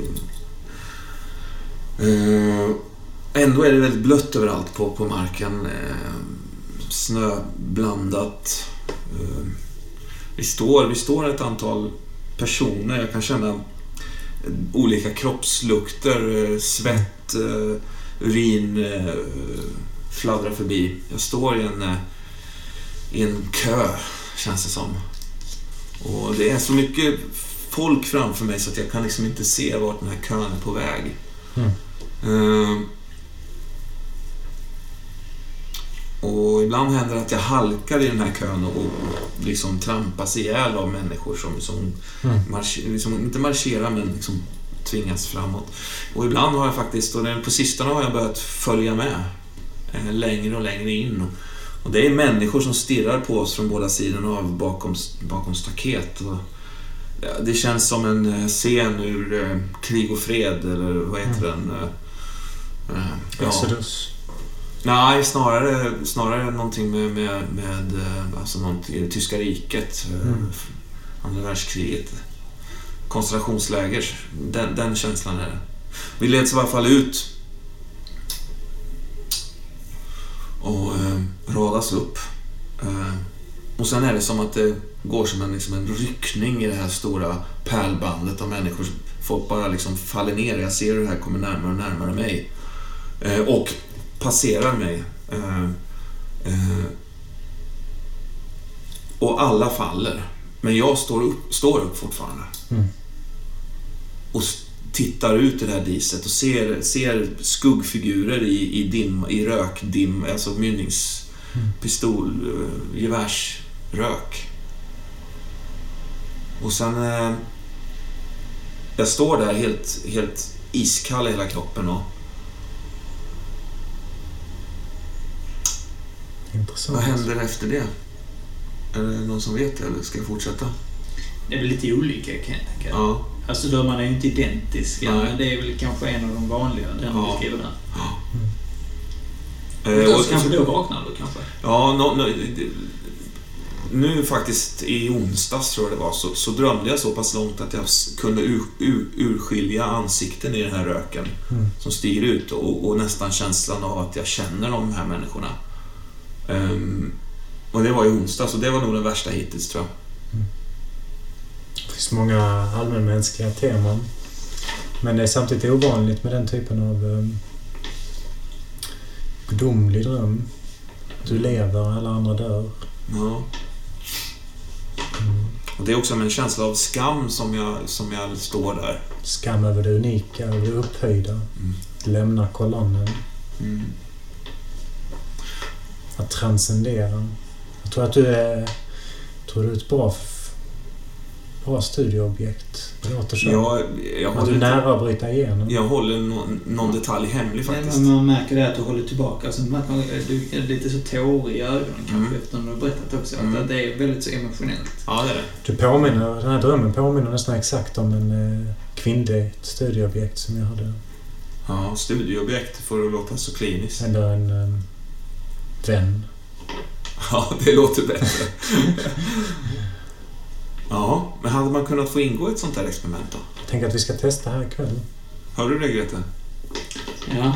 Uh, Ändå är det väldigt blött överallt på, på marken. Eh, snöblandat. Eh, vi, står, vi står ett antal personer. Jag kan känna eh, olika kroppslukter. Eh, svett, eh, urin eh, fladdrar förbi. Jag står i en, eh, i en kö, känns det som. Och det är så mycket folk framför mig så att jag kan liksom inte se vart den här kön är på väg. Mm. Eh, Och ibland händer det att jag halkar i den här kön och liksom trampas ihjäl av människor som, som mm. marsch- liksom inte marscherar men liksom tvingas framåt. Och ibland har jag faktiskt, och på sistone har jag börjat följa med eh, längre och längre in. Och, och det är människor som stirrar på oss från båda sidorna av bakom, bakom staket. Och, ja, det känns som en scen ur eh, Krig och fred, eller vad heter mm. den? Eh, eh, ja. Exodus. Nej, snarare, snarare någonting med, med, med alltså någonting i det tyska riket, mm. andra världskriget, koncentrationsläger, den, den känslan är det. Vi leds i alla fall ut och eh, radas upp. Eh, och sen är det som att det går som en, liksom en ryckning i det här stora pärlbandet av människor. Folk bara liksom faller ner. Jag ser hur det här kommer närmare och närmare mig. Eh, och passerar mig. Eh, eh, och alla faller. Men jag står upp, står upp fortfarande. Mm. Och tittar ut i det här diset och ser, ser skuggfigurer i, i, dim, i rökdim, alltså mynningspistol, mm. gevärsrök. Och sen eh, jag står där helt, helt iskall i hela kroppen och intressant. Vad händer efter det? Är det någon som vet det, eller ska jag fortsätta? Det är väl lite olika, kan jag tänka. Ja. Alltså drömmarna är ju inte identiska, nej. Men det är väl kanske en av de vanliga, den ja. beskriver den. Ja. Mm. Då kanske du vaknar då kanske? Ja, no, no, nu faktiskt i onsdags tror jag det var, så, så drömde jag så pass långt att jag kunde ur, ur, urskilja ansikten i den här röken mm. som stiger ut och, och nästan känslan av att jag känner de här människorna. Um, och det var i onsdags, så det var nog den värsta hittills, tror jag. Det finns många allmänmänskliga teman. Men det är samtidigt ovanligt med den typen av um, gudomlig dröm. Du lever, alla andra dör. Ja. Mm. Och det är också en känsla av skam som jag, som jag står där. Skam över det unika, över det upphöjda. Mm. Lämna kolonnen. Mm. Att transcendera. Jag tror att du är, tror du är ett bra, bra studieobjekt. Det låter så. Jag, jag att du är nära att bryta igenom. Jag håller någon, någon detalj hemlig faktiskt. Men man märker det att du håller tillbaka. Alltså, man kan, du är lite så tårig i ögonen kanske mm. efter att du har berättat också. Mm. Att det är väldigt så emotionellt. Ja, det är det. Du påminner, den här drömmen påminner nästan exakt om en eh, kvinnligt studieobjekt som jag hade. Ja, studieobjekt får att låta så kliniskt. Eller en eh, vän. Ja, det låter bättre. Ja, men hade man kunnat få ingå ett sånt här experiment då? Jag tänker att vi ska testa här ikväll. Hör du det, Grete? Ja.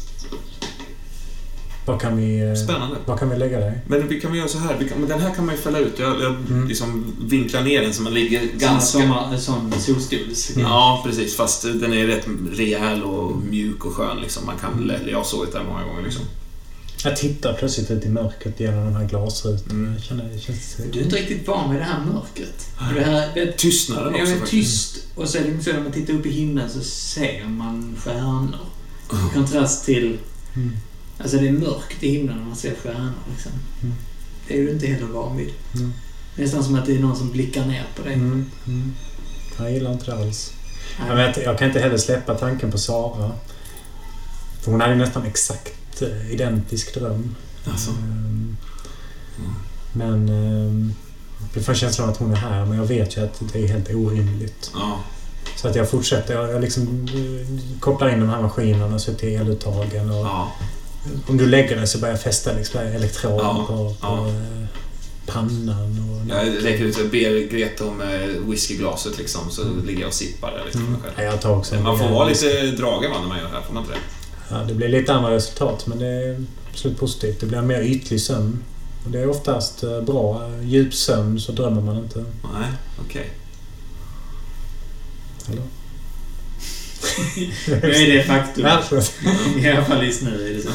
Vad kan vi, Spännande. Vad kan vi lägga dig? Men vi kan vi göra så här. Vi kan, men den här kan man ju fälla ut. Jag, jag mm. liksom vinklar ner den så man ligger ganska... En sån solstols. Mm. Ja, precis. Fast den är rätt rejäl och mjuk och skön. Liksom. Man kan, jag har såg det där många gånger. Liksom. Jag tittar plötsligt ut i mörkret genom de här glasrutorna. Mm. Jag känner, det känns... Du är inte riktigt van med det här mörkret. Det här, det, Tystnaden också. Ja, faktiskt. tyst. Och så är det så när man tittar upp i himlen så ser man stjärnor. I kontrast till... Mm. Alltså det är mörkt i himlen när man ser stjärnor. Liksom. Mm. Det är du inte heller van vid. Mm. Nästan som att det är någon som blickar ner på dig. Mm. Mm. Jag gillar inte det alls. Jag, vet, jag kan inte heller släppa tanken på Sara. För hon hade nästan exakt identisk dröm. Alltså. Um, mm. Men um, det får känslan av att hon är här. Men jag vet ju att det är helt orimligt. Ja. Så att jag fortsätter. Jag, jag liksom uh, kopplar in de här maskinerna så till eluttagen. Och Ja. om du lägger det så börjar jag fästa liksom, elektroder Ja. på, på Ja. uh, pannan. Och, Jag räcker ut och ber Greta om whiskyglaset liksom, så mm. ligger jag och sippar där lite för mig själv. Ja, jag tar också man får vara lite dragen när man gör det här, får man inte det? Ja, det blir lite andra resultat, men det är absolut positivt. Det blir en mer ytlig sömn. Och det är oftast bra. Djup sömn så drömmer man inte. Nej, okej. Okay. Eller? Nu är det faktum. I alla fall just nu är det så.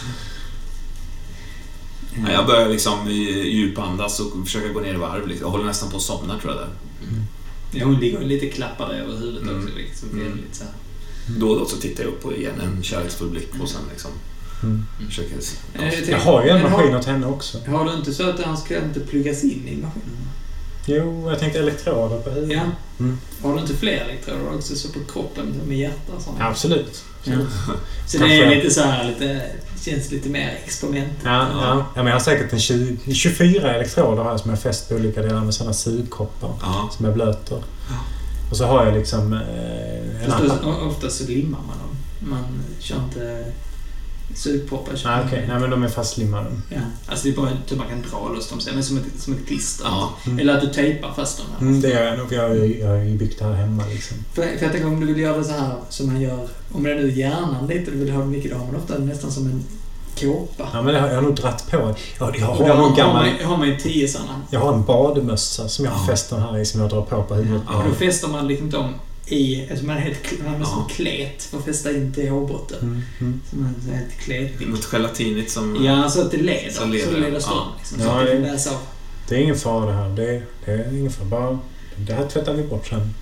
Mm. Jag börjar liksom djupandas och försöka gå ner i varv. Jag håller nästan på att somna, tror jag. Där. Mm. Ja, hon ligger lite klappade över huvudet Mm. också. Liksom, mm. lite så här. Då och då så tittar jag upp och igen en kärleksfull blick och sen liksom mm. försöker... Jag, jag har ju en maskin har, åt henne också. Har du inte så att han ska inte pluggas in i maskinen? Jo, jag tänkte elektroder på huvudet. Ja. Mm. Har du inte fler elektroder också så på kroppen med hjärta och sånt? Ja, absolut. Ja. Så Kanske. det är lite så här, lite, känns lite mer experiment. Ja, ja. ja men jag har säkert en tjugo, tjugofyra elektroder här som jag fäst på olika delar med sådana sugkoppar ja. som jag blöter. Ja. Och så har jag liksom eh, en annan... Ofta så limmar man dem. Man kör inte sugproppar. Ah, okej. Okay. Nej, men de är fastlimmade. Ja. Alltså det är bara att man kan dra loss dem sen, men som ett, som ett klister. Ja. Mm. Eller att du tejpar fast dem här. Mm, det gör jag nog. Jag har ju, jag har ju byggt det här hemma liksom. För, för jag tänker om du vill göra det så här som man gör, om det är nu hjärnan lite, du vill ha mycket, då har man ofta nästan som en kåpa. Ja, men det har jag nog dratt på. Jag, jag, Och jag, har, har, gammal, har, man, har man ju tio sådana. jag har en badmössa som jag har Ja. fäst den här i som jag drar på på huvudet. Ja. Och då fäster man liksom dem i, alltså man är helt, man är Ja. som klet för att fästa in till hårbotten. Mm, mm. Så man är helt kletigt. Något gelatinigt som... Ja, så att det leder. Så Så leder, det leder ja. ström. Liksom, Ja, så att det- det kan läsa av. Det är ingen fara det här. Det, det är ingen fara. Bara, det här tvättar vi bort sen.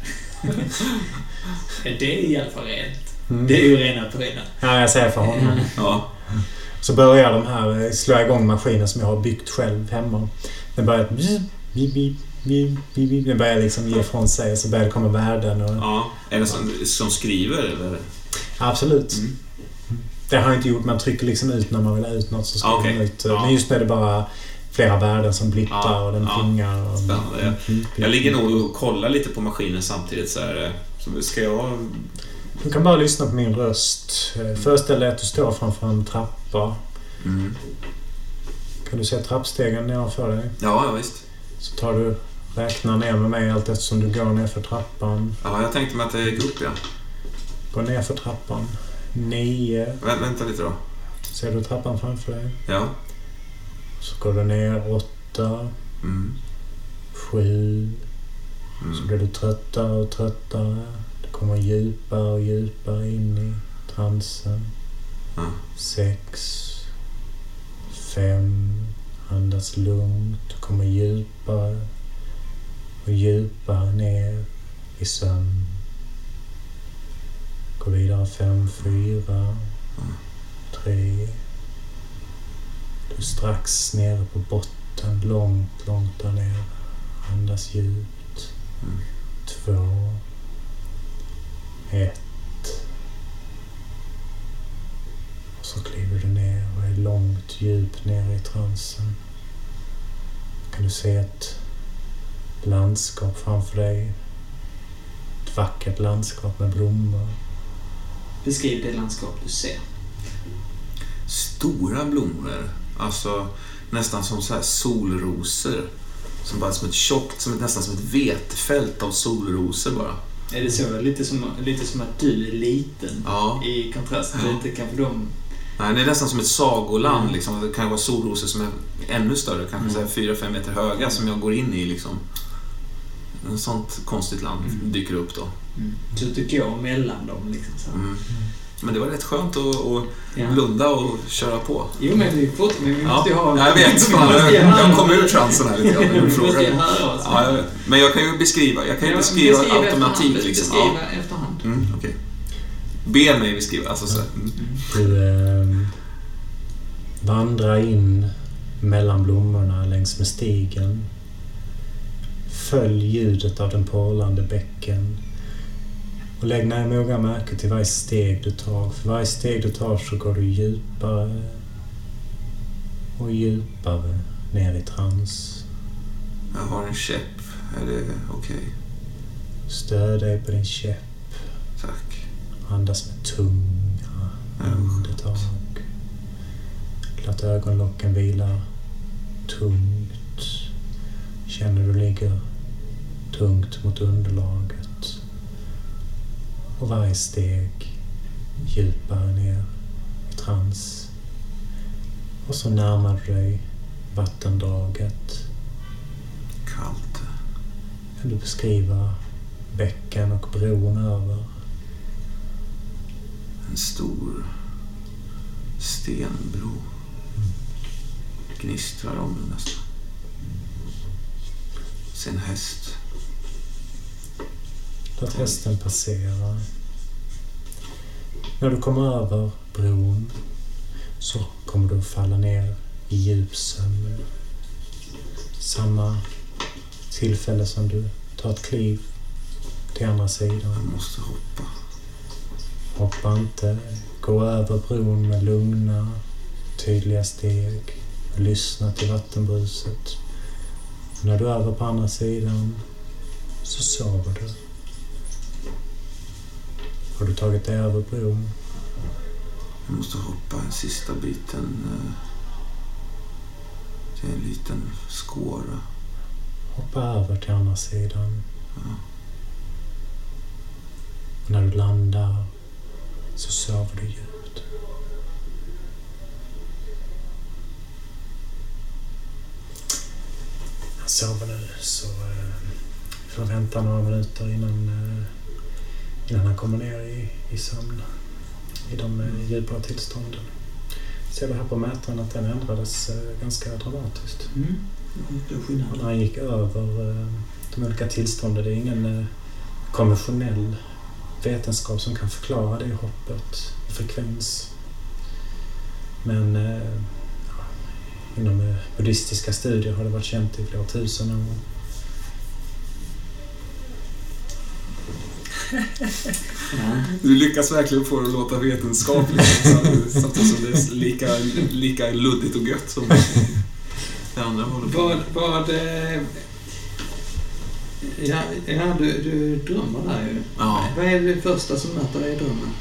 Ja, det är i alla fall rent. Mm. Det är ju rena prylar. Ja, jag säger för honom. Ja. Så börjar de här slå igång maskinen som jag har byggt själv hemma. Den börjar bip, bip, bip, bip, bip, bip. Den börjar liksom ge ifrån sig och så börjar det komma värden. Och... Ja. Är det som, som skriver eller? Absolut. Mm. Det har jag inte gjort. Man trycker liksom ut när man vill ha ut något så skriver Okej. man ut. Ja. Men just nu är det bara flera värden som blippar Ja, och den ja. pingar. Och... Spännande. Mm, mm, Jag ligger nog och kollar lite på maskinen samtidigt så här. Så ska jag... Du kan bara lyssna på min röst. Föreställ dig att du står framför en trappa. Mm. Kan du se trappstegen nedanför dig? Ja, ja, visst. Så tar du, räknar ner med mig allt eftersom du går ner för trappan. Ja, jag tänkte mig att det är upp, ja. Gå ner för trappan. Nio. Vä vänta lite då. Ser du trappan framför dig? Ja. Så går du ner åtta, Mm. sju, Mm. Så blir du tröttare och tröttare. Du kommer djupare och djupare in i transen. Mm. Sex. Fem. Andas lugnt. Du kommer djupare och djupare ner i sömn. Gå vidare fem, fyra, Mm. tre. Du är strax nere på botten, långt, långt där nere. Andas djupt. Mm. Två. Ett. Och så kliver du ner och är långt, djupt ner i transen. Kan du se ett landskap framför dig. Ett vackert landskap med blommor. Beskriv det landskap du ser. Stora blommor. Alltså nästan som så här solrosor. Som bara som ett tjockt, som ett, nästan som ett vetefält av solrosor bara. Är det så? Lite som, lite som att du är liten. Ja. I kontrast Ja. lite kanske de... Nej, det är nästan som ett sagoland. Mm. Liksom. Det kan vara solrosor som är ännu större. Kanske Mm. så här fyra fem meter höga som jag går in i. Liksom. En sånt konstigt land Mm. dyker upp då. Mm. Så du går mellan dem liksom så. Mm. Men det var rätt skönt att, att Ja. blunda och köra på. Jo, men vi fort, men vi måste ju ha... jag vet. Vi Fan, måste ju jag, höra- jag kom ur transen här lite grann. Vi Du måste ju frågar. höra oss. Ja, jag vet. Men jag kan ju beskriva. Jag kan ju Ja, beskriva beskriv automatik. efterhand, Liksom. Beskriva Ja. efterhand. Mm, okej. Be mig beskriva. Alltså, så. här. Mm. Du eh, vandrar in mellan blommorna längs med stigen. Följ ljudet av den porlande bäcken. Och lägg noga märke till varje steg du tar. För varje steg du tar så går du djupare och djupare ner i trans. Jag har en käpp. Är det okej? Stöd dig på din käpp. Tack. Andas med tunga andetag. Låt ögonlocken vila tungt. Känner du ligger tungt mot underlaget. Och varje steg djupare ner i trans. Och så närmar du dig vattendraget. Kallt. Kan du beskriva bäcken och bron över? En stor stenbro. Gnistrar om den nästan. Sen häst. Låt hästen passera. När du kommer över bron så kommer du att falla ner i djup sömn. Samma tillfälle som du tar ett kliv till andra sidan. Jag måste hoppa. Hoppa inte. Gå över bron med lugna, tydliga steg. Lyssna till vattenbruset. När du är över på andra sidan så sover du. Har du tagit dig över bron? Jag måste hoppa en sista biten eh, till en liten skåra. Hoppa över till andra sidan. Ja. Och när du landar så sover du djupt. Han sover nu så eh, vi får vänta några minuter innan, eh, innan han kommer ner i, i sömn. I de eh, djupare tillstånden. Ser vi här på mätaren att den ändrades eh, ganska dramatiskt. Mm. Det är skillnad. Och när han gick över eh, de olika tillstånden, det är ingen eh, konventionell vetenskap som kan förklara det hoppet i frekvens. Men eh, ja, inom eh, buddhistiska studier har det varit känt i flera tusen år. Ja. Du lyckas verkligen få det att låta vetenskapligt samtidigt som det är lika, lika luddigt och gött som det andra håller på. Vad... vad eh, ja, ja du, du drömmer där ju. Ja. Vad är det första som möter dig i drömmen?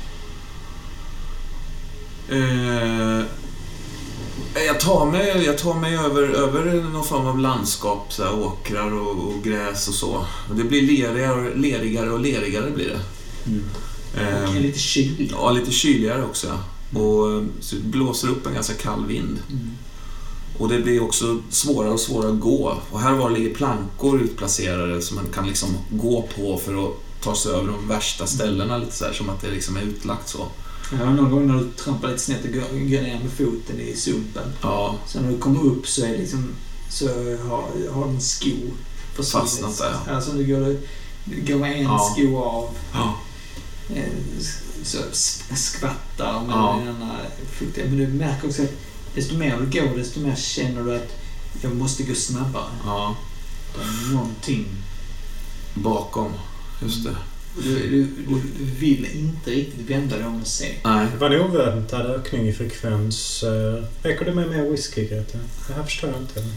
Eh, jag tar mig, jag tar mig över, över någon form av landskap, så här, åkrar och, och gräs och så. Och det blir lerigare, lerigare och lerigare blir det. Mm. Eh, Och lite kylig. Ja, lite kyligare också. Ja. Och så det blåser upp en ganska kall vind. Mm. Och det blir också svårare och svårare att gå. Och här var det ligger plankor utplacerade som man kan liksom gå på för att ta sig över de värsta ställena lite så här, som att det liksom är utlagt så. Ja, någon gång när du trampar lite snett och går ner med foten i sumpen. Ja. Sen när du kommer upp så är liksom så har, har en sko fastnat där. Ja. Alltså du går, du går med en ja. sko av. Ja. Så skvattar med ja. den ena foten. Men du märker också att desto mer du går, desto mer känner du att jag måste gå snabbare. Ja. Det är någonting bakom, just det. Du, du, du vill inte riktigt vända dig om och se. Nej. Det var en oväntad ökning i frekvens. Räcker det med mer whisky, Greta? Det här förstår jag inte.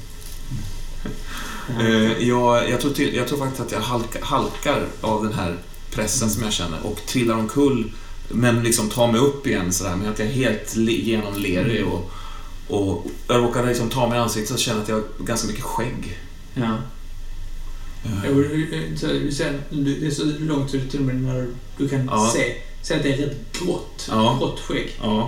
Mm. Uh, jag, jag, tror till, jag tror faktiskt att jag halka, halkar av den här pressen mm. som jag känner och trillar omkull, men liksom tar mig upp igen sådär, men att jag är helt genomlerig mm. och, och jag råkar liksom ta mig i ansiktet och känner att jag har ganska mycket skägg. Ja. Uh. Så, sen, det är så långt så det till och med när du kan ja. se, se att det är rätt grått, ja. grått skägg. Ja.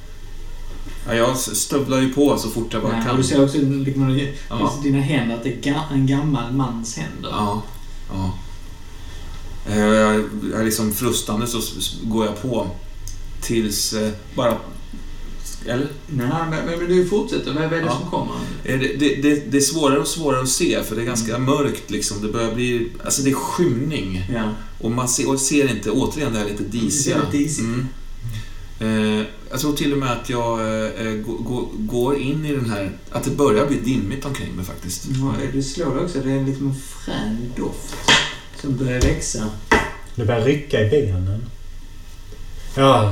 Ja, jag stövlar ju på så fort jag bara ja, kan. Och du ser också liksom, ja. dina händer att det är en gammal mans händer. Ja, ja. Jag, jag, jag är liksom frustande så går jag på tills eh, bara... Eller? Nej, men, men du fortsätter. Vad är det ja. som kommer? Det, det, det, det är svårare och svårare att se för det är ganska mm. mörkt liksom. Det börjar bli... Alltså det är skymning. Ja. Och man ser, och ser inte, återigen det här lite disiga. Det är lite mm. eh, Jag tror till och med att jag eh, går, går in i den här... Att det börjar bli dimmigt omkring mig faktiskt. Ja, det slår också. Det är liksom en frän doft som börjar växa. Det börjar rycka i benen. Ja...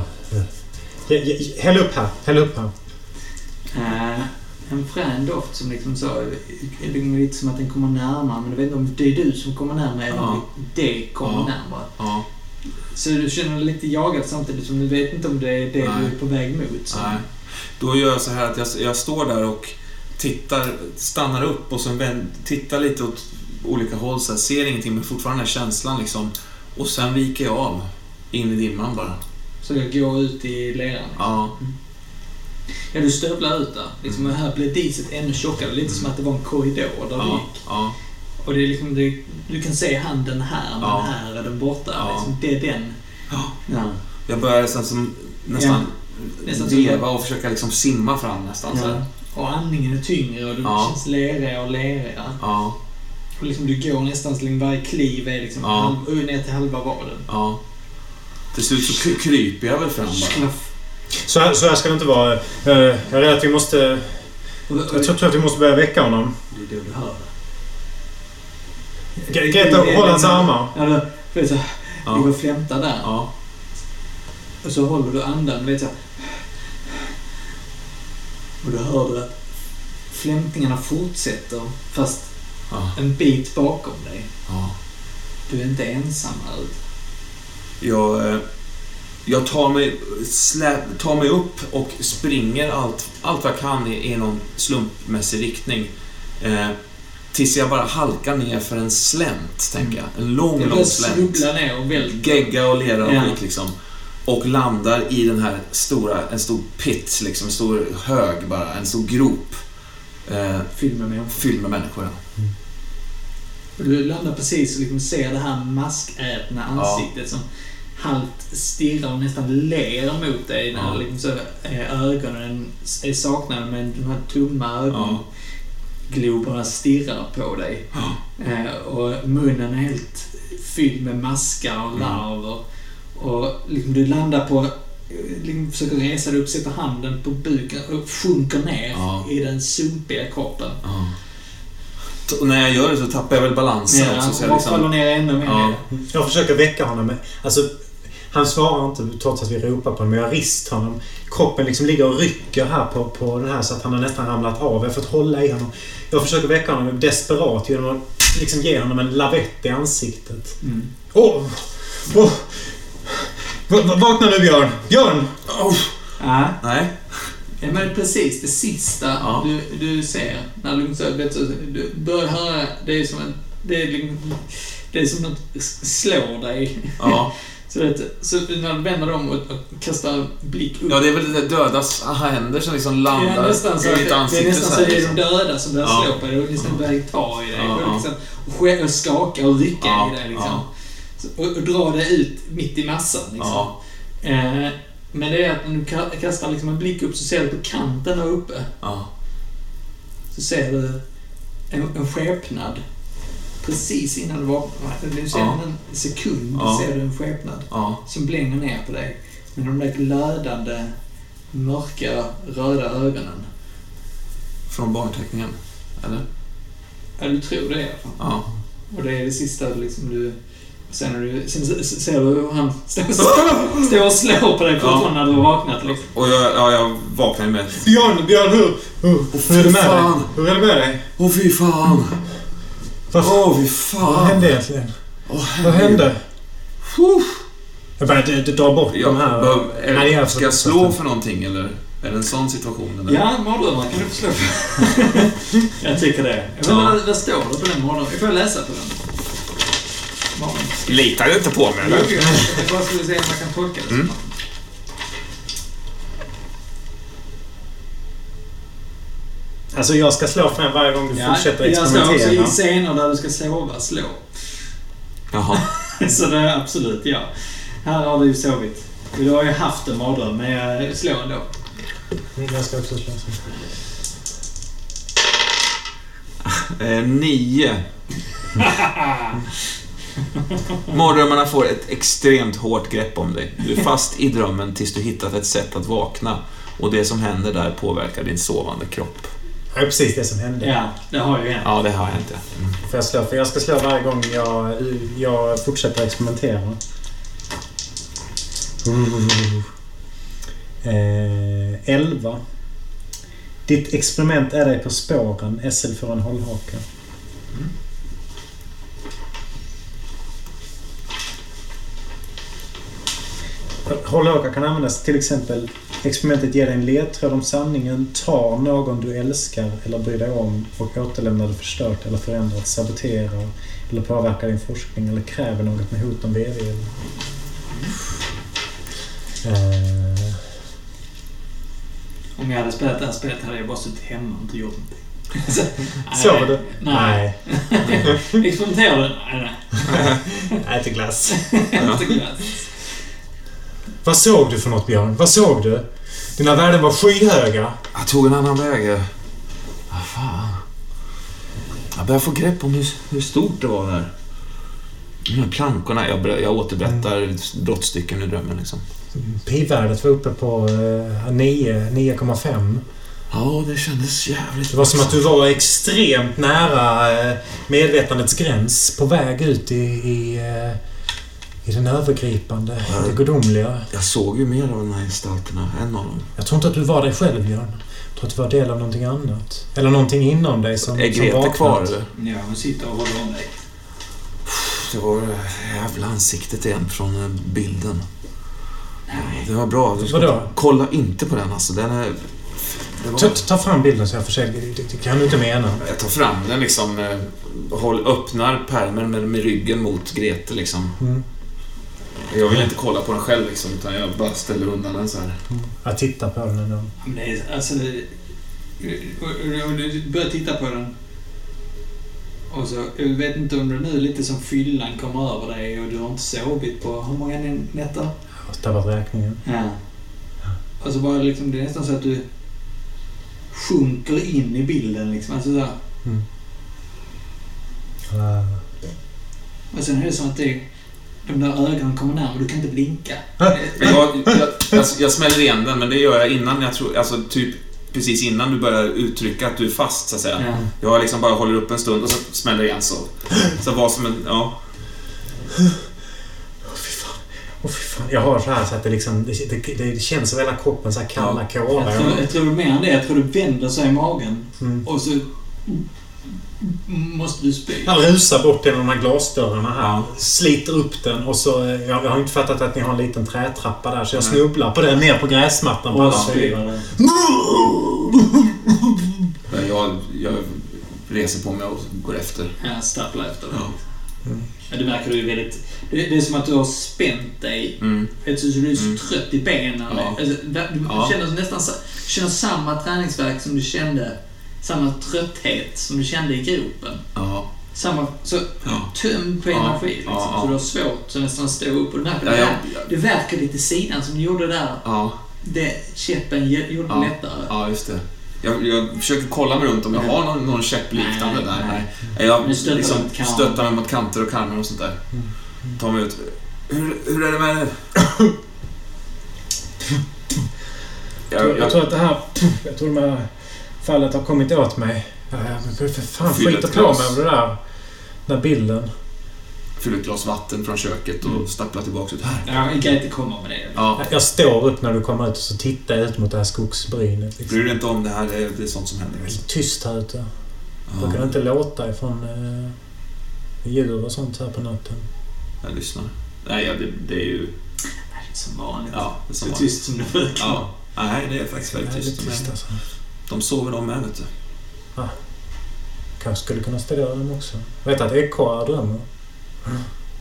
Häll upp här, häll upp här. Uh, en frän doft som liksom så, lite som att den kommer närmare, men du vet inte om det är du som kommer närmare eller om det kommer ja. närmare. Ja. Så du känner dig lite jagad samtidigt som du vet inte om det är det Nej. du är på väg mot. Så. Nej. Då gör jag så här att jag, jag står där och tittar, stannar upp och sen vänd, tittar lite åt olika håll så här, ser ingenting men fortfarande den här känslan liksom, och sen viker jag av in i dimman bara. Så jag går ut i leran. Liksom. Ja. Mm. Ja, du stövlar ut där. Liksom, mm. Här blev diset ännu tjockare. Lite mm. som att det var en korridor där ja. du gick. Ja. Och det är liksom, det, du kan se handen här, men ja. här är den borta. Ja. Liksom, det är den. Ja. Ja. Jag börjar nästan, som, nästan, ja. nästan veva och försöka liksom simma fram nästan. Ja. Så. Och andningen är tyngre och du ja. känns lerigare och lerigare. Ja. Och liksom, du går nästan så varje kliv är liksom ja. halv, ner till halva vaden. Ja. Till slut så kryper jag väl fram bara. Så här, så här ska det inte vara. Jag är rädd att vi måste... Jag tror att vi måste börja väcka honom. Det är det du hör. Greta, håll hans armar. Ja, då, vet du, ja. ligger och flämtar där. Ja. Och så håller du andan, vet du. Och då hör du att flämtingarna fortsätter fast ja. en bit bakom dig. Ja. Du är inte ensam här ute. Jag, jag tar, mig, slä, tar mig upp och springer allt, allt vad jag kan i, i någon slumpmässig riktning. Eh, tills jag bara halkar ner för en slänt, tänker jag. En lång, jag lång slänt. Ner och välter. Gegga och lera och ja. skit liksom. Och landar i den här stora, en stor pit, liksom, en stor hög bara, en stor grop. Eh, fylld med människor. Fylld med människor, ja. Mm. Du landar precis och liksom ser det här maskätna ansiktet ja. som halvt stirrar och nästan ler mot dig när ja. liksom så, eh, ögonen är saknade men de här tumma ögongloberna stirrar på dig. Ja. Eh, och munnen är helt fylld med maskar och larver. Mm. Och liksom du landar på, liksom försöker resa dig upp, sätter handen på buken och sjunker ner ja. i den sumpiga kroppen. Ja. Och när jag gör det så tappar jag väl balansen ja, också. Så och jag liksom... faller ner ännu mer. Ja. Jag försöker väcka honom. Alltså, han svarar inte trots att vi ropar på honom. Men jag rist honom. Kroppen liksom ligger och rycker här på, på den här så att han har nästan ramlat av. Jag har fått hålla i honom. Jag försöker väcka honom desperat genom att liksom ge honom en lavett i ansiktet. Mm. Åh! Oh, oh. Vakna nu, Björn! Björn! Oh. Ja. Nej. Ja, men precis det sista ja. du, du ser när du, du börjar höra, det är som en, det är, det är som att slå dig ja. Så, det, så när du vänder dem och, och kastar blick upp. Ja, det är väl det dödas händer som liksom landar det är nästan så, i ditt ansikte. Det är nästan så, så är det liksom. De döda som börjar ja. slå på dig och liksom börjar ta i dig. Ja, och, liksom, och, och skaka och rycka ja, i dig liksom. Ja. Så, och, och dra dig ut mitt i massan liksom. Ja. Eh, men det är att när du kastar liksom en blick upp så ser du på kanten där uppe. Ja. Så ser du en, en skepnad. Precis innan du var... Du ser ja. en sekund ja. ser du en skepnad ja. som blänger ner på dig. Med de där glödande, mörka, röda ögonen. Från barnteckningen, eller? Ja, du tror det i alla fall. Ja. Och det är det sista liksom du... Sen, när du, sen ser du hur han står, står och slår på dig fortfarande när du har vaknat. Liksom. Och jag, ja, jag vaknar med... Björn, Björn, hur, hur, hur är det med fan. dig? Hur är det med dig? Åh, fy fan! Åh, oh, fy fan! Vad hände egentligen? Oh, Vad hände? Uh. Jag började dra bort jag, de här... Bör, är, Nej, jag ska jag slå för någonting, eller? Är det en sån situation? Eller? Ja, mardrömmar kan du få slå för. Jag tycker det. Jag vet inte, Ja. vad står det på den mardrömmen? Jag får läsa på den. Litar du inte på mig, eller? Jag bara skulle säga om man kan tolka det. Mm. Alltså jag ska slå fram varje gång du Ja, fortsätter jag experimentera. står också i scener där du ska sova, slå. Jaha. Så det är absolut, ja. Här har du ju sovit. Du har ju haft en mardröm, men jag slår ändå. Jag ska också slå. Eh, nio. Mardrömmarna får ett extremt hårt grepp om dig. Du är fast i drömmen tills du hittat ett sätt att vakna. Och det som händer där påverkar din sovande kropp. Det är precis det som hände. Ja, det har ju hänt. Ja, det har hänt, ja. Mm. För jag, slå, för jag ska slå varje gång jag, jag fortsätter experimentera. Eh, elva. Ditt experiment är dig på spåren. S L för en hållhaka. Mm. Hållhaka kan användas till exempel. Experimentet ger dig en ledtråd om sanningen, tar någon du älskar eller bryr dig om och återlämnar det förstört eller förändrat, saboterar eller påverkar din forskning eller kräver något med hot om V V. Uh. Om jag hade spelat det här spelet hade jag bara suttit hemma och inte gjort någonting. Sover du? Nej. Nej. Experimenterar du? Nej, nej. Äter glass. Äter glass. Vad såg du för något, Björn? Vad såg du? Dina värden var skyhöga. Jag tog en annan väg. Vad fan? Jag börjar få grepp om hur, hur stort det var där. De här plankorna, jag, jag återberättar mm. brottstycken i drömmen liksom. P-värdet var uppe på uh, nio komma fem. Ja, det kändes jävligt. Det var som att du var extremt nära uh, medvetandets gräns på väg ut i, i, uh, i den övergripande, ja, det gudomliga. Jag såg ju mer av de här gestalterna, en av dem. Jag tror inte att du var dig själv, Björn. Jag tror att du var del av någonting annat. Eller någonting inom dig som, är som Grete vaknat. Kvar, eller? Ja, hon sitter och håller om dig. Det var jävla ansiktet igen från bilden. Nej. Det var bra. Du ska Vadå? Kolla inte på den alltså. Den är... Var... Ta, ta fram bilden så jag försöker. Det kan du inte mena. Jag tar fram den liksom. Håll, öppnar pärmen med, med ryggen mot Grete liksom. Mm. Jag vill inte kolla på den själv liksom, utan jag bara ställer undan den så här. Mm. Jag tittar på den ändå. Men det är, alltså, det, och, och du börjar titta på den. Och så, jag vet inte om det nu är lite som fyllan kommer över dig och du har inte sovit på hur många nätter? Jag har tappat räkningen. Ja. Och så bara liksom, det är nästan så att du sjunker in i bilden liksom, alltså så. Mm. Uh. Och sen är det som att det, de där ögonen kommer närmare och du kan inte blinka. jag, jag, jag, jag smäller igen den, men det gör jag innan jag tror, alltså typ precis innan du börjar uttrycka att du är fast så att säga. Ja. Jag liksom bara håller upp en stund och så smäller igen så. Så var som en, ja. Åh oh, fy fan. Åh oh, fy fan. Jag har så här så att det liksom, det, det, det känns som hela kroppen så här kalla ja. kårar. Jag tror, jag tror mer än det, jag tror du vänder sig i magen. Mm. Och så måste du spy. Han rusar bort till de här glasdörrarna här. Ja. Sliter upp den och så, jag, jag har inte fattat att ni har en liten trätrappa där så jag Nej. snubblar på den ner på gräsmattan på alla fyra. Jag, jag reser på mig och går efter. Jag stapplar efter. Ja. Mm. Ja, du märker du är väldigt... Det, det är som att du har spänt dig. Mm. Jag tror du är så Mm. trött i benen. Ja. Alltså, du Ja. känner nästan du känner samma träningsvärk som du kände. Samma trötthet som du kände i gropen. Ja. Samma, så Ja. tömd på Ja. energi. Liksom. Ja, ja. Så du har svårt så nästan att stå upp. Och du märker Ja, det, ja, här, ja. det verkar lite sidan som du gjorde där. Ja. Det, käppen gjorde det Ja. lättare. Ja, just det. Jag, jag försöker kolla mig runt om jag har någon, någon käpp liknande Nej, där. nej. Nej. Jag Men stöttar liksom mot kanter. stöttar mig mot kanter och karmar och sånt där. Tar mig ut. Hur, hur är det med det? Jag, jag, jag tror att det här... Jag tror det här fallet har kommit åt mig. Ja, men för fan, Fyll skita ett på glas. mig av det där. Den där bilden. fyller ett glas vatten från köket och stapplar tillbaka ut här. Ja, jag kan inte komma med det. Ja. Jag står upp när du kommer ut och så tittar jag ut mot det här skogsbrynet. Liksom. Bryr dig inte om det här, det är, det är sånt som händer. Det är så tyst här ute. Ja. Brukar det inte låta ifrån eh, djur och sånt här på natten? Jag lyssnar. Nej, ja, det, det är ju... Det är som vanligt. Ja, det är som Så vanligt. tyst som det brukar. Ja. Nej, det är faktiskt Det är väldigt lite tyst. tyst alltså. De sover de med, vet du. Kanske skulle kunna studera dem också. Vet att ekorrar drömmer. Mm.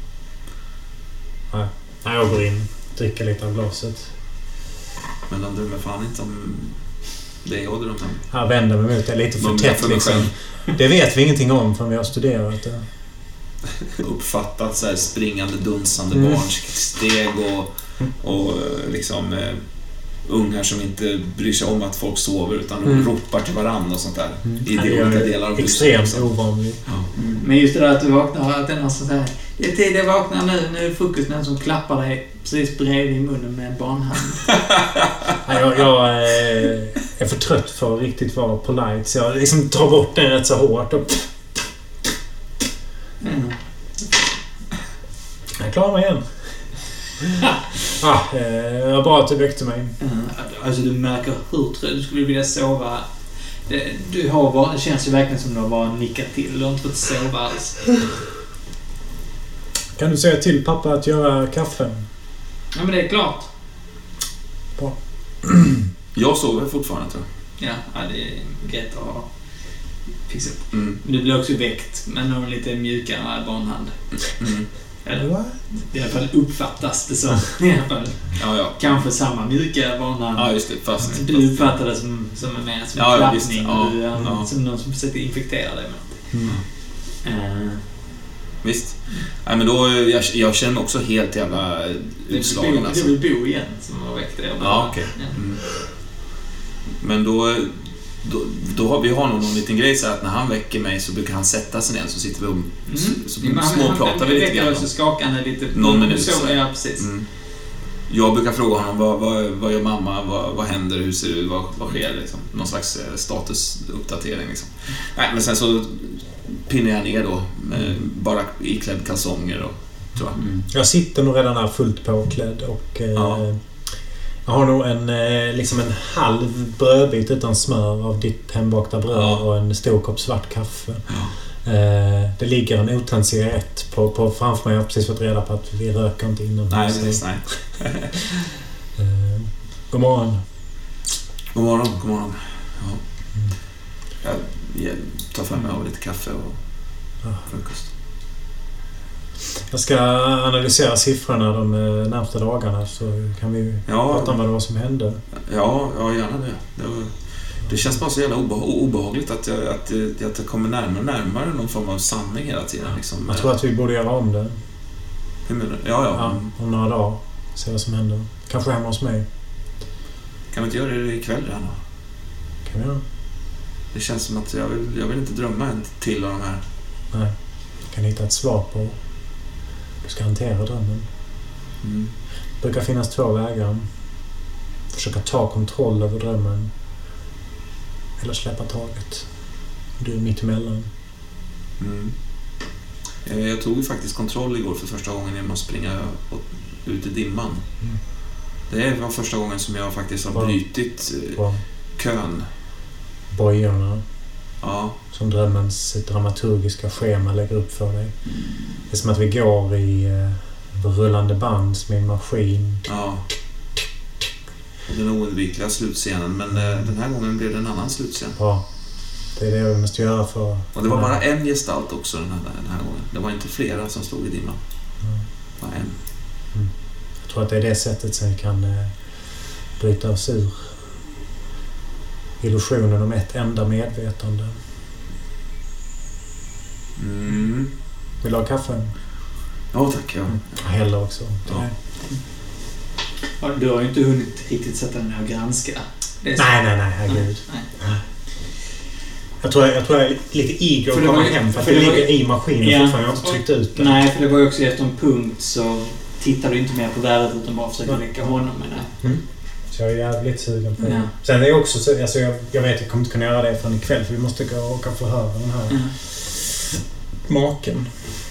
Nej. Nej, jag går in. Dricker lite av glaset. Men de drömmer fan inte om det jag drömmer om. Här vänder mig mot det lite för De tätt för mig liksom. själv. Det vet vi ingenting om förrän vi har studerat det. Uppfattat så här springande, dunsande Mm. barnsteg och, och eh, liksom eh, ungar som inte bryr sig om att folk sover utan de Mm. ropar till varandra och sånt där. Mm. I Ja, de det är olika delar av extremt huset. ovanligt. Ja. Mm. Men just det där att du vaknar, att den har sånt här... Det är tid jag vaknar nu, nu är fokus den som klappar dig precis bredvid i munnen med en barnhand. Nej, jag, jag eh, är för trött för att riktigt vara polite så jag liksom tar bort den rätt så hårt och Mm. jag klarar mig igen. ah, eh, bra att du väckte mig. Mm. Alltså du märker hur trött du skulle vilja sova. Det, du har bara, det känns ju verkligen som du har bara nickat till. Du har inte fått sova alls. Kan du säga till pappa att göra kaffe? Ja, men det är klart. Bra. Jag sover fortfarande, tror jag. Ja, ja det är grejt att ha fixat. Mm. Du blir också väckt med någon lite mjukare barnhand. Mm. Eller, What? i alla fall uppfattas det som. I alla fall. Ja, ja. Kanske samma mjuka barnhand. Ja, just det. Fast... Du uppfattar det som, som en mer som en Ja, ja, klappning. visst. Ja, du, är ja. Som någon som försöker infektera dig med Mm. någonting. Uh, Visst. Nej, men då, jag, jag känner mig också helt jävla utslagen. det Alltså. är väl Bo igen som har väckt dig. Ja, okej. Ja. Mm. Men då, då, då har vi har nog någon liten grej så att när han väcker mig så brukar han sätta sig ner så sitter vi och Mm. så, så Men han- småpratar han- vi lite väcker grann. och så skakar han lite. Någon minut Så, så. ja, precis. Mm. Jag brukar fråga honom vad, vad, vad gör mamma, vad, vad händer, hur ser det ut, vad, vad sker liksom? Någon slags eh, statusuppdatering liksom. Nej, men sen så pinnar jag ner då med bara iklädd kalsonger och tror jag. Mm. Jag sitter nog redan här fullt påklädd och eh, Ja. jag har nog en, eh, liksom en halv brödbit utan smör av ditt hembakta bröd Ja. och en stor kopp svart kaffe. Ja. Eh, det ligger en otänd cigarett på, på framför mig. Jag har precis fått reda på att vi röker inte inomhus. Nej, precis, nej. Eh, god morgon. God morgon, god morgon. Ja. Jag jag tar fram mig av lite kaffe och Ja. frukost. Jag ska analysera siffrorna de eh, närmsta dagarna så kan vi Ja. prata om vad det var som hände. Ja, ja gärna det. Det, var, det känns bara så jävla obeha- obehagligt att jag, att, jag, att jag kommer närmare och närmare någon form av sanning hela tiden. Liksom. Jag tror att vi borde göra om det. Hur menar du? Ja, ja. Ja, om några dagar. Se vad som händer. Kanske hemma hos mig. Kan vi inte göra det ikväll redan då? Kan vi göra? Det känns som att jag vill, jag vill inte drömma en till av de här. Nej. Jag kan hitta ett svar på hur du ska hantera drömmen. Mm. Det brukar finnas två vägar. Försöka ta kontroll över drömmen. Eller släppa taget. Du är mitt emellan. Mm. Eh, Jag tog ju faktiskt kontroll igår för första gången genom att springa ut i dimman. Mm. Det var första gången som jag faktiskt har Wow. brytit eh, På kön. bojorna Ja. som drömmens dramaturgiska schema lägger upp för dig. Det är som att vi går i eh, rullande band med en maskin. Ja. Och den oundvikliga slutscenen. Men eh, den här gången blev det en annan slutscen. Ja, det det är det vi måste göra för... Och det var bara en gestalt också den här, den här gången. Det var inte flera som stod i dimman. Mm. Det var en. Mm. Jag tror att det är det sättet som vi kan eh, bryta oss ur illusionen om ett enda medvetande. Mm. Vill du ha kaffe? Ja, tack. Ja. Mm. Heller också. Ja. Ja, du har ju inte hunnit riktigt sätta den här och granska. Det är så. Nej, nej, nej, herregud. Nej, nej. Jag tror jag, jag tror jag är lite eager att komma hem för att för det det var ligger ju- i maskinen Ja. fortfarande. Jag har inte tryckt ut den. Nej, för det var ju också efter en punkt så tittar du inte mer på värdet utan bara försöker väcka honom med det. Mm. Så jag är jävligt sugen på det. Ja. Sen är jag också så, alltså jag, jag vet att jag kommer inte kunna göra det förrän ikväll för vi måste gå och åka förhöra den här Mm. maken.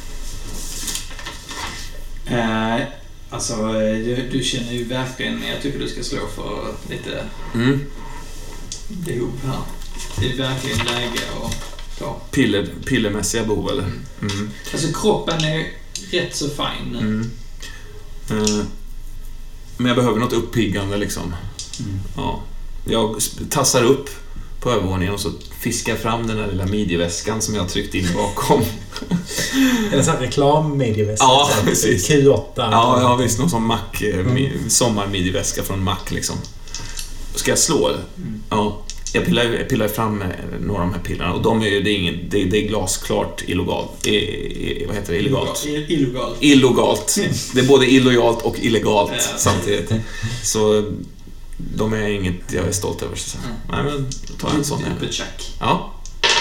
Eh, alltså, du, du känner ju verkligen... Jag tycker du ska slå för lite Mm. behov här. Det är verkligen läge att ta. Piller, pillermässiga behov, eller? Mm. Alltså, kroppen är rätt så fin nu. Mm. Eh, men jag behöver något uppiggande, liksom. Mm. Ja. Jag tassar upp på övervåningen och så fiskar fram den där lilla midjeväskan som jag har tryckt in bakom. Är det en sån här reklam-midjeväska? Ja, Så här, precis. Q åtta. Ja, jag har visst någon sån Mac, Mm. mi- sommarmidjeväska från Mac, liksom. Ska jag slå det? Mm. Ja. Jag pillar, jag pillar fram eh, några av de här pillarna och de är ju, det är ingen, det, det är glasklart illogalt. I, i, vad heter det? Illegalt. I- Illojalt. Illojalt. Det är både illojalt och illegalt Ja. samtidigt. Så de är inget jag är stolt över. Så. Mm. Nej, men ta en sån här. Check. Ja.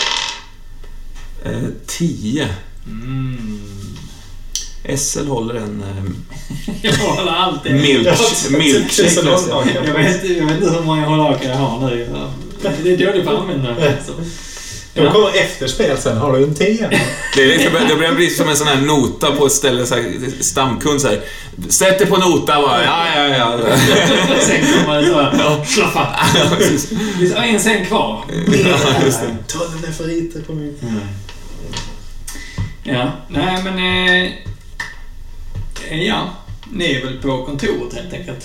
Eh, tio. Mm. S L håller en eh, Jag håller alltid. milk, milkshake. Jag vet, jag vet inte hur många hållhakar jag har nu. Det är dåligt på att använda. Så. De kommer efter spel sen. Har du en tio? Det, är liksom, det börjar bli som en sån här nota på ett ställe, så här, stamkund så här. Sätt det på nota bara. Ja, ja, ja. Sen kommer det så. Slaffa. Det är en sen kvar. Ja, just det. Ta den där favoriten på mig. Mm. Ja, nej men... Eh, ja, ni är väl på kontoret helt enkelt.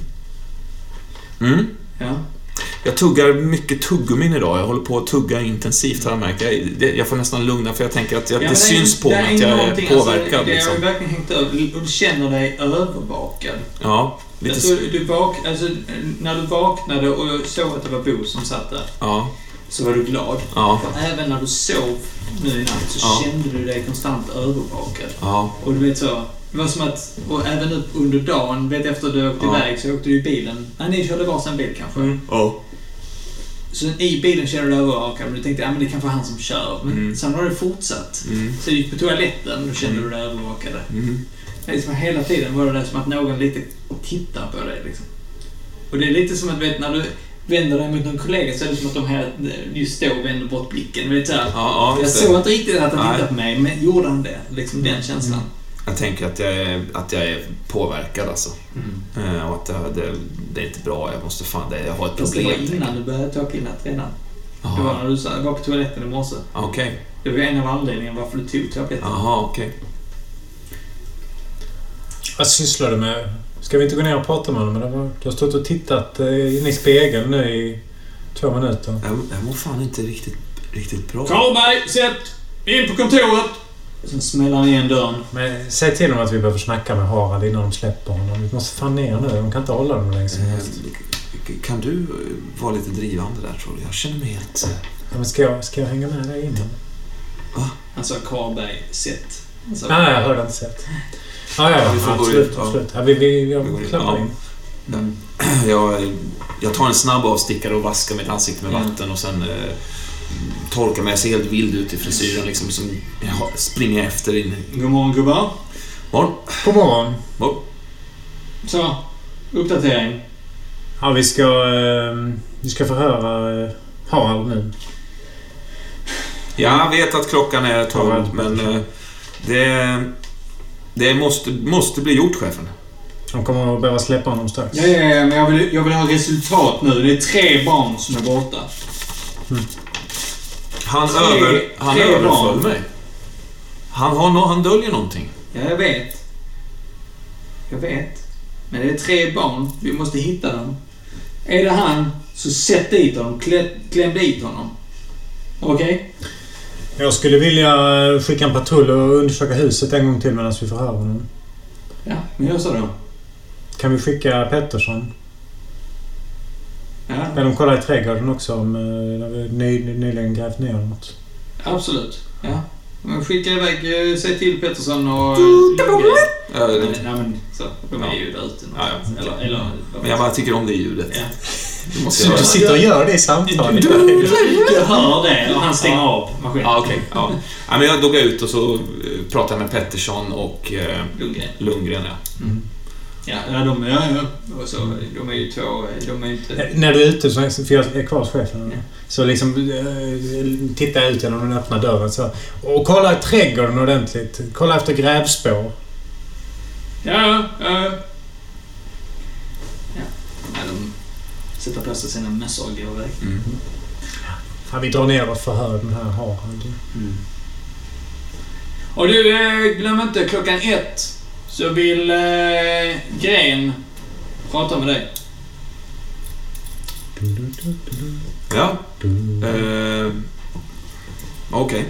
Mm. Ja. Jag tuggar mycket tuggummin idag. Jag håller på att tugga intensivt, har jag märkt. Jag, det, jag får nästan lugna för jag tänker att jag, Ja, det syns på mig att jag är påverkad. Alltså, det liksom. har ju verkligen hängt över och du känner dig övervakad. Ja, lite... Alltså, du vak, alltså, när du vaknade och såg att det var Bo som satt där Ja, så var du glad. ja, För även när du sov nu i natt så Ja. kände du dig konstant övervakad. ja, Och du vet så, det var som att, och även upp under dagen, vet efter du åkte Ja. iväg så åkte du i bilen. Nej, ni körde varsin bil kanske. Mm. ja. Så i bilen kände du övervakad och du tänkte, ja men det kan vara han som kör. Men Mm. sen har det fortsatt. Mm. Så du gick på toaletten och då kände Mm. du dig övervakade. Mm. Det är liksom hela tiden var det som att någon lite tittar på dig liksom. Och det är lite som att, vet, när du vänder dig mot någon kollega så är det som att de här just då vänder bort blicken. Vet, så här, Ja, ja, jag just det. såg inte riktigt att han Nej. tittade på mig, men gjorde han det? Liksom den känslan. Jag tänker att jag är, att jag är påverkad alltså. Mm. Eh, och att det, det, det är inte bra. Jag måste fan det. Jag har ett Fast det problem. var innan du började ta pillat redan. Det var Jaha, när du sa- var på toaletten i morse. okej. Det var en av anledningarna varför du tog tabletten. Jaha, okej. Vad sysslar du med? Ska vi inte gå ner och prata med honom? Eller vad? Du har stått och tittat eh, in i spegeln nu i två minuter. Jag, jag mår fan inte riktigt, riktigt bra. Karlberg, sätt! In på kontoret! Sen smäller han igen dörren. Men säg till dem att vi behöver snacka med Harald innan de släpper honom. Vi måste fan ner nu. De kan inte hålla dem längre som helst. Eh, Kan du eh, vara lite drivande där, tror du? Jag känner mig helt... eh, Ja, men ska, jag, ska jag hänga med dig innan? Han sa Karlberg, sätt. Han sa- Nej, jag hörde inte sett. Ja, ja, Vi får ja gå absolut. ut, ja. absolut. Ja, vi, vi, jag Vi går ut, klappar ja. in. Mm. Jag, jag tar en snabb avstickare och vaskar mitt ansikte med Mm. vatten och sen eh, torkar mig. Jag ser helt vild ut i frisyren liksom, som jag har- springer efter in. God morgon gubbar. Morgon. God morgon. Morgon. Så, uppdatering. Ja, vi ska, eh, vi ska förhöra eh, Harald nu. Jag vet att klockan är tolv, men eh, det, det måste, måste bli gjort, chefen. De kommer att behöva släppa honom strax. Ja, ja, ja, men jag vill, jag vill ha resultat nu. Det är tre barn som är borta. Han, Tre- över, han tre överföll barn. mig. Han, har no, han döljer någonting. Ja, jag vet. Jag vet. Men det är tre barn. Vi måste hitta dem. Är det han, så sätt dit honom. Klä, kläm dit honom. Okej. Okay. Jag skulle vilja skicka en patrull och undersöka huset en gång till medan vi förhör honom. Ja, men jag sa då. Kan vi skicka Pettersson? Ja. Kan de kolla i trädgården också om när vi ny, nyligen grävt ner något? Absolut, ja. Men skicka iväg, säg till Pettersson och Lundgren. Ja, det... Nej, men så. De är ju där ute. Ja, ja. Eller, eller, men jag bara tycker om det ljudet. Ja. Du, måste du sitter och gör det i samtalet. Du, du, du, du hör det och han stänger ja. av maskinen. Ja, okej. Okay. Ja. Ja, men jag dog ut och så pratade med Pettersson och eh, Lundgren. Lundgren, ja. Mm. Ja, ja, de, ja, ja. Och så, de är ju två... De är inte... När du är ute, så, för jag är kvar hos chefen, ja. Så liksom äh, tittar jag ut genom den öppna dörren så, och kolla i trädgården ordentligt. Kolla efter grävspår. Ja, ja. Ja, ja de sätter på sig sina mössor och går iväg. Mm. Ja, vi drar ner och förhör den här Harald. Mm. Och du, glöm inte klockan ett. Så vill eh, Gren prata med dig. Ja. Eh, Okej. Okay.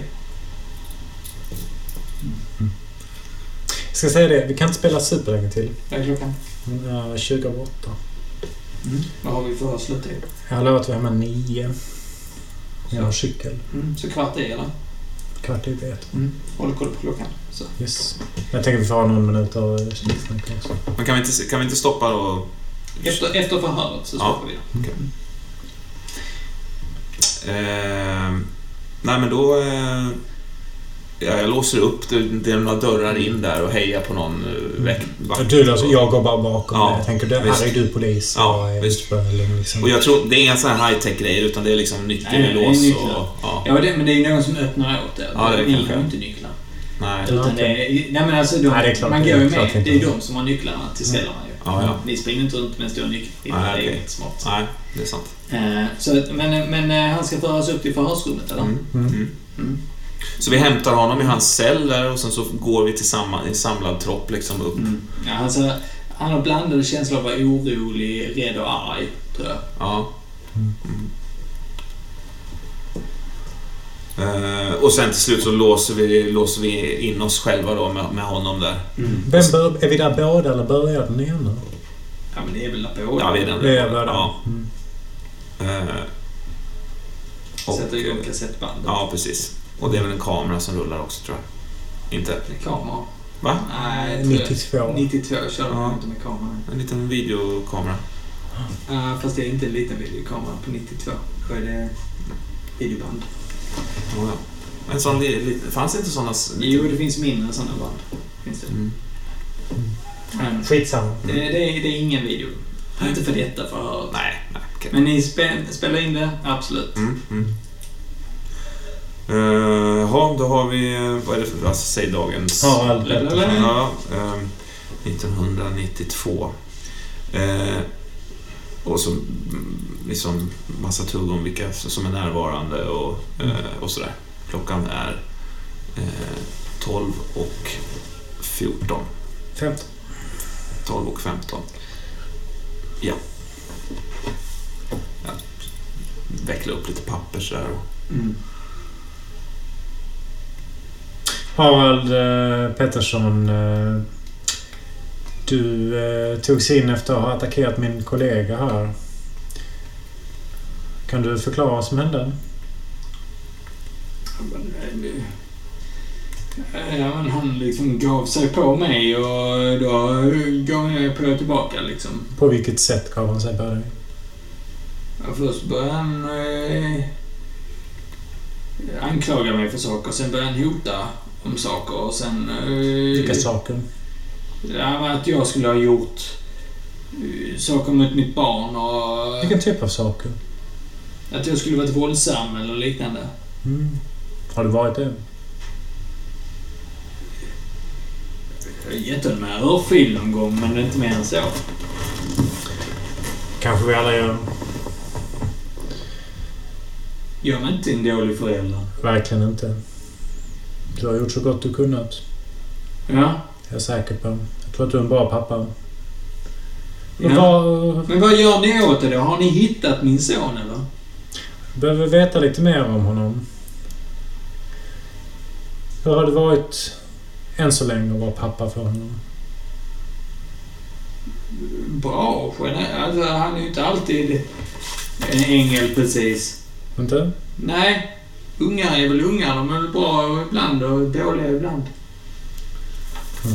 Jag ska säga det, vi kan inte spela superlänge till. Vad är klockan? Ja, tjugo över åtta. Mm. Vad har vi för sluttid? Jag har lovat att vi är hemma nio. Jag har cykel. Mm. Så kvart i, eller? Kvart i vet. Mm. Håller koll på klockan. Så. Yes. Jag tänker vi får ha någon minut av slitsnack också. Men kan vi inte, kan vi inte stoppa då? Efter, efter förhöret så stoppar ja. vi det. Okay. Eh, nej men då eh, ja, jag låser upp det, det är några dörrar in där och hejar på någon eh, väck. Mm. Du, alltså, jag går bara bakom ja, det. Jag tänker, det, här är du polis. Ja, och, visst. Liksom. Och jag tror, det är inga sån här high-tech grejer utan det är liksom nyckel i lås. Och, ja, ja det, men det är någon som öppnar åt det. Ja, det ni kanske. har inte nycklar. Nej. Utan okay. det är, nej men alltså, de, nej, det är klart, man det går är ju klart, med. Det är de som har nycklarna till cellerna ju. Ja, ja. Ni springer inte runt med en stor nyckel. Det är okay. inte smart. Nej, det är sant. Eh, så, men, men han ska föras upp till förhörsrummet, eller? Mm. Mm. Mm. Så vi hämtar honom i hans cell där och sen så går vi tillsammans i samlad tropp liksom upp. Mm. Ja, alltså, han har blandade känslor av att vara orolig, rädd och arg, tror jag. Ja. Mm. Uh, och sen till slut så låser vi, låser vi in oss själva då med, med honom där. Mm. Vem bör, är vi där båda eller börjar den ena? Ja, men det är väl där båda. Ja, vi är den det är båda. Ja. Mm. Uh, och, sätter igång kassettbandet. Ja, precis. Och det är väl en kamera som rullar också, tror jag. Inte? En kamera? Va? Nej, nittiotvå. nittiotvå körde man ja. inte med kameran. En liten videokamera. Uh, fast det är inte en liten videokamera på nittiotvå. Då är det videoband. Oh, ja. En sån, fanns det inte sådana? Jo, det finns mindre sådana band. Finns det. Mm. Men skitsamma. Det, det, är, det är ingen video. Inte för detta för... Nej, nej. Okay. Men ni spel, spelar in det? Absolut. Mm, mm. Uh, ja, då har vi... Vad är det för... Alltså, säg dagens... Ja, ja uh, nittonhundranittiotvå. Uh, och så liksom massa tugg om vilka som är närvarande och, mm. uh, och sådär. Klockan är uh, tolv och fjorton. femton. tolv och femton. Ja. Jag vecklar upp lite papper sådär. Mm. Harald eh, Pettersson, eh, du eh, tog sig in efter att ha attackerat min kollega här. Kan du förklara vad som hände? Ja, men han liksom gav sig på mig och då gav jag på tillbaka liksom. På vilket sätt gav han sig på dig? Ja, först började han eh, anklaga mig för saker, sen började han hota om saker och sen... Eh, Vilka saker? Ja, att jag skulle ha gjort eh, saker mot mitt barn och... Vilken typ av saker? Att jag skulle varit våldsam eller liknande. Mm. Har du varit det? Jag har gett honom en örfil någon gång, men det är inte mer än så. Kanske vi alla gör. Jag är inte en dålig förälder. Verkligen inte. Du har gjort så gott du kunnat. Ja. Jag är säker på. Jag tror att du är en bra pappa. Ja. Vad... Men vad gör ni åt det då? Har ni hittat min son eller? Behöver veta lite mer om honom. Hur har det varit än så länge att vara pappa för honom? Bra. Alltså, han är ju inte alltid en ängel precis. Inte? Nej. Ungar är väl ungar. De är väl bra ibland och dåliga ibland. Mm.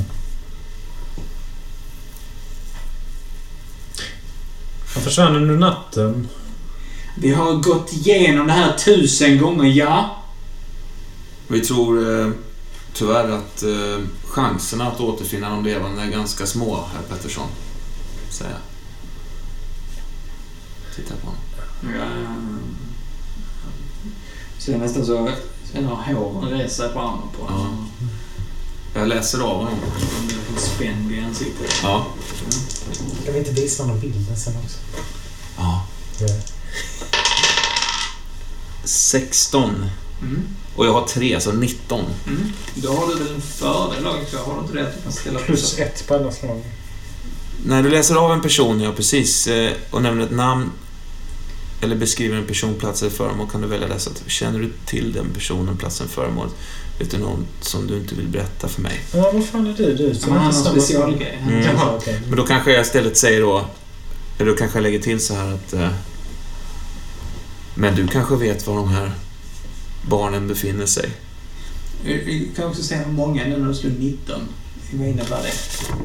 Han försvann under natten. Vi har gått igenom det här tusen gånger, ja. Vi tror eh, tyvärr att eh, chanserna att återfinna de levande är ganska små, herr Pettersson. Säger jag. Titta på honom. Ja. Så nästan så sen har håren rest sig på armen på honom. Ja. Jag läser av honom. En spänn vid ansiktet. Ja. Kan vi inte visa honom bilden sen också? Ja. Ja. sexton. Mm. Och jag har tre, så nitton. Mm. Då har du väl en fördel också. Har du inte det att du kan ställa Plus ett på alla slag. När du läser av en person, ja precis, och nämner ett namn eller beskriver en person, plats eller föremål, kan du välja läsa att känner du till den personen, platsen, föremål? Vet du något som du inte vill berätta för mig? Ja, vad fan är du? Du som han har inte en samma- specialgrej. Mm. Jaha, okej. Men då kanske jag istället säger då, eller då kanske jag lägger till så här att eh, men du kanske vet var de här barnen befinner sig. Vi kan också säga hur många nu när du slår nitton. Vad innebär det?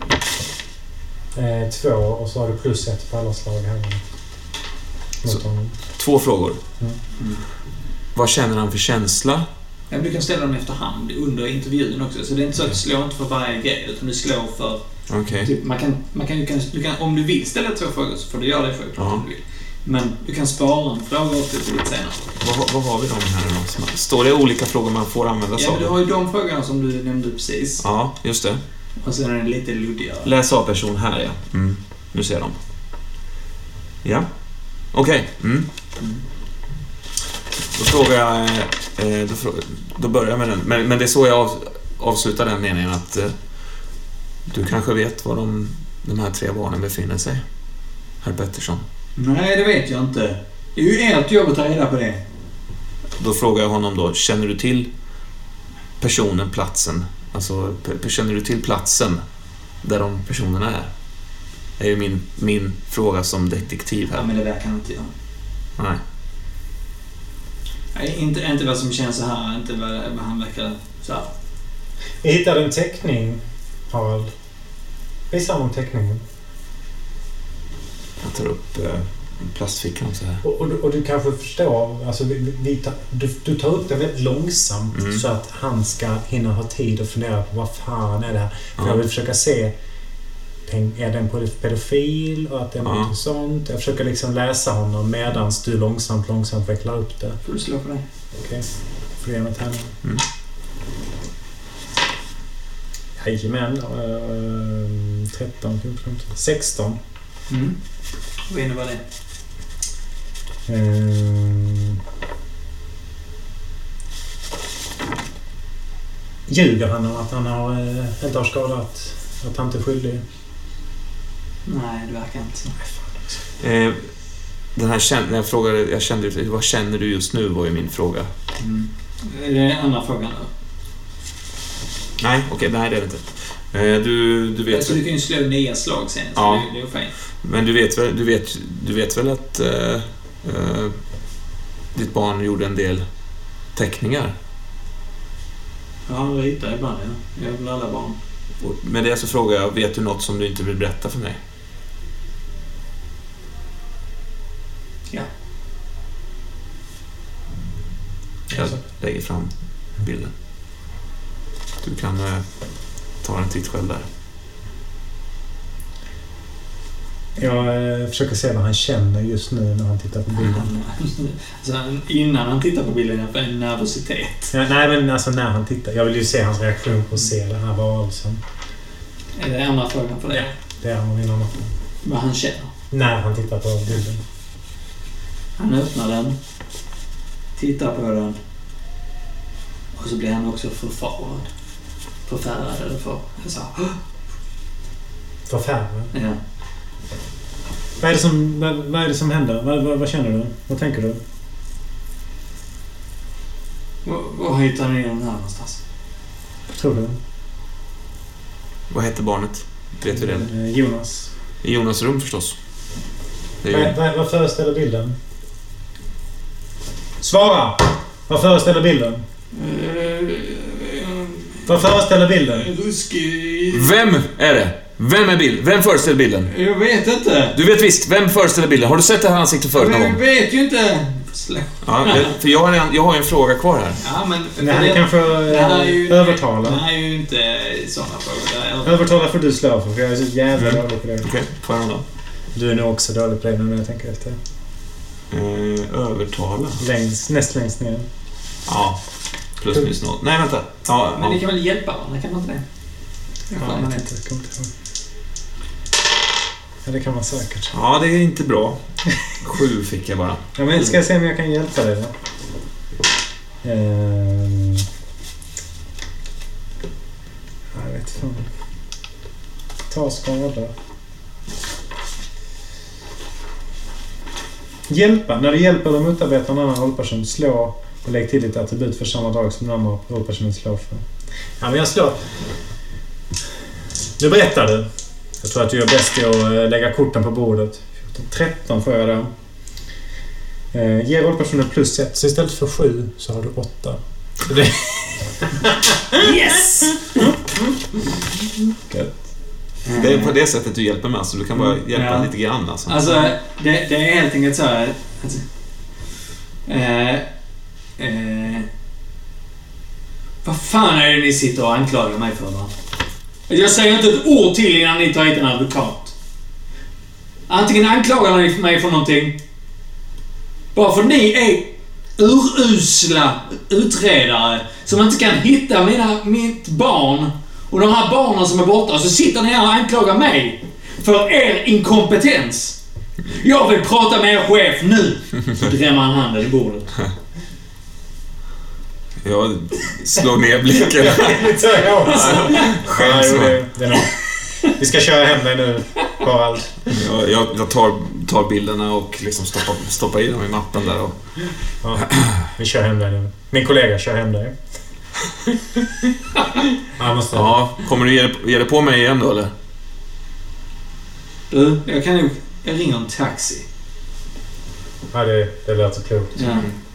Eh, två och så har du plus ett på alla slag här. Mot Så- honom. Två frågor. Mm. Mm. Vad känner han för känsla? Ja, men du kan ställa dem efterhand under intervjun också. Så det är inte så att du slår inte för varje grej, utan du slår för... Okej. Typ, man kan, man kan, du kan, du kan, om du vill ställa två frågor så får du göra det självklart Ja. om du vill. Men du kan spara en fråga också till lite senare. Vad, vad har vi de här då? Står det olika frågor man får använda sig Ja, men du av? har ju de frågorna som du nämnde precis. Ja, just det. Och sen är den lite luddigare. Läs av person här, ja. Mm. Nu ser jag dem. Ja. Okej. Mm. Mm. Då frågar jag... Eh, då, frågar, då börjar jag med den. Men, men det är så jag av, avslutar den meningen att eh, du kanske vet var de, de här tre barnen befinner sig. Herr Pettersson. Nej, det vet jag inte. Det är ju ert jobb att ta reda på det. Då frågar jag honom då, känner du till personen, platsen? Alltså, p- känner du till platsen där de personerna är? Det är ju min, min fråga som detektiv Ja, här. men det verkar inte jag. Nej. Nej, inte, inte vad som känns så här. Inte vad, vad han verkar så här. Jag hittade en teckning, Harald. Visa honom teckningen. Jag tar upp eh, plastfickan så här. Och, och, du- och du kanske förstår, alltså, vi, vi tar, du, du tar upp det väldigt långsamt Mm. så att han ska hinna ha tid att fundera på vad fan är det här. För Ja. jag vill försöka se, tänk, är det en pedofil och att det är Ja. något sånt. Jag försöker liksom läsa honom medan du långsamt, långsamt vecklar upp det. Får du slå för det? Okej, får jag med henne. Mm. Jajamän. Uh, tretton, fjorton, sexton. Mm. Vad innebär det? Uh, ljuger han om att han har, uh, inte har skadat? Att han inte är skyldig? Nej, det verkar inte så. Eh, den här kän- när jag frågade, jag kände, vad känner du just nu var ju min fråga. Mm. Är det den andra frågan då? Nej, okej, nej det är det inte. Eh, du, du vet Alltså, du väl, kan ju slå nya slag sen, så Ja. det, det är ju fint. men du vet väl, du vet, du vet väl att eh, eh, ditt barn gjorde en del teckningar? Ja, han ritar ibland, ja. Jag vill alla barn. Och med det så frågar jag, vet du något som du inte vill berätta för mig? Ja. Jag lägger fram bilden. Du kan eh, ta en titt själv där. Jag uh, försöker se vad han känner just nu när han tittar på bilden. Han, alltså, innan han tittar på bilden är det en nervositet. Ja, nej, men alltså när han tittar. Jag vill ju se hans reaktion på att se den här varelsen. Är det andra frågan för det? Ja. Det är han min andra. Vad han känner. När han tittar på bilden. Han öppnar den, tittar på den och så blir han också förfarad. Förfärad eller för... Så. Förfärad. Ja. Vad är det som, vad, vad är det som händer? Vad, vad, vad känner du? Vad tänker du? Var, var hittar ni den här någonstans? Tror du? Vad heter barnet? Vet vi det? Eh, Jonas. I Jonas rum förstås. Det är ju... Vad, vad, vad föreställer bilden? Svara! Vad föreställer bilden? Vad föreställer bilden? Ruskig... Vem är det? Vem är bild? Vem föreställer bilden? Jag vet inte. Du vet visst, vem föreställer bilden? Har du sett det här ansiktet förut någon Men gång? jag vet ju inte. Släpp. Ja, för jag har, en, jag har en fråga kvar här. Ja, men... Det här är kanske det här är ju, övertala. Det här är ju inte sådana frågor. Är... Övertala får du slå för, för jag är så jävla Mm. dålig på det. Okej, okay, får jag då? Du är nog också dålig på det nu när jag tänker efter. Eh, övertala. Längst, näst längst ner. Ja, plus minus noll. Nej, vänta. Ja, Men ja. ni kan väl hjälpa varandra, kan man inte det? Jag Ja, får jag man vet inte. inte, jag kommer inte ihåg. Ja, det kan man säkert. ja, det är inte bra. Sju fick jag bara. Ja, men ska jag se om jag kan hjälpa dig då? Ehm... Ja, jag vet fan. Ta skada. Hjälpa. När du hjälper eller motarbetar en annan rollperson, slå och lägg till ditt attribut för samma dag som den andra rollpersonen slår för. Ja, men jag slår. Nu berättar du. Jag tror att du gör bäst i att lägga korten på bordet. fjorton, tretton får jag då. Eh, ge rollpersonen plus ett. Så istället för sju så har du åtta. Så det... Yes! Gött. Det är på det sättet du hjälper mig. Alltså, du kan bara hjälpa Ja. lite grann. Alltså. Alltså, det, det är helt enkelt så här... Alltså, eh, eh, vad fan är det ni sitter och anklagar mig för, va? Jag säger inte ett ord till innan ni tar hit en advokat. Antingen anklagar ni mig för någonting. Bara för ni är urusla utredare som inte kan hitta mina, mitt barn och de här barnen som är borta, och så sitter ni här och anklagar mig för er inkompetens. Jag vill prata med er chef nu. Så drämmer han handen i bordet. Jag slår ner blicken. Det tar jag också. Skäms Ja, man. det, det är nog. Vi ska köra hem dig nu, Harald. Jag, jag, jag tar, tar bilderna och liksom stoppar, stoppar i dem i mappen där. Och... Ja, vi kör hem dig nu. Min kollega kör hem dig. Jag måste... Ja, kommer du ge dig, ge dig på mig igen då, eller? Du, jag kan ju... Jag ringer en taxi. Ja, det, det låter klokt. Ja.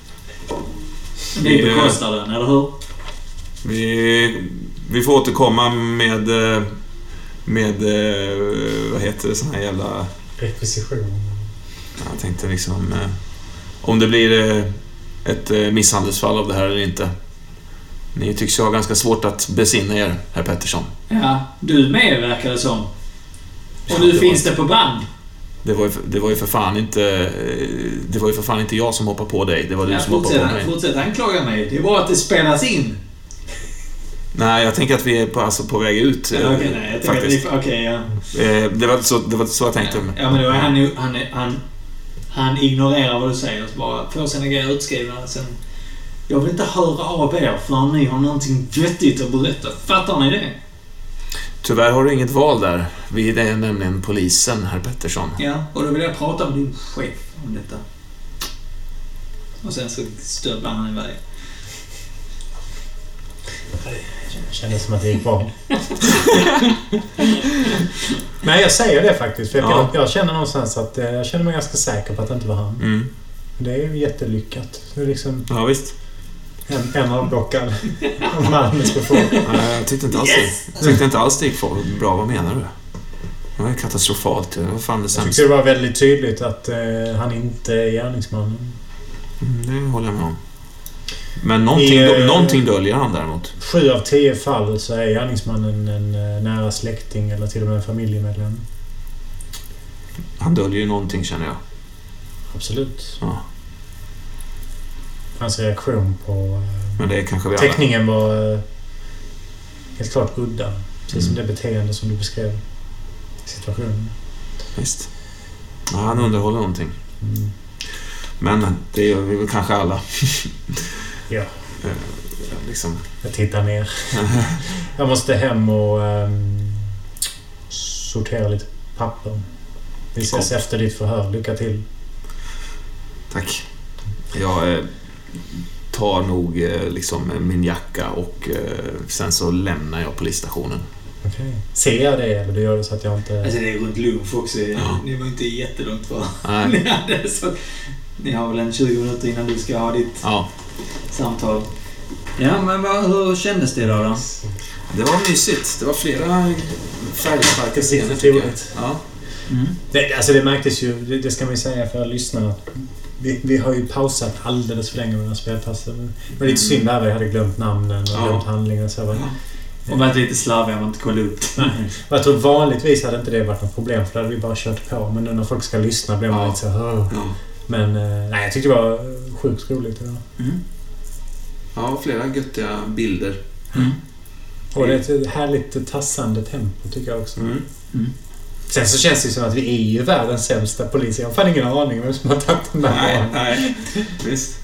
Ni bekostar den, eller hur? Vi, vi får återkomma med... Med... Vad heter det? Sån här jävla... Rekvisition. Jag tänkte liksom... eh, Om det blir eh, ett eh, misshandelsfall av det här eller inte. Ni tycks ju ha ganska svårt att besinna er, herr Pettersson. Ja, du medverkar det som. Och nu det finns var- det på band. Det var, ju för, det var ju för fan inte... eh, Det var ju för fan inte jag som hoppade på dig. Det var du Ja, som hoppade på fortsätt, mig. fortsätt anklaga mig. Det är bara att det spelas in. Nej, jag tänker att vi är på, alltså, på väg ut. eh, Ja, okej, nej, jag tänker att faktiskt. ni... Okej, ja. Eh, det, var så, det var så jag tänkte. Ja, men då är han ju... Han, är- han, han ignorerar vad du säger och så bara får sina grejer utskrivna. Sen, jag vill inte höra av er förrän ni har någonting vettigt att berätta. Fattar ni det? Tyvärr har du inget val där. Vi är nämligen polisen, herr Pettersson. Ja, och då vill jag prata med din chef om detta. Och sen så stövlar han iväg. Det kändes som att det gick bra. Nej, jag säger det faktiskt. För jag, Ja. jag känner någonstans att eh, jag känner mig ganska säker på att det inte var han. Mm. Det är ju jättelyckat. Det är liksom Ja, visst. en, en avblockad man ska få. Ja, jag tyckte inte alls det. Jag tyckte inte alls det gick för bra. Vad menar du? Det var ju katastrofalt. Det var fan det Jag sämsta. tyckte det var väldigt tydligt att eh, han inte är gärningsmannen. Mm, det håller jag med om. Men någonting, I, eh, någonting döljer han däremot. Sju av tio fall så är gärningsmannen en eh, nära släkting eller till och med en familjemedlem. Han döljer ju någonting, känner jag. Absolut. Ja. Hans reaktion på eh, Men det är kanske vi alla. teckningen var eh, helt klart udda. Precis som Mm. det beteende som du beskrev i situationen. Visst. Ja, han underhåller någonting. Mm. Men det gör vi väl kanske alla. Ja. Eh, liksom. Jag tittar ner. Jag måste hem och um, sortera lite papper. Vi ses Ja. efter ditt förhör. Lycka till. Tack. Jag eh, tar nog eh, liksom min jacka och eh, sen så lämnar jag polisstationen. Okej. Ser jag det eller du gör det så att jag inte... Alltså det är runt lunch också. Ja. Ni var inte jättelångt kvar. Nej. Ni, hade så, ni har väl en tjugo minuter innan du ska ha ditt Ja. samtal. Ja, men vad, hur kändes det då? då? Det var mysigt. Det var flera färgstarka scener tycker jag. Ja. Mm. Det, alltså det märktes ju, det, det ska man ju säga för lyssnarna. Vi, vi har ju pausat alldeles för länge med den här spelpassen. Det var lite synd där vi hade glömt namnen och Ja. glömt handlingar. Så var, Och varit lite slarviga om man inte kollade upp. nej. Och jag tror vanligtvis hade inte det varit något problem för då hade vi bara kört på. Men nu när folk ska lyssna blir man Ja. lite så här. Ja. Men nej, jag tyckte det var sjukt roligt. Ja. Mm. Ja, flera göttiga bilder. Mm. Och det är ett härligt tassande tempo tycker jag också. Mm. Mm. Sen så känns det ju som att vi är ju världens sämsta polis. Jag har fan ingen aning om vem som har tagit den där. Nej, nej. Visst.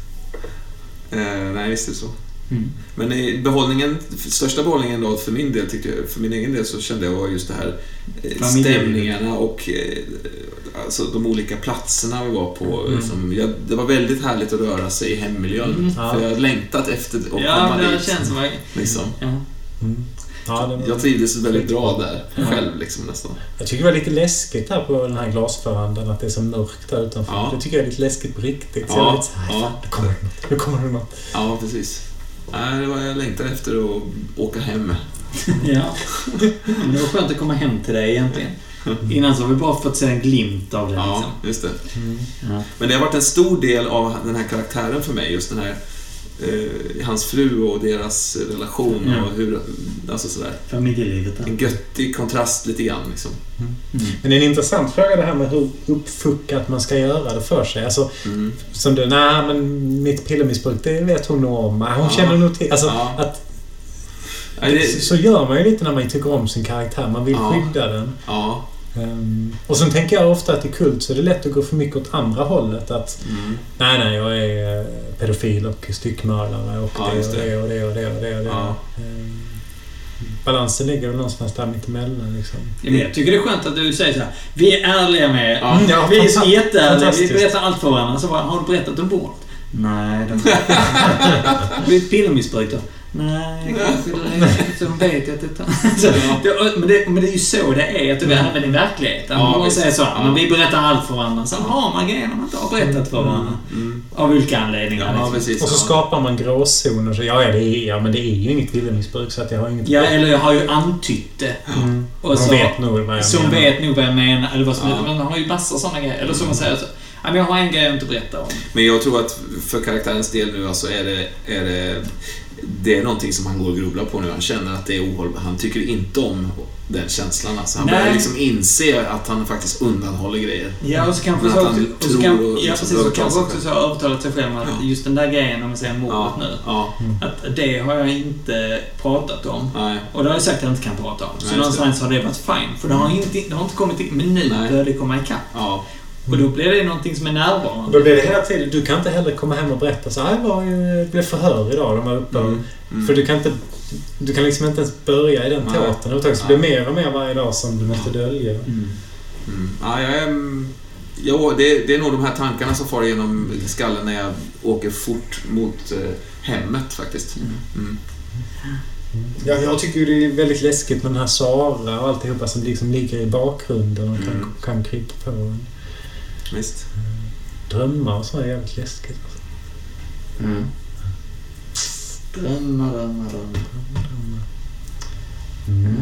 Eh, nej, visst är det så. Mm. Men i behållningen, största behållningen då för min del tyckte jag, för min egen del så kände jag var just det här eh, stämningarna och eh, alltså de olika platserna vi var på. Mm. Liksom, jag, det var väldigt härligt att röra sig i hemmiljön. Mm. Ja. För jag hade längtat efter att Ja, komma det dit. känns som att... Liksom. Ja. Mm. Ja, det var... Jag trivdes väldigt bra där själv liksom, nästan. Jag tycker det var lite läskigt här på den här glasverandan att det är så mörkt där utanför. Ja. Det tycker jag är lite läskigt på riktigt. Så Ja, jag är lite så här, ja. fan, nu kommer det något. Nu kommer det något. Ja, precis. Nej, det var jag längtade efter att åka hem. Ja. Men det var skönt att komma hem till dig egentligen. Innan så har vi bara fått se en glimt av det. Ja, Liksom. just det. Mm. Ja. Men det har varit en stor del av den här karaktären för mig, just den här eh, hans fru och deras relation Ja. och hur, alltså sådär. Familjelivet. En göttig kontrast lite grann liksom. Mm. Men det är en intressant fråga det här med hur uppfuckat man ska göra det för sig. Alltså, Mm. som du, nej men mitt pillermissbruk, det vet hon nog om. Hon Ja. känner nog till. Alltså, Ja. att, Nej, det, så gör man ju lite när man tycker om sin karaktär. Man vill Ja. skydda den. ja. Um, och sen tänker jag ofta att i kult så är det lätt att gå för mycket åt andra hållet. Att Mm. nej, nej, jag är pedofil och styckmördare och, Ja, det, just och det. det och det och det och det. Och det. Ja. Um, balansen ligger väl någonstans där mittemellan liksom. Ja, men jag tycker det är skönt att du säger så här. Vi är ärliga med... Ja. Ja, vi är så fanta- jätteärliga. Vi fantastiskt. berättar allt för varandra. Så bara, har du berättat om bord? Nej, de... Det är ett pillermissbruk då? Nej, kanske det. Så de vet att det så, det, men, det, men det är ju så det är. Att det är även i verkligheten. Ja, man visst. säger så. Ja. Men vi berättar allt för varandra. Sen har man grejer man inte har berättat för varandra. Mm. Av olika anledningar. Ja, liksom. precis. Och så Ja. skapar man gråzoner. Så, ja, ja, det är, ja, men det är ju inget pillermissbruk så att jag har inget... Ja, eller jag har ju antytt det. Mm. Och De så, vet nog vad jag som menar. vet nog vad jag menar. Eller vad som Ja. heter. Man har ju massor av sådana grejer. Eller som man säger så. Ja, men jag har en grej jag inte berättar om. Men jag tror att för karaktärens del nu alltså är det, är det det är någonting som han går och grubblar på nu. Han känner att det är ohållbart. Han tycker inte om den känslan. Alltså han Nej. börjar liksom inse att han faktiskt undanhåller grejer. Ja, och så kanske Men så, att och han så tror kan, och ja, liksom precis, så övertalar kanske sig också själv. så har övertalat sig själv att Ja. just den där grejen, om man säger mordet Ja, nu, ja, att det har jag inte pratat om. nej, Och det har jag sagt att jag inte kan prata om. Så Nej, just någonstans har det varit fine. För det har inte, det har inte kommit in, men nu Nej. börjar det komma ikapp. ja, Och då blir det någonting som är närvarande. Då blir det hela tiden, du kan inte heller komma hem och berätta så här, jag var ju, blev förhör idag, de var uppe. Mm. Mm. För du kan inte, du kan liksom inte ens börja i den Nej. teatern överhuvudtaget. Så det blir mer och mer varje dag som du måste dölja. Mm. Mm. Ja, jag är, ja, det, det är nog de här tankarna som far igenom skallen när jag åker fort mot eh, hemmet faktiskt. Mm. Ja, jag tycker ju det är väldigt läskigt med den här Sara och alltihopa som liksom ligger i bakgrunden och kan, Mm. kan krypa på en. Visst. Drömmar och så är jävligt läskigt. Mm. Drömmar, drömmar, drömmar. Mm.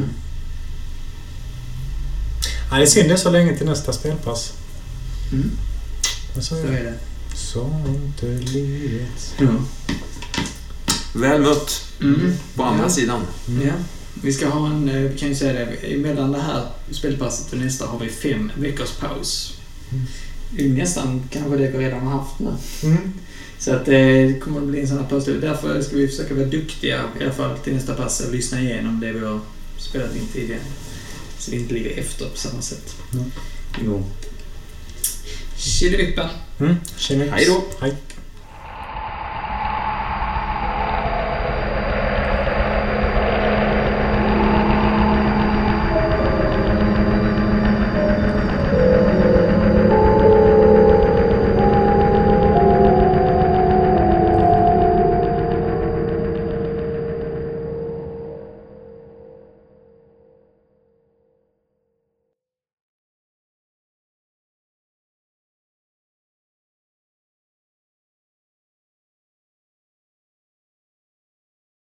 Ja, det är synd det är så länge till nästa spelpass. Mm. Men så Så är är det. det. Sånt är livet. Mm. Väl mött Mm. på andra Ja. sidan. Ja. Vi ska ha en, eh, vi kan ju säga det, mellan det här spelpasset och nästa har vi fem veckors paus. Det är nästan kanske det vi redan har haft nu. Mm. Så att det kommer att bli en sån här paus. Därför ska vi försöka vara duktiga i alla fall till nästa pass och lyssna igenom det vi har spelat in tidigare. Så vi inte ligger efter på samma sätt. Mm. Jo. Tjillevippen! Mm. Tjena. Hej då. Hej.